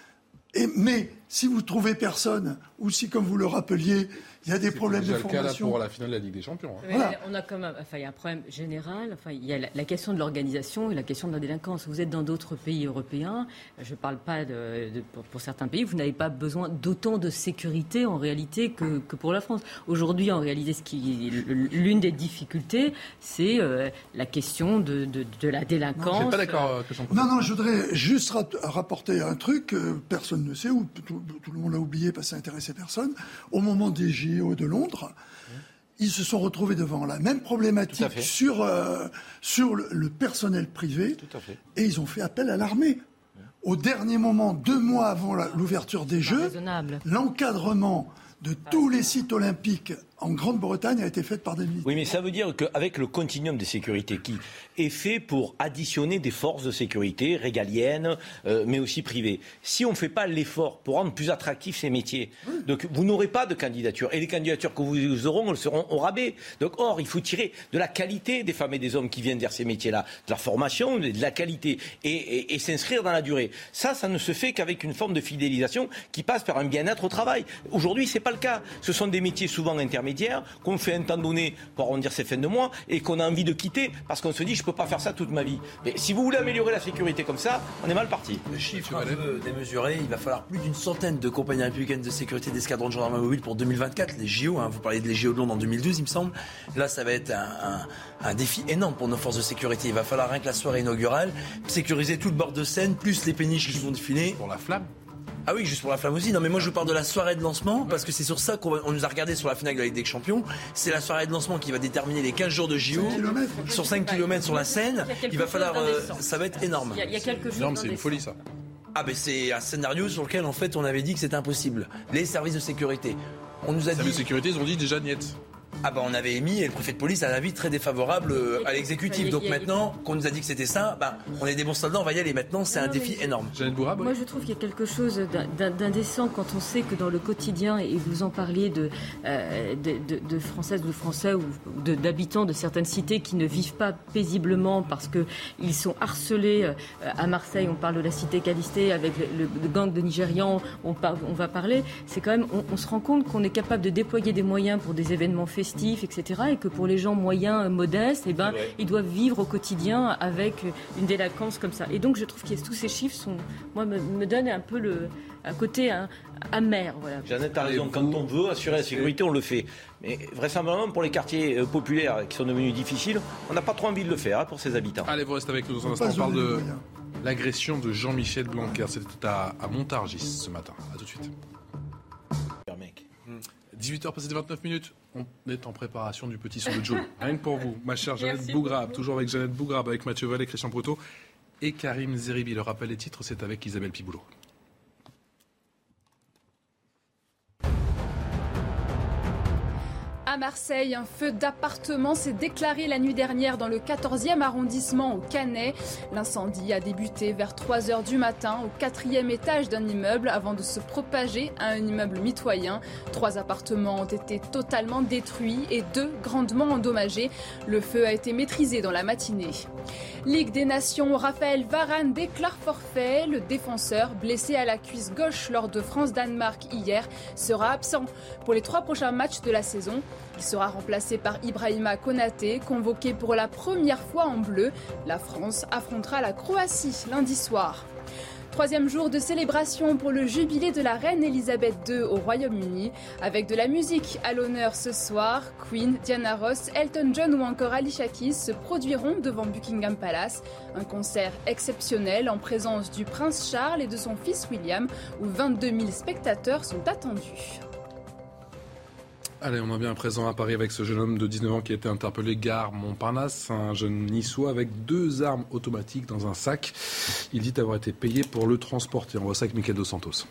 Et, mais si vous trouvez personne, ou si, comme vous le rappeliez, il y a des c'est problèmes de formation. C'est le cas là pour la finale de la Ligue des Champions. Hein. Voilà. On a quand même, enfin, il y a un problème général. Enfin, il y a la, la question de l'organisation et la question de la délinquance. Vous êtes dans d'autres pays européens. Je ne parle pas de, de, pour, pour certains pays. Vous n'avez pas besoin d'autant de sécurité en réalité que, que pour la France. Aujourd'hui, en réalité, ce qui, l'une des difficultés, c'est euh, la question de, de, de la délinquance. Non, je ne suis pas d'accord. Euh, non, non, je voudrais juste ra- rapporter un truc que personne ne sait, ou tout, tout le monde l'a oublié parce que ça n'intéressait personne. Au moment des J O de Londres, ils se sont retrouvés devant la même problématique sur, euh, sur le, le personnel privé et ils ont fait appel à l'armée. Au dernier moment, deux mois avant la, l'ouverture des Jeux, l'encadrement de tous les sites olympiques en Grande-Bretagne a été fait par des militaires. Oui, mais ça veut dire qu'avec le continuum de sécurité qui est fait pour additionner des forces de sécurité régaliennes, euh, mais aussi privées, si on ne fait pas l'effort pour rendre plus attractifs ces métiers, oui. donc vous n'aurez pas de candidature. Et les candidatures que vous aurez, elles seront au rabais. Donc, or, il faut tirer de la qualité des femmes et des hommes qui viennent vers ces métiers-là, de leur formation, de la qualité, et, et, et s'inscrire dans la durée. Ça, ça ne se fait qu'avec une forme de fidélisation qui passe par un bien-être au travail. Aujourd'hui, c'est pas le cas. Ce sont des métiers souvent intermédiaires qu'on fait un temps donné pour arrondir ses fins de mois et qu'on a envie de quitter parce qu'on se dit je peux pas faire ça toute ma vie. Mais si vous voulez améliorer la sécurité comme ça, on est mal parti. Le chiffre un peu démesuré, il va falloir plus d'une centaine de compagnies républicaines de sécurité d'escadrons de gendarmerie mobile pour deux mille vingt-quatre, les J O, hein, vous parliez de les J O de Londres en deux mille douze il me semble. Là ça va être un, un, un défi énorme pour nos forces de sécurité. Il va falloir rien que la soirée inaugurale, sécuriser tout le bord de Seine, plus les péniches qui vont défiler. Pour la flamme. Ah oui, juste pour la flamme aussi. Non, mais moi je parle de la soirée de lancement parce que c'est sur ça qu'on va, on nous a regardé sur la finale de la Ligue des Champions. C'est la soirée de lancement qui va déterminer les quinze jours de J O sur cinq kilomètres sur la Seine. Il, il va falloir, euh, ça va être énorme. Il y a, il y a quelques jours. Non, c'est une folie ça. Ah ben c'est un scénario sur lequel en fait on avait dit que c'était impossible. Les services de sécurité. On nous a les dit. services de sécurité, ils ont dit déjà niet. Ah ben on avait émis, et le préfet de police a un avis très défavorable à l'exécutif. Donc maintenant qu'on nous a dit que c'était ça, ben, on est des bons soldats, on va y aller. Maintenant, c'est un défi énorme. Moi, je trouve qu'il y a quelque chose d'indécent quand on sait que dans le quotidien, et vous en parliez de, euh, de, de, de Françaises ou de Français ou de, d'habitants de certaines cités qui ne vivent pas paisiblement parce qu'ils sont harcelés. Euh, à Marseille, on parle de la cité Calistée avec le, le gang de Nigérians, on, par, on va parler. C'est quand même, on, on se rend compte qu'on est capable de déployer des moyens pour des événements festifs, et cetera. Et que pour les gens moyens, modestes, eh ben, ils doivent vivre au quotidien avec une délinquance comme ça. Et donc, je trouve que tous ces chiffres sont, moi, me, me donnent un peu le, un côté hein, amer. Voilà. Jeannette a raison. Quand on veut assurer la sécurité, on le fait. Mais vraisemblablement, pour les quartiers euh, populaires qui sont devenus difficiles, on n'a pas trop envie de le faire hein, pour ses habitants. Allez, vous restez avec nous dans un instant. On parle de l'agression de Jean-Michel Blanquer. C'était à, à Montargis ce matin. A tout de suite. dix-huit heures passées de vingt-neuf minutes, on est en préparation du petit son de Joe. Rien que pour vous, ma chère Jeannette Merci Bougrab, beaucoup. Toujours avec Jeannette Bougrab, avec Mathieu Vallée, Christian Proto et Karim Zeribi. Le rappel des titres, c'est avec Isabelle Piboulot. À Marseille, un feu d'appartement s'est déclaré la nuit dernière dans le quatorzième arrondissement au Canet. L'incendie a débuté vers trois heures du matin au quatrième étage d'un immeuble avant de se propager à un immeuble mitoyen. Trois appartements ont été totalement détruits et deux grandement endommagés. Le feu a été maîtrisé dans la matinée. Ligue des Nations, Raphaël Varane déclare forfait. Le défenseur, blessé à la cuisse gauche lors de France-Danemark hier, sera absent pour les trois prochains matchs de la saison. Il sera remplacé par Ibrahima Konaté, convoqué pour la première fois en bleu. La France affrontera la Croatie lundi soir. Troisième jour de célébration pour le jubilé de la reine Elisabeth deux au Royaume-Uni. Avec de la musique à l'honneur ce soir, Queen, Diana Ross, Elton John ou encore Alicia Keys se produiront devant Buckingham Palace. Un concert exceptionnel en présence du prince Charles et de son fils William, où vingt-deux mille spectateurs sont attendus. Allez, on en vient à présent à Paris avec ce jeune homme de dix-neuf ans qui a été interpellé gare Montparnasse, un jeune niçois avec deux armes automatiques dans un sac. Il dit avoir été payé pour le transporter. On voit ça avec Mickaël Dos Santos.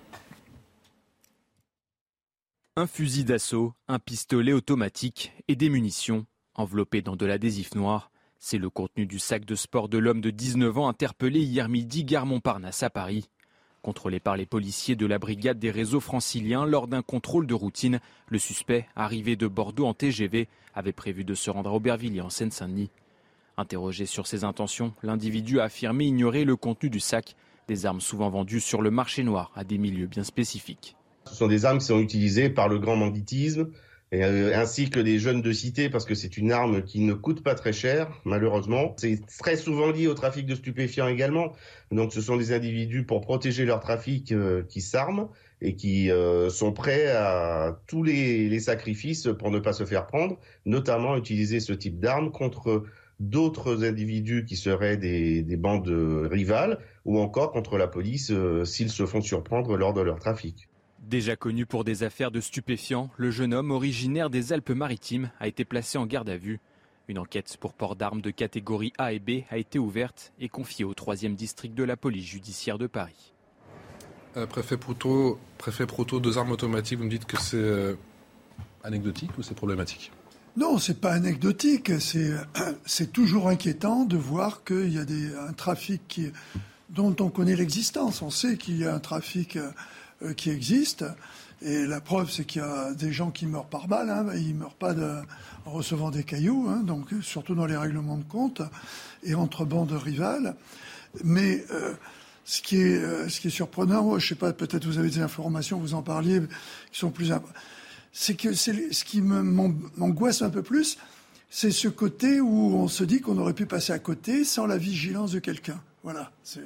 Un fusil d'assaut, un pistolet automatique et des munitions enveloppées dans de l'adhésif noir. C'est le contenu du sac de sport de l'homme de dix-neuf ans interpellé hier midi gare Montparnasse à Paris. Contrôlé par les policiers de la brigade des réseaux franciliens lors d'un contrôle de routine, le suspect, arrivé de Bordeaux en T G V, avait prévu de se rendre à Aubervilliers en Seine-Saint-Denis. Interrogé sur ses intentions, l'individu a affirmé ignorer le contenu du sac, des armes souvent vendues sur le marché noir à des milieux bien spécifiques. Ce sont des armes qui sont utilisées par le grand banditisme, et, euh, ainsi que les jeunes de cité, parce que c'est une arme qui ne coûte pas très cher, malheureusement. C'est très souvent lié au trafic de stupéfiants également. Donc ce sont des individus, pour protéger leur trafic, euh, qui s'arment et qui euh, sont prêts à tous les, les sacrifices pour ne pas se faire prendre, notamment utiliser ce type d'armes contre d'autres individus qui seraient des, des bandes rivales, ou encore contre la police euh, s'ils se font surprendre lors de leur trafic. Déjà connu pour des affaires de stupéfiants, le jeune homme originaire des Alpes-Maritimes a été placé en garde à vue. Une enquête pour port d'armes de catégorie A et B a été ouverte et confiée au troisième district de la police judiciaire de Paris. Euh, préfet Proto, préfet Proto, deux armes automatiques, vous me dites que c'est euh, anecdotique ou c'est problématique ? Non, c'est pas anecdotique. C'est, c'est toujours inquiétant de voir qu'il y a des, un trafic qui, dont on connaît l'existence. On sait qu'il y a un trafic euh, qui existe. Et la preuve, c'est qu'il y a des gens qui meurent par balle. Hein. Ils ne meurent pas de, en recevant des cailloux, hein, donc, surtout dans les règlements de compte et entre bandes rivales. Mais euh, ce, qui est, euh, ce qui est surprenant, je ne sais pas, peut-être vous avez des informations, vous en parliez, qui sont plus importantes. C'est que c'est, ce qui me, m'angoisse un peu plus, c'est ce côté où on se dit qu'on aurait pu passer à côté sans la vigilance de quelqu'un. Voilà. C'est...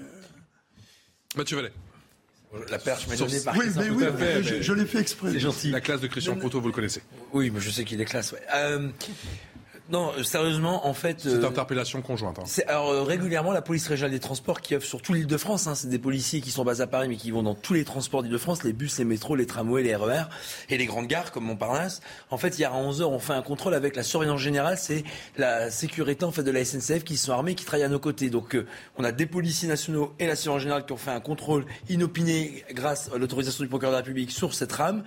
Mathieu Vallée. La perche m'est donnée par oui, Christian. mais oui, mais je, je l'ai fait exprès. C'est gentil. La classe de Christian Proto, vous le connaissez. Oui, mais je sais qu'il est classe. Ouais. Euh, non, sérieusement, en fait... C'est une euh, interpellation conjointe. Hein. C'est, alors, euh, régulièrement, la police régionale des transports qui œuvre sur toute l'Île-de-France, hein, c'est des policiers qui sont basés à Paris, mais qui vont dans tous les transports d'Île-de-France, les bus, les métros, les tramways, les R E R, et les grandes gares, comme Montparnasse. En fait, hier à onze heures, on fait un contrôle avec la surveillance générale, c'est la sécurité, en fait, de la S N C F qui sont armés, qui travaillent à nos côtés. Donc, euh, on a des policiers nationaux et la surveillance générale qui ont fait un contrôle inopiné grâce à l'autorisation du procureur de la République sur cette rame.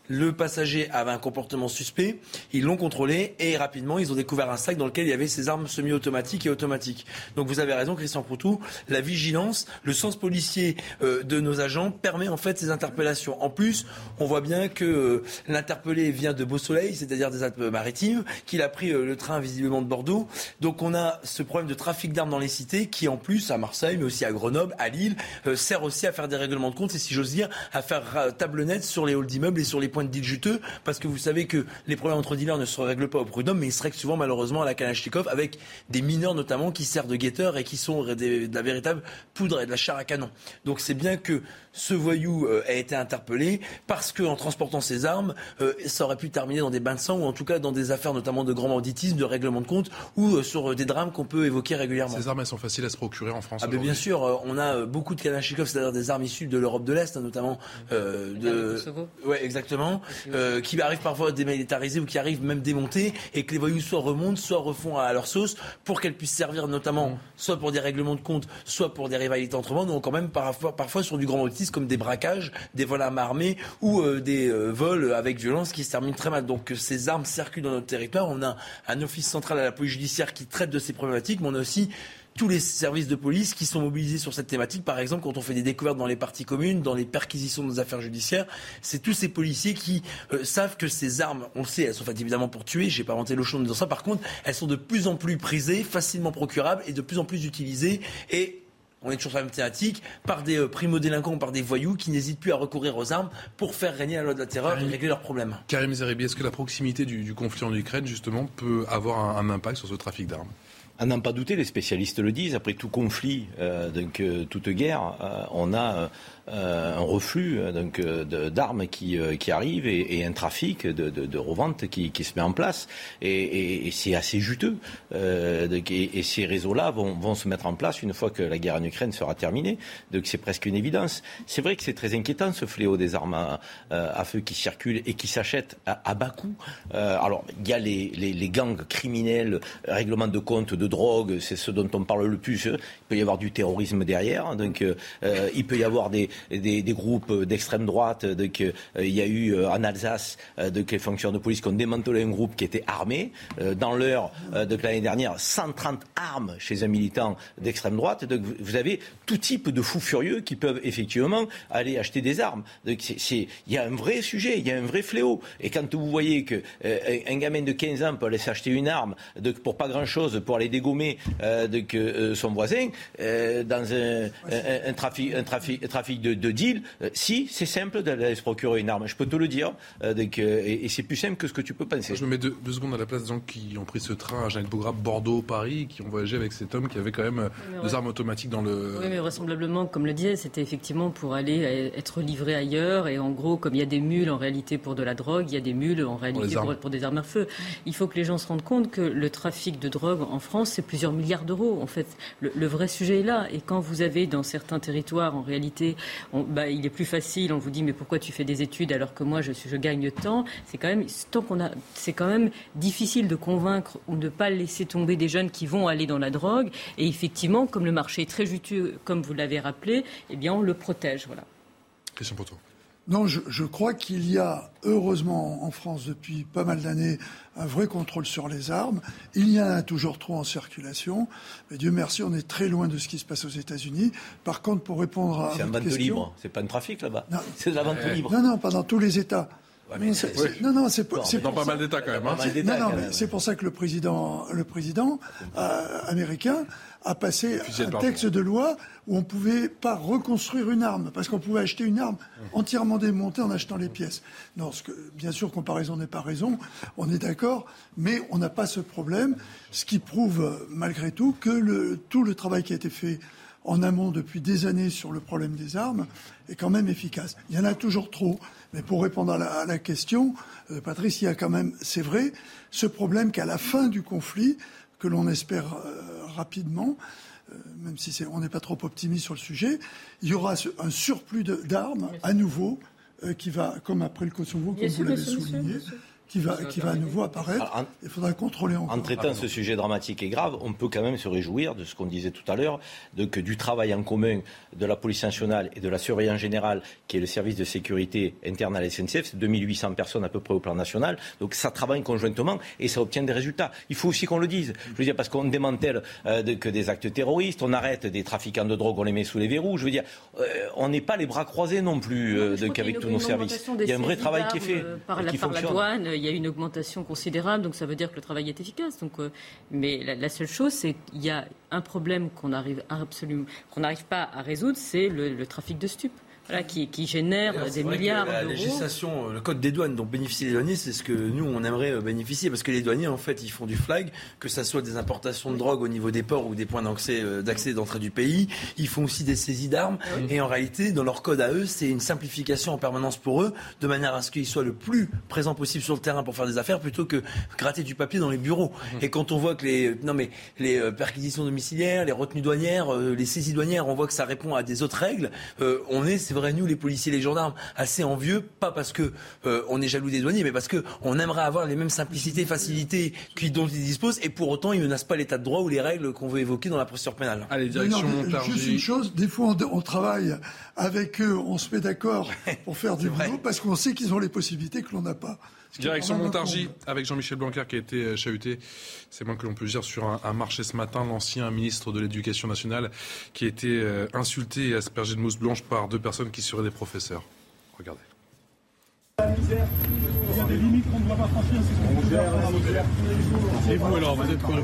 Le passager avait un comportement suspect, ils l'ont contrôlé et rapidement ils ont découvert un sac dans lequel il y avait ces armes semi-automatiques et automatiques. Donc vous avez raison Christian Proutou, la vigilance, le sens policier euh, de nos agents permet en fait ces interpellations. En plus, on voit bien que euh, l'interpellé vient de Beau-Soleil, c'est-à-dire des Alpes-Maritimes, qu'il a pris euh, le train visiblement de Bordeaux. Donc on a ce problème de trafic d'armes dans les cités qui en plus à Marseille mais aussi à Grenoble, à Lille, euh, sert aussi à faire des règlements de compte et si j'ose dire à faire euh, table nette sur les halls d'immeubles et sur les points de deal juteux, parce que vous savez que les problèmes entre dealers ne se règlent pas au prud'homme, mais ils se règlent souvent malheureusement à la Kalachnikov avec des mineurs notamment qui servent de guetteurs et qui sont des, de la véritable poudre et de la chair à canon. Donc c'est bien que ce voyou euh, a été interpellé parce qu'en transportant ses armes, euh, ça aurait pu terminer dans des bains de sang ou en tout cas dans des affaires notamment de grand banditisme, de règlement de compte ou euh, sur euh, des drames qu'on peut évoquer régulièrement. Ces armes, elles sont faciles à se procurer en France? Ah ben bien sûr, euh, on a euh, beaucoup de Kalachnikov, c'est-à-dire des armes issues de l'Europe de l'Est, hein, notamment euh, de... Ouais, exactement. Euh, qui arrivent parfois démilitarisées ou qui arrivent même démontées et que les voyous soit remontent, soit refont à leur sauce pour qu'elles puissent servir notamment mmh. soit pour des règlements de compte, soit pour des rivalités entre bandes ou encore même parfois, parfois sur du grand banditisme comme des braquages, des vols à main armée ou euh, des euh, vols avec violence qui se terminent très mal. Donc ces armes circulent dans notre territoire. On a un office central à la police judiciaire qui traite de ces problématiques, mais on a aussi tous les services de police qui sont mobilisés sur cette thématique. Par exemple, quand on fait des découvertes dans les parties communes, dans les perquisitions de nos affaires judiciaires, c'est tous ces policiers qui euh, savent que ces armes, on le sait, elles sont faites évidemment pour tuer, j'ai pas inventé l'eau chaude en disant ça, par contre, elles sont de plus en plus prisées, facilement procurables et de plus en plus utilisées et on est toujours sur la même thématique, par des euh, primo-délinquants, par des voyous qui n'hésitent plus à recourir aux armes pour faire régner la loi de la terreur Karim, et régler leurs problèmes. Karim Zeribi, est-ce que la proximité du, du conflit en Ukraine, justement, peut avoir un, un impact sur ce trafic d'armes ? À n'en pas douter, les spécialistes le disent, après tout conflit, euh, donc euh, toute guerre, euh, on a euh, un reflux euh, donc, euh, de, d'armes qui, euh, qui arrive et, et un trafic de, de, de revente qui, qui se met en place. Et, et, et c'est assez juteux. Euh, donc, et, et ces réseaux-là vont, vont se mettre en place une fois que la guerre en Ukraine sera terminée. Donc c'est presque une évidence. C'est vrai que c'est très inquiétant ce fléau des armes à, à feu qui circulent et qui s'achètent à, à bas coût. Euh, alors il y a les, les, les gangs criminels, règlements de compte, de drogue, c'est ce dont on parle le plus. Il peut y avoir du terrorisme derrière. Donc euh, il peut y avoir des, des, des groupes d'extrême droite. Donc euh, il y a eu euh, en Alsace euh, donc, les fonctionnaires de police qui ont démantelé un groupe qui était armé. Euh, dans l'heure euh, de l'année dernière, cent trente armes chez un militant d'extrême droite. Donc vous avez tout type de fous furieux qui peuvent effectivement aller acheter des armes. Donc c'est, c'est, il y a un vrai sujet, il y a un vrai fléau. Et quand vous voyez que euh, un gamin de quinze ans peut aller s'acheter une arme donc, pour pas grand-chose, pour aller dégommer euh, donc, euh, son voisin euh, dans un, un, un, trafic, un, trafic, un trafic de, de deal, euh, si c'est simple d'aller se procurer une arme, je peux te le dire. Euh, donc, euh, et, et c'est plus simple que ce que tu peux penser. Je me mets deux, deux secondes à la place des gens qui ont pris ce train à Jeannette Bourgrabe, Bordeaux, Paris, qui ont voyagé avec cet homme qui avait quand même oui, des ouais. armes automatiques dans le... Oui, mais vraisemblablement, comme le disait, c'était effectivement pour aller être livré ailleurs. Et en gros, comme il y a des mules en réalité pour de la drogue, il y a des mules en réalité pour, pour, pour des armes à feu. Il faut que les gens se rendent compte que le trafic de drogue en France, c'est plusieurs milliards d'euros. En fait, le, le vrai sujet est là. Et quand vous avez dans certains territoires, en réalité, on, bah, il est plus facile. On vous dit, mais pourquoi tu fais des études alors que moi, je, je gagne tant. C'est quand même, tant qu'on a, c'est quand même difficile de convaincre ou de ne pas laisser tomber des jeunes qui vont aller dans la drogue. Et effectivement, comme le marché est très juteux, comme vous l'avez rappelé, eh bien, on le protège. Voilà. Question pour toi. Non, je, je crois qu'il y a, heureusement, en France, depuis pas mal d'années, un vrai contrôle sur les armes. Il y en a toujours trop en circulation. Mais Dieu merci, on est très loin de ce qui se passe aux États-Unis. Par contre, pour répondre à c'est votre un vente question... libre, c'est pas un trafic là-bas. Non. C'est de la vente euh... libre. Non, non, pas dans tous les États. Ouais, mais c'est, c'est, non, non, c'est, non, c'est dans pas ça, mal d'États quand même. Hein. Non, non, mais c'est pour ça que le président, le président euh, américain a passé un texte de loi où on ne pouvait pas reconstruire une arme, parce qu'on pouvait acheter une arme entièrement démontée en achetant les pièces. Non, ce que, bien sûr, comparaison n'est pas raison, on est d'accord, mais on n'a pas ce problème, ce qui prouve malgré tout que le, tout le travail qui a été fait en amont depuis des années sur le problème des armes est quand même efficace. Il y en a toujours trop, mais pour répondre à la, à la question, euh, Patrice, il y a quand même, c'est vrai, ce problème qu'à la fin du conflit, que l'on espère euh, rapidement, euh, même si c'est, on n'est pas trop optimiste sur le sujet, il y aura un surplus de, d'armes à nouveau euh, qui va, comme après le Kosovo, comme vous l'avez souligné, qui va, qui va à nouveau apparaître. En, il faudra contrôler encore. En traitant ce sujet dramatique et grave, on peut quand même se réjouir de ce qu'on disait tout à l'heure, de que du travail en commun de la police nationale et de la surveillance générale, qui est le service de sécurité interne à la S N C F, c'est deux mille huit cents personnes à peu près au plan national. Donc ça travaille conjointement et ça obtient des résultats. Il faut aussi qu'on le dise. Je veux dire, parce qu'on démantèle euh, de, que des actes terroristes, on arrête des trafiquants de drogue, on les met sous les verrous. Je veux dire, euh, on n'est pas les bras croisés non plus euh, de, qu'avec tous nos services. Il y a un vrai travail qui est fait. Euh, par, la, qui par la douane, il y a une augmentation considérable, donc ça veut dire que le travail est efficace. Donc, euh, mais la, la seule chose, c'est qu'il y a un problème qu'on n'arrive absolument, qu'on n'arrive pas à résoudre, c'est le, le trafic de stupes. Voilà, qui, qui génère des milliards la d'euros. La législation, le code des douanes dont bénéficient les douaniers, c'est ce que nous, on aimerait bénéficier. Parce que les douaniers, en fait, ils font du flag, que ça soit des importations de drogue au niveau des ports ou des points d'accès, d'accès d'entrée du pays. Ils font aussi des saisies d'armes. Oui. Et en réalité, dans leur code à eux, c'est une simplification en permanence pour eux, de manière à ce qu'ils soient le plus présents possible sur le terrain pour faire des affaires, plutôt que gratter du papier dans les bureaux. Mmh. Et quand on voit que les, non mais, les perquisitions domiciliaires, les retenues douanières, les saisies douanières, on voit que ça répond à des autres règles, euh, on est, c'est vrai, nous, les policiers, les gendarmes, assez envieux, pas parce que euh, on est jaloux des douaniers, mais parce que on aimerait avoir les mêmes simplicités, facilités dont ils disposent, et pour autant, ils ne menacent pas l'état de droit ou les règles qu'on veut évoquer dans la procédure pénale. Allez, direction Montargis. Juste une chose, des fois, on, on travaille avec eux, on se met d'accord pour faire du boulot, parce qu'on sait qu'ils ont les possibilités que l'on n'a pas. Direction Montargis, avec Jean-Michel Blanquer qui a été chahuté, c'est moins que l'on peut dire, sur un, un marché ce matin. L'ancien ministre de l'Éducation nationale qui a été euh, insulté et aspergé de mousse blanche par deux personnes qui seraient des professeurs. Regardez. La misère, il y a des limites qu'on ne doit pas franchir. C'est vous alors, vous êtes quoi?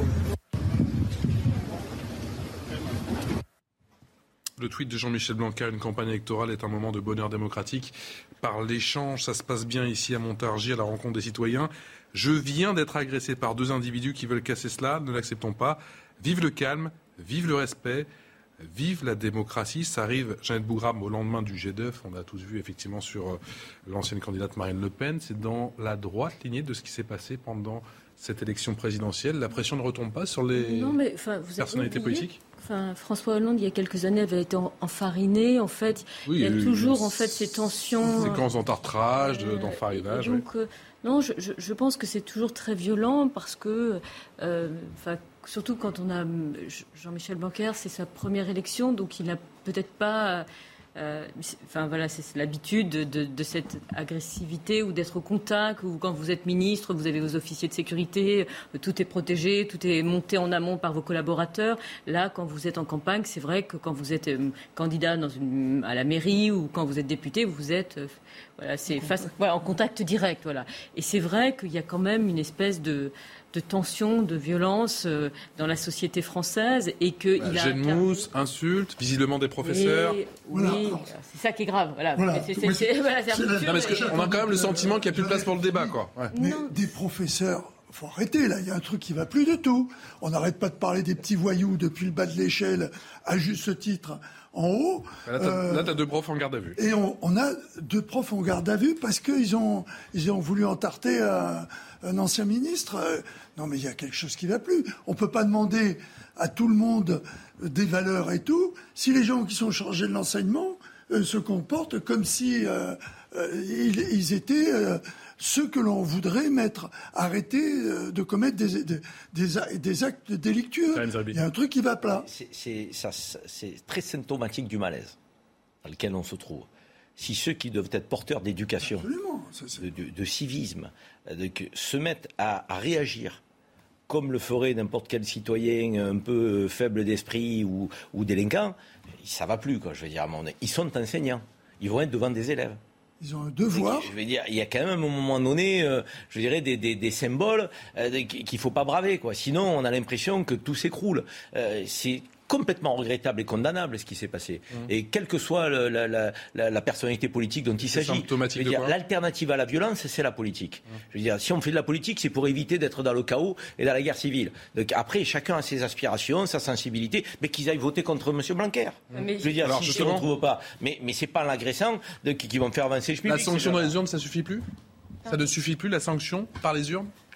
Le tweet de Jean-Michel Blanquer, une campagne électorale est un moment de bonheur démocratique. Par l'échange, ça se passe bien ici à Montargis, à la rencontre des citoyens. Je viens d'être agressé par deux individus qui veulent casser cela, ne l'acceptons pas. Vive le calme, vive le respect, vive la démocratie. Ça arrive, Jeannette Bougram, au lendemain du G neuf, on a tous vu effectivement sur l'ancienne candidate Marine Le Pen. C'est dans la droite lignée de ce qui s'est passé pendant cette élection présidentielle. La pression ne retombe pas sur les non, mais, vous personnalités oublié, politiques. Enfin, François Hollande, il y a quelques années, avait été enfariné. En fait, oui, il y a oui, toujours en fait ces tensions. Séquences d'entartrage, euh, d'enfarinage. Donc, oui. euh, non, je, je, je pense que c'est toujours très violent parce que, euh, enfin, surtout quand on a Jean-Michel Blanquer, c'est sa première élection, donc il n'a peut-être pas. Euh, enfin voilà, c'est l'habitude de, de, de cette agressivité ou d'être au contact, ou quand vous êtes ministre, vous avez vos officiers de sécurité, tout est protégé, tout est monté en amont par vos collaborateurs. Là, quand vous êtes en campagne, c'est vrai que quand vous êtes euh, candidat dans une, à la mairie ou quand vous êtes député, vous êtes euh, voilà, c'est face, voilà, en contact direct. Voilà. Et c'est vrai qu'il y a quand même une espèce de de tension, de violence euh, dans la société française et que bah, il a jet de mousse, insultes, visiblement des professeurs. Et, oui, voilà. C'est ça qui est grave. Voilà. Voilà. C'est, c'est, c'est, voilà, c'est non, parce que on a quand même le sentiment qu'il n'y a plus de place pour le débat, quoi. Ouais. Mais des professeurs. Faut arrêter, là, il y a un truc qui va plus du tout. On n'arrête pas de parler des petits voyous depuis le bas de l'échelle, à juste titre, en haut. Là, t'as, euh, là, t'as deux profs en garde à vue. Et on, on a deux profs en garde à vue parce qu'ils ont, ils ont voulu entarter un, un ancien ministre. Non, mais il y a quelque chose qui va plus. On peut pas demander à tout le monde des valeurs et tout, si les gens qui sont chargés de l'enseignement euh, se comportent comme si euh, euh, ils, ils étaient... Euh, ceux que l'on voudrait mettre, arrêter de commettre des, des, des, des actes délictueux. Il y a un truc qui va plat. C'est, c'est, ça, c'est très symptomatique du malaise dans lequel on se trouve. Si ceux qui doivent être porteurs d'éducation, ça, de, de, de civisme, de, que, se mettent à, à réagir comme le ferait n'importe quel citoyen un peu faible d'esprit ou, ou délinquant, ça va plus, quoi, je veux dire. Ils sont enseignants. Ils vont être devant des élèves. Ils ont un devoir. Je veux dire, il y a quand même à un moment donné, euh, je dirais, des, des, des symboles euh, qu'il faut pas braver, quoi. Sinon, on a l'impression que tout s'écroule. Euh, c'est complètement regrettable et condamnable ce qui s'est passé. Mmh. Et quelle que soit le, la, la, la, la personnalité politique dont il c'est s'agit, je veux dire, l'alternative à la violence, c'est la politique. Mmh. Je veux dire, si on fait de la politique, c'est pour éviter d'être dans le chaos et dans la guerre civile. Donc après, chacun a ses aspirations, sa sensibilité, mais qu'ils aillent voter contre M. Blanquer. Mmh. Je veux dire, alors, si, si on ne trouve pas, mais mais c'est pas en l'agressant qui vont faire avancer le public. La sanction dans les urnes, ça suffit plus ? Ça ne suffit plus, la sanction par les urnes ?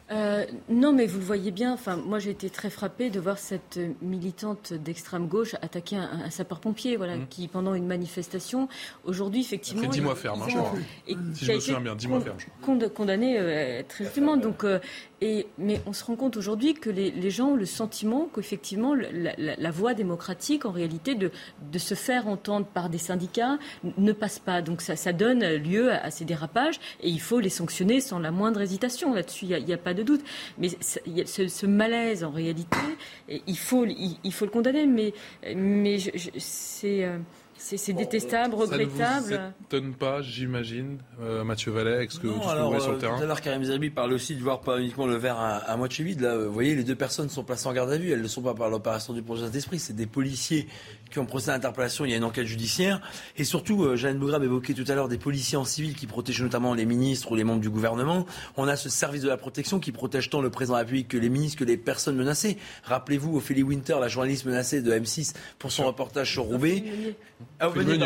Euh, non, mais vous le voyez bien. Enfin, moi, j'ai été très frappée de voir cette militante d'extrême gauche attaquer un, un sapeur-pompier, voilà, mmh. qui pendant une manifestation, aujourd'hui, effectivement, après dix mois ferme, hein, je crois. Et, si je me souviens bien, dix mois ferme. Cond- condamné euh, très justement. Donc, euh, et mais on se rend compte aujourd'hui que les, les gens ont le sentiment qu'effectivement, la, la, la voie démocratique, en réalité, de, de se faire entendre par des syndicats, ne passe pas. Donc, ça, ça donne lieu à, à ces dérapages, et il faut les sanctionner sans la moindre hésitation. Là-dessus, il n'y a, a pas de doute. Mais ce, ce malaise, en réalité, il faut, il, il faut le condamner. Mais, mais je, je, c'est, c'est, c'est détestable, regrettable. Ça ne vous étonne pas, j'imagine, euh, Mathieu Vallet, est-ce que non, tout ce alors, que vous voyez sur le euh, terrain? Tout à l'heure, Karim Zerbi parle aussi de voir pas uniquement le verre à, à moitié vide. Là, vous voyez, les deux personnes sont placées en garde à vue. Elles ne sont pas par l'opération du projet d'esprit. C'est des policiers qui ont procédé à l'interpellation. Il y a une enquête judiciaire. Et surtout, euh, Jeanne Bougrab évoquait tout à l'heure des policiers en civil qui protègent notamment les ministres ou les membres du gouvernement. On a ce service de la protection qui protège tant le président de la République que les ministres, que les personnes menacées. Rappelez-vous, Ophélie Winter, la journaliste menacée de M six pour son reportage sur Roubaix. Ah, Ophélie,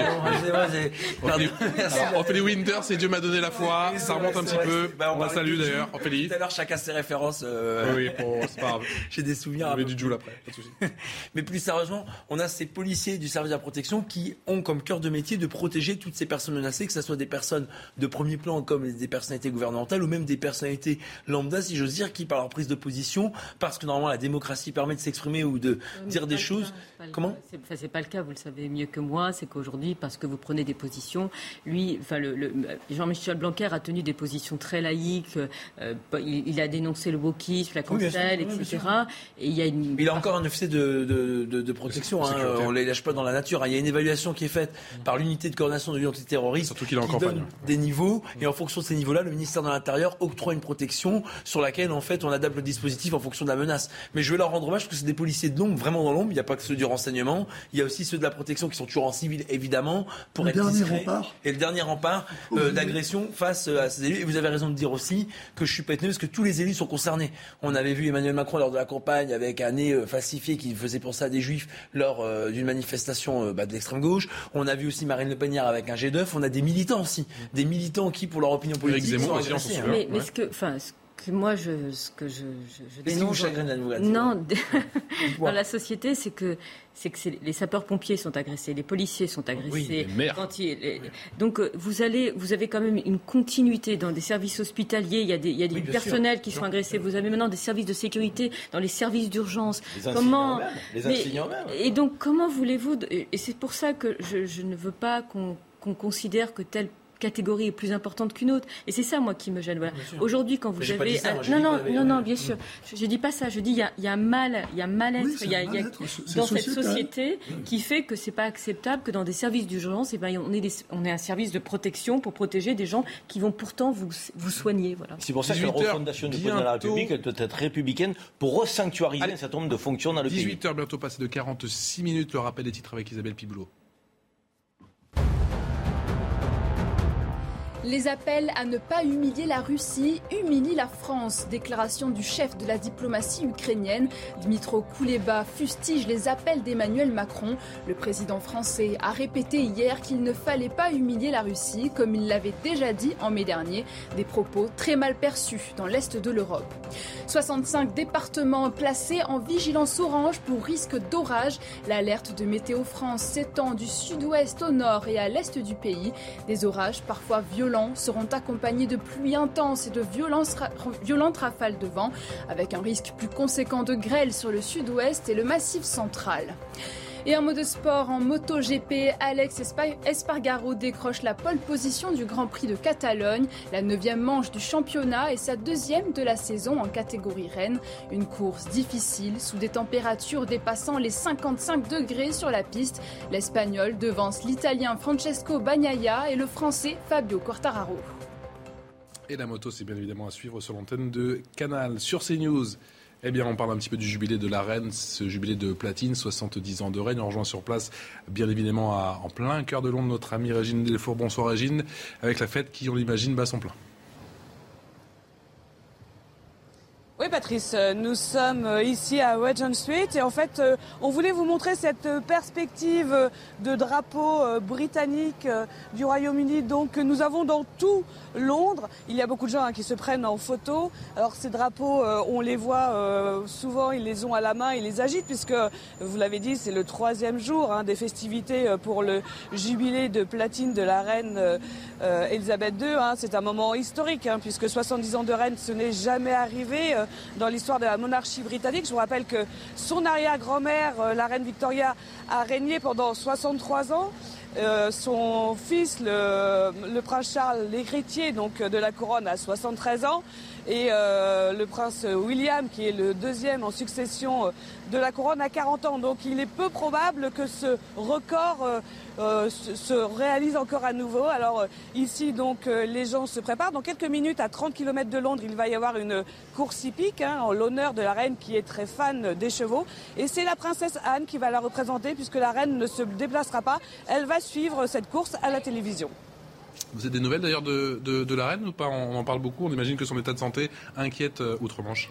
Ophélie Winter, c'est Dieu m'a donné la foi. Ça remonte un petit peu. Bah, on, on la salue d'ailleurs. Ophélie. Tout à l'heure, chacun ses références. Euh... Oui, bon, c'est pas grave. J'ai des souvenirs. On met du Joule après, pas de souci. Mais plus sérieusement, on a ces policiers du service de la protection qui ont comme cœur de métier de protéger toutes ces personnes menacées, que ce soit des personnes de premier plan comme des personnalités gouvernementales ou même des personnalités lambda, si j'ose dire, qui par leur prise de position, parce que normalement la démocratie permet de s'exprimer ou de oui, dire des choses. Comment ? C'est, enfin, c'est pas le cas, vous le savez mieux que moi, c'est qu'aujourd'hui, parce que vous prenez des positions, lui, enfin, le, le, Jean-Michel Blanquer a tenu des positions très laïques, euh, il, il a dénoncé le wokisme, la cancel, oui, et cetera. Et il y a une... Il a encore un officier de, de, de, de protection, hein, on ne les lâche pas dans la nature. Il y a une évaluation qui est faite par l'unité de coordination de lutte antiterroriste, surtout qu'il est en qui campagne. Donne des niveaux, et en fonction de ces niveaux-là, le ministère de l'Intérieur octroie une protection sur laquelle, en fait, on adapte le dispositif en fonction de la menace. Mais je vais leur rendre hommage parce que c'est des policiers de l'ombre, vraiment dans l'ombre. Il n'y a pas que ceux du renseignement, il y a aussi ceux de la protection qui sont toujours en civil, évidemment, pour le être dernier discrets. Rempart. Et le dernier rempart euh, d'agression face à ces élus. Et vous avez raison de dire aussi que je suis pas étonné parce que tous les élus sont concernés. On avait vu Emmanuel Macron lors de la campagne avec un nez falsifié qui faisait penser à des juifs lors euh, d'une manifestation euh, bah, de l'extrême gauche. On a vu aussi Marine Le Pen hier avec un jet d'œuf. On a des militants aussi, des militants qui, pour leur opinion politique, sont agressés. Hein. Mais, mais ce que, enfin, ce que moi, je, ce que je, je, je dénonce, ce qui vous chagrine, Anne, non, dans la société, c'est que c'est que c'est, les sapeurs-pompiers sont agressés, les policiers sont agressés. Oui, quand il, les, donc vous allez, vous avez quand même une continuité dans des services hospitaliers. Il y a des, il y a des oui, personnels sûr. qui sont agressés. Vous avez maintenant des services de sécurité dans les services d'urgence. Les comment même, les enseignants même. Et donc comment voulez-vous Et c'est pour ça que je, je ne veux pas qu'on, qu'on considère que tel catégorie est plus importante qu'une autre. Et c'est ça, moi, qui me gêne. Voilà. Aujourd'hui, quand vous mais avez... Ça, moi, non, non, non, non, bien sûr. Je ne dis pas ça. Je dis il y a, y a un mal, il y a un mal-être, oui, il y a, mal y a dans cette société mmh. qui fait que c'est pas acceptable que dans des services d'urgence, eh ben, on ait des, on ait un service de protection pour protéger des gens qui vont pourtant vous, vous soigner. Voilà. C'est pour ça que la refondation du président de la République, elle doit être républicaine pour resanctuariser un certain nombre de fonctions dans le pays. dix-huit heures bientôt passé de quarante-six minutes. Le rappel des titres avec Isabelle Piboulot. Les appels à ne pas humilier la Russie humilient la France. Déclaration du chef de la diplomatie ukrainienne. Dmytro Kuleba fustige les appels d'Emmanuel Macron. Le président français a répété hier qu'il ne fallait pas humilier la Russie, comme il l'avait déjà dit en mai dernier. Des propos très mal perçus dans l'Est de l'Europe. soixante-cinq départements placés en vigilance orange pour risque d'orage. L'alerte de Météo France s'étend du sud-ouest au nord et à l'est du pays. Des orages parfois violents seront accompagnés de pluies intenses et de violentes rafales de vent, avec un risque plus conséquent de grêle sur le sud-ouest et le massif central. Et en mode sport, en MotoGP, Alex Espargaro décroche la pole position du Grand Prix de Catalogne, la neuvième manche du championnat et sa deuxième de la saison en catégorie reine. Une course difficile, sous des températures dépassant les cinquante-cinq degrés sur la piste. L'Espagnol devance l'Italien Francesco Bagnaia et le Français Fabio Quartararo. Et la moto, c'est bien évidemment à suivre sur l'antenne de Canal. Sur CNews, eh bien, on parle un petit peu du jubilé de la Reine, ce jubilé de platine, soixante-dix ans de règne. On rejoint sur place, bien évidemment, à, en plein cœur de Londres, notre amie Régine Delfour. Bonsoir Régine, avec la fête qui, on l'imagine, bat son plein. Oui, Patrick. Patrice, nous sommes ici à Regent Street et en fait on voulait vous montrer cette perspective de drapeau britannique du Royaume-Uni donc que nous avons dans tout Londres. Il y a beaucoup de gens hein, qui se prennent en photo. Alors ces drapeaux, euh, on les voit euh, souvent, ils les ont à la main, ils les agitent puisque, vous l'avez dit, c'est le troisième jour hein, des festivités pour le jubilé de platine de la reine euh, Elisabeth deux. Hein. C'est un moment historique hein, puisque soixante-dix ans de reine, ce n'est jamais arrivé euh, dans l'histoire de la monarchie britannique. Je vous rappelle que son arrière-grand-mère, euh, la reine Victoria, a régné pendant soixante-trois ans. Euh, son fils, le, le prince Charles, l'héritier donc de la couronne, a soixante-treize ans. Et euh, le prince William, qui est le deuxième en succession de la couronne, a quarante ans. Donc il est peu probable que ce record euh, euh, se réalise encore à nouveau. Alors euh, ici, donc, euh, les gens se préparent. Dans quelques minutes, à trente kilomètres de Londres, il va y avoir une course hippique hein, en l'honneur de la reine qui est très fan des chevaux. Et c'est la princesse Anne qui va la représenter puisque la reine ne se déplacera pas. Elle va suivre cette course à la télévision. Vous avez des nouvelles d'ailleurs de, de, de la reine ou pas? On en parle beaucoup, on imagine que son état de santé inquiète euh, outre-Manche.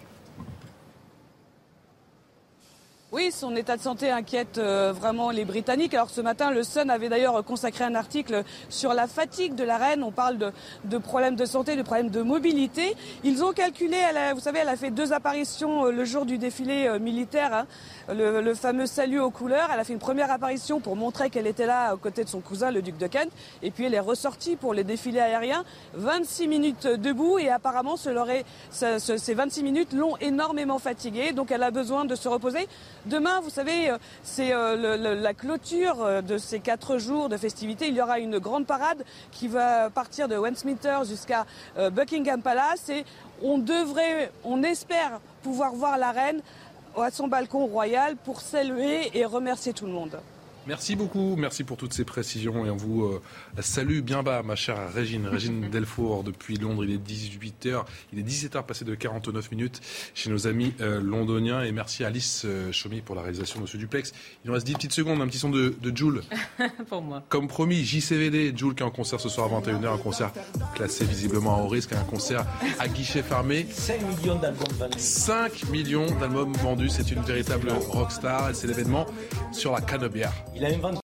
Oui, son état de santé inquiète euh, vraiment les Britanniques. Alors ce matin, le Sun avait d'ailleurs consacré un article sur la fatigue de la reine. On parle de, de problèmes de santé, de problèmes de mobilité. Ils ont calculé, elle a, vous savez, elle a fait deux apparitions euh, le jour du défilé euh, militaire, hein, le, le fameux salut aux couleurs. Elle a fait une première apparition pour montrer qu'elle était là aux côtés de son cousin, le duc de Kent. Et puis elle est ressortie pour les défilés aériens. vingt-six minutes debout et apparemment ce est, ce, ce, ces vingt-six minutes l'ont énormément fatiguée. Donc elle a besoin de se reposer. Demain, vous savez, c'est le, le, la clôture de ces quatre jours de festivités. Il y aura une grande parade qui va partir de Westminster jusqu'à Buckingham Palace et on devrait, on espère pouvoir voir la reine à son balcon royal pour saluer et remercier tout le monde. Merci beaucoup, merci pour toutes ces précisions et on vous euh, salue bien bas, ma chère Régine, Régine Delfour depuis Londres. Il est dix-huit heures, il est dix-sept heures passées de quarante-neuf minutes chez nos amis euh, londoniens et merci à Alice euh, Chaumy pour la réalisation de ce duplex. Il nous reste dix petites secondes, un petit son de, de Jul. Pour moi. Comme promis, J C V D, Jul qui est en concert ce soir à vingt et une heures, un concert classé visiblement à haut risque, un concert à guichet fermé. cinq millions d'albums vendus. cinq millions d'albums vendus, c'est une véritable rockstar et c'est l'événement sur la Canebière. Il a inventé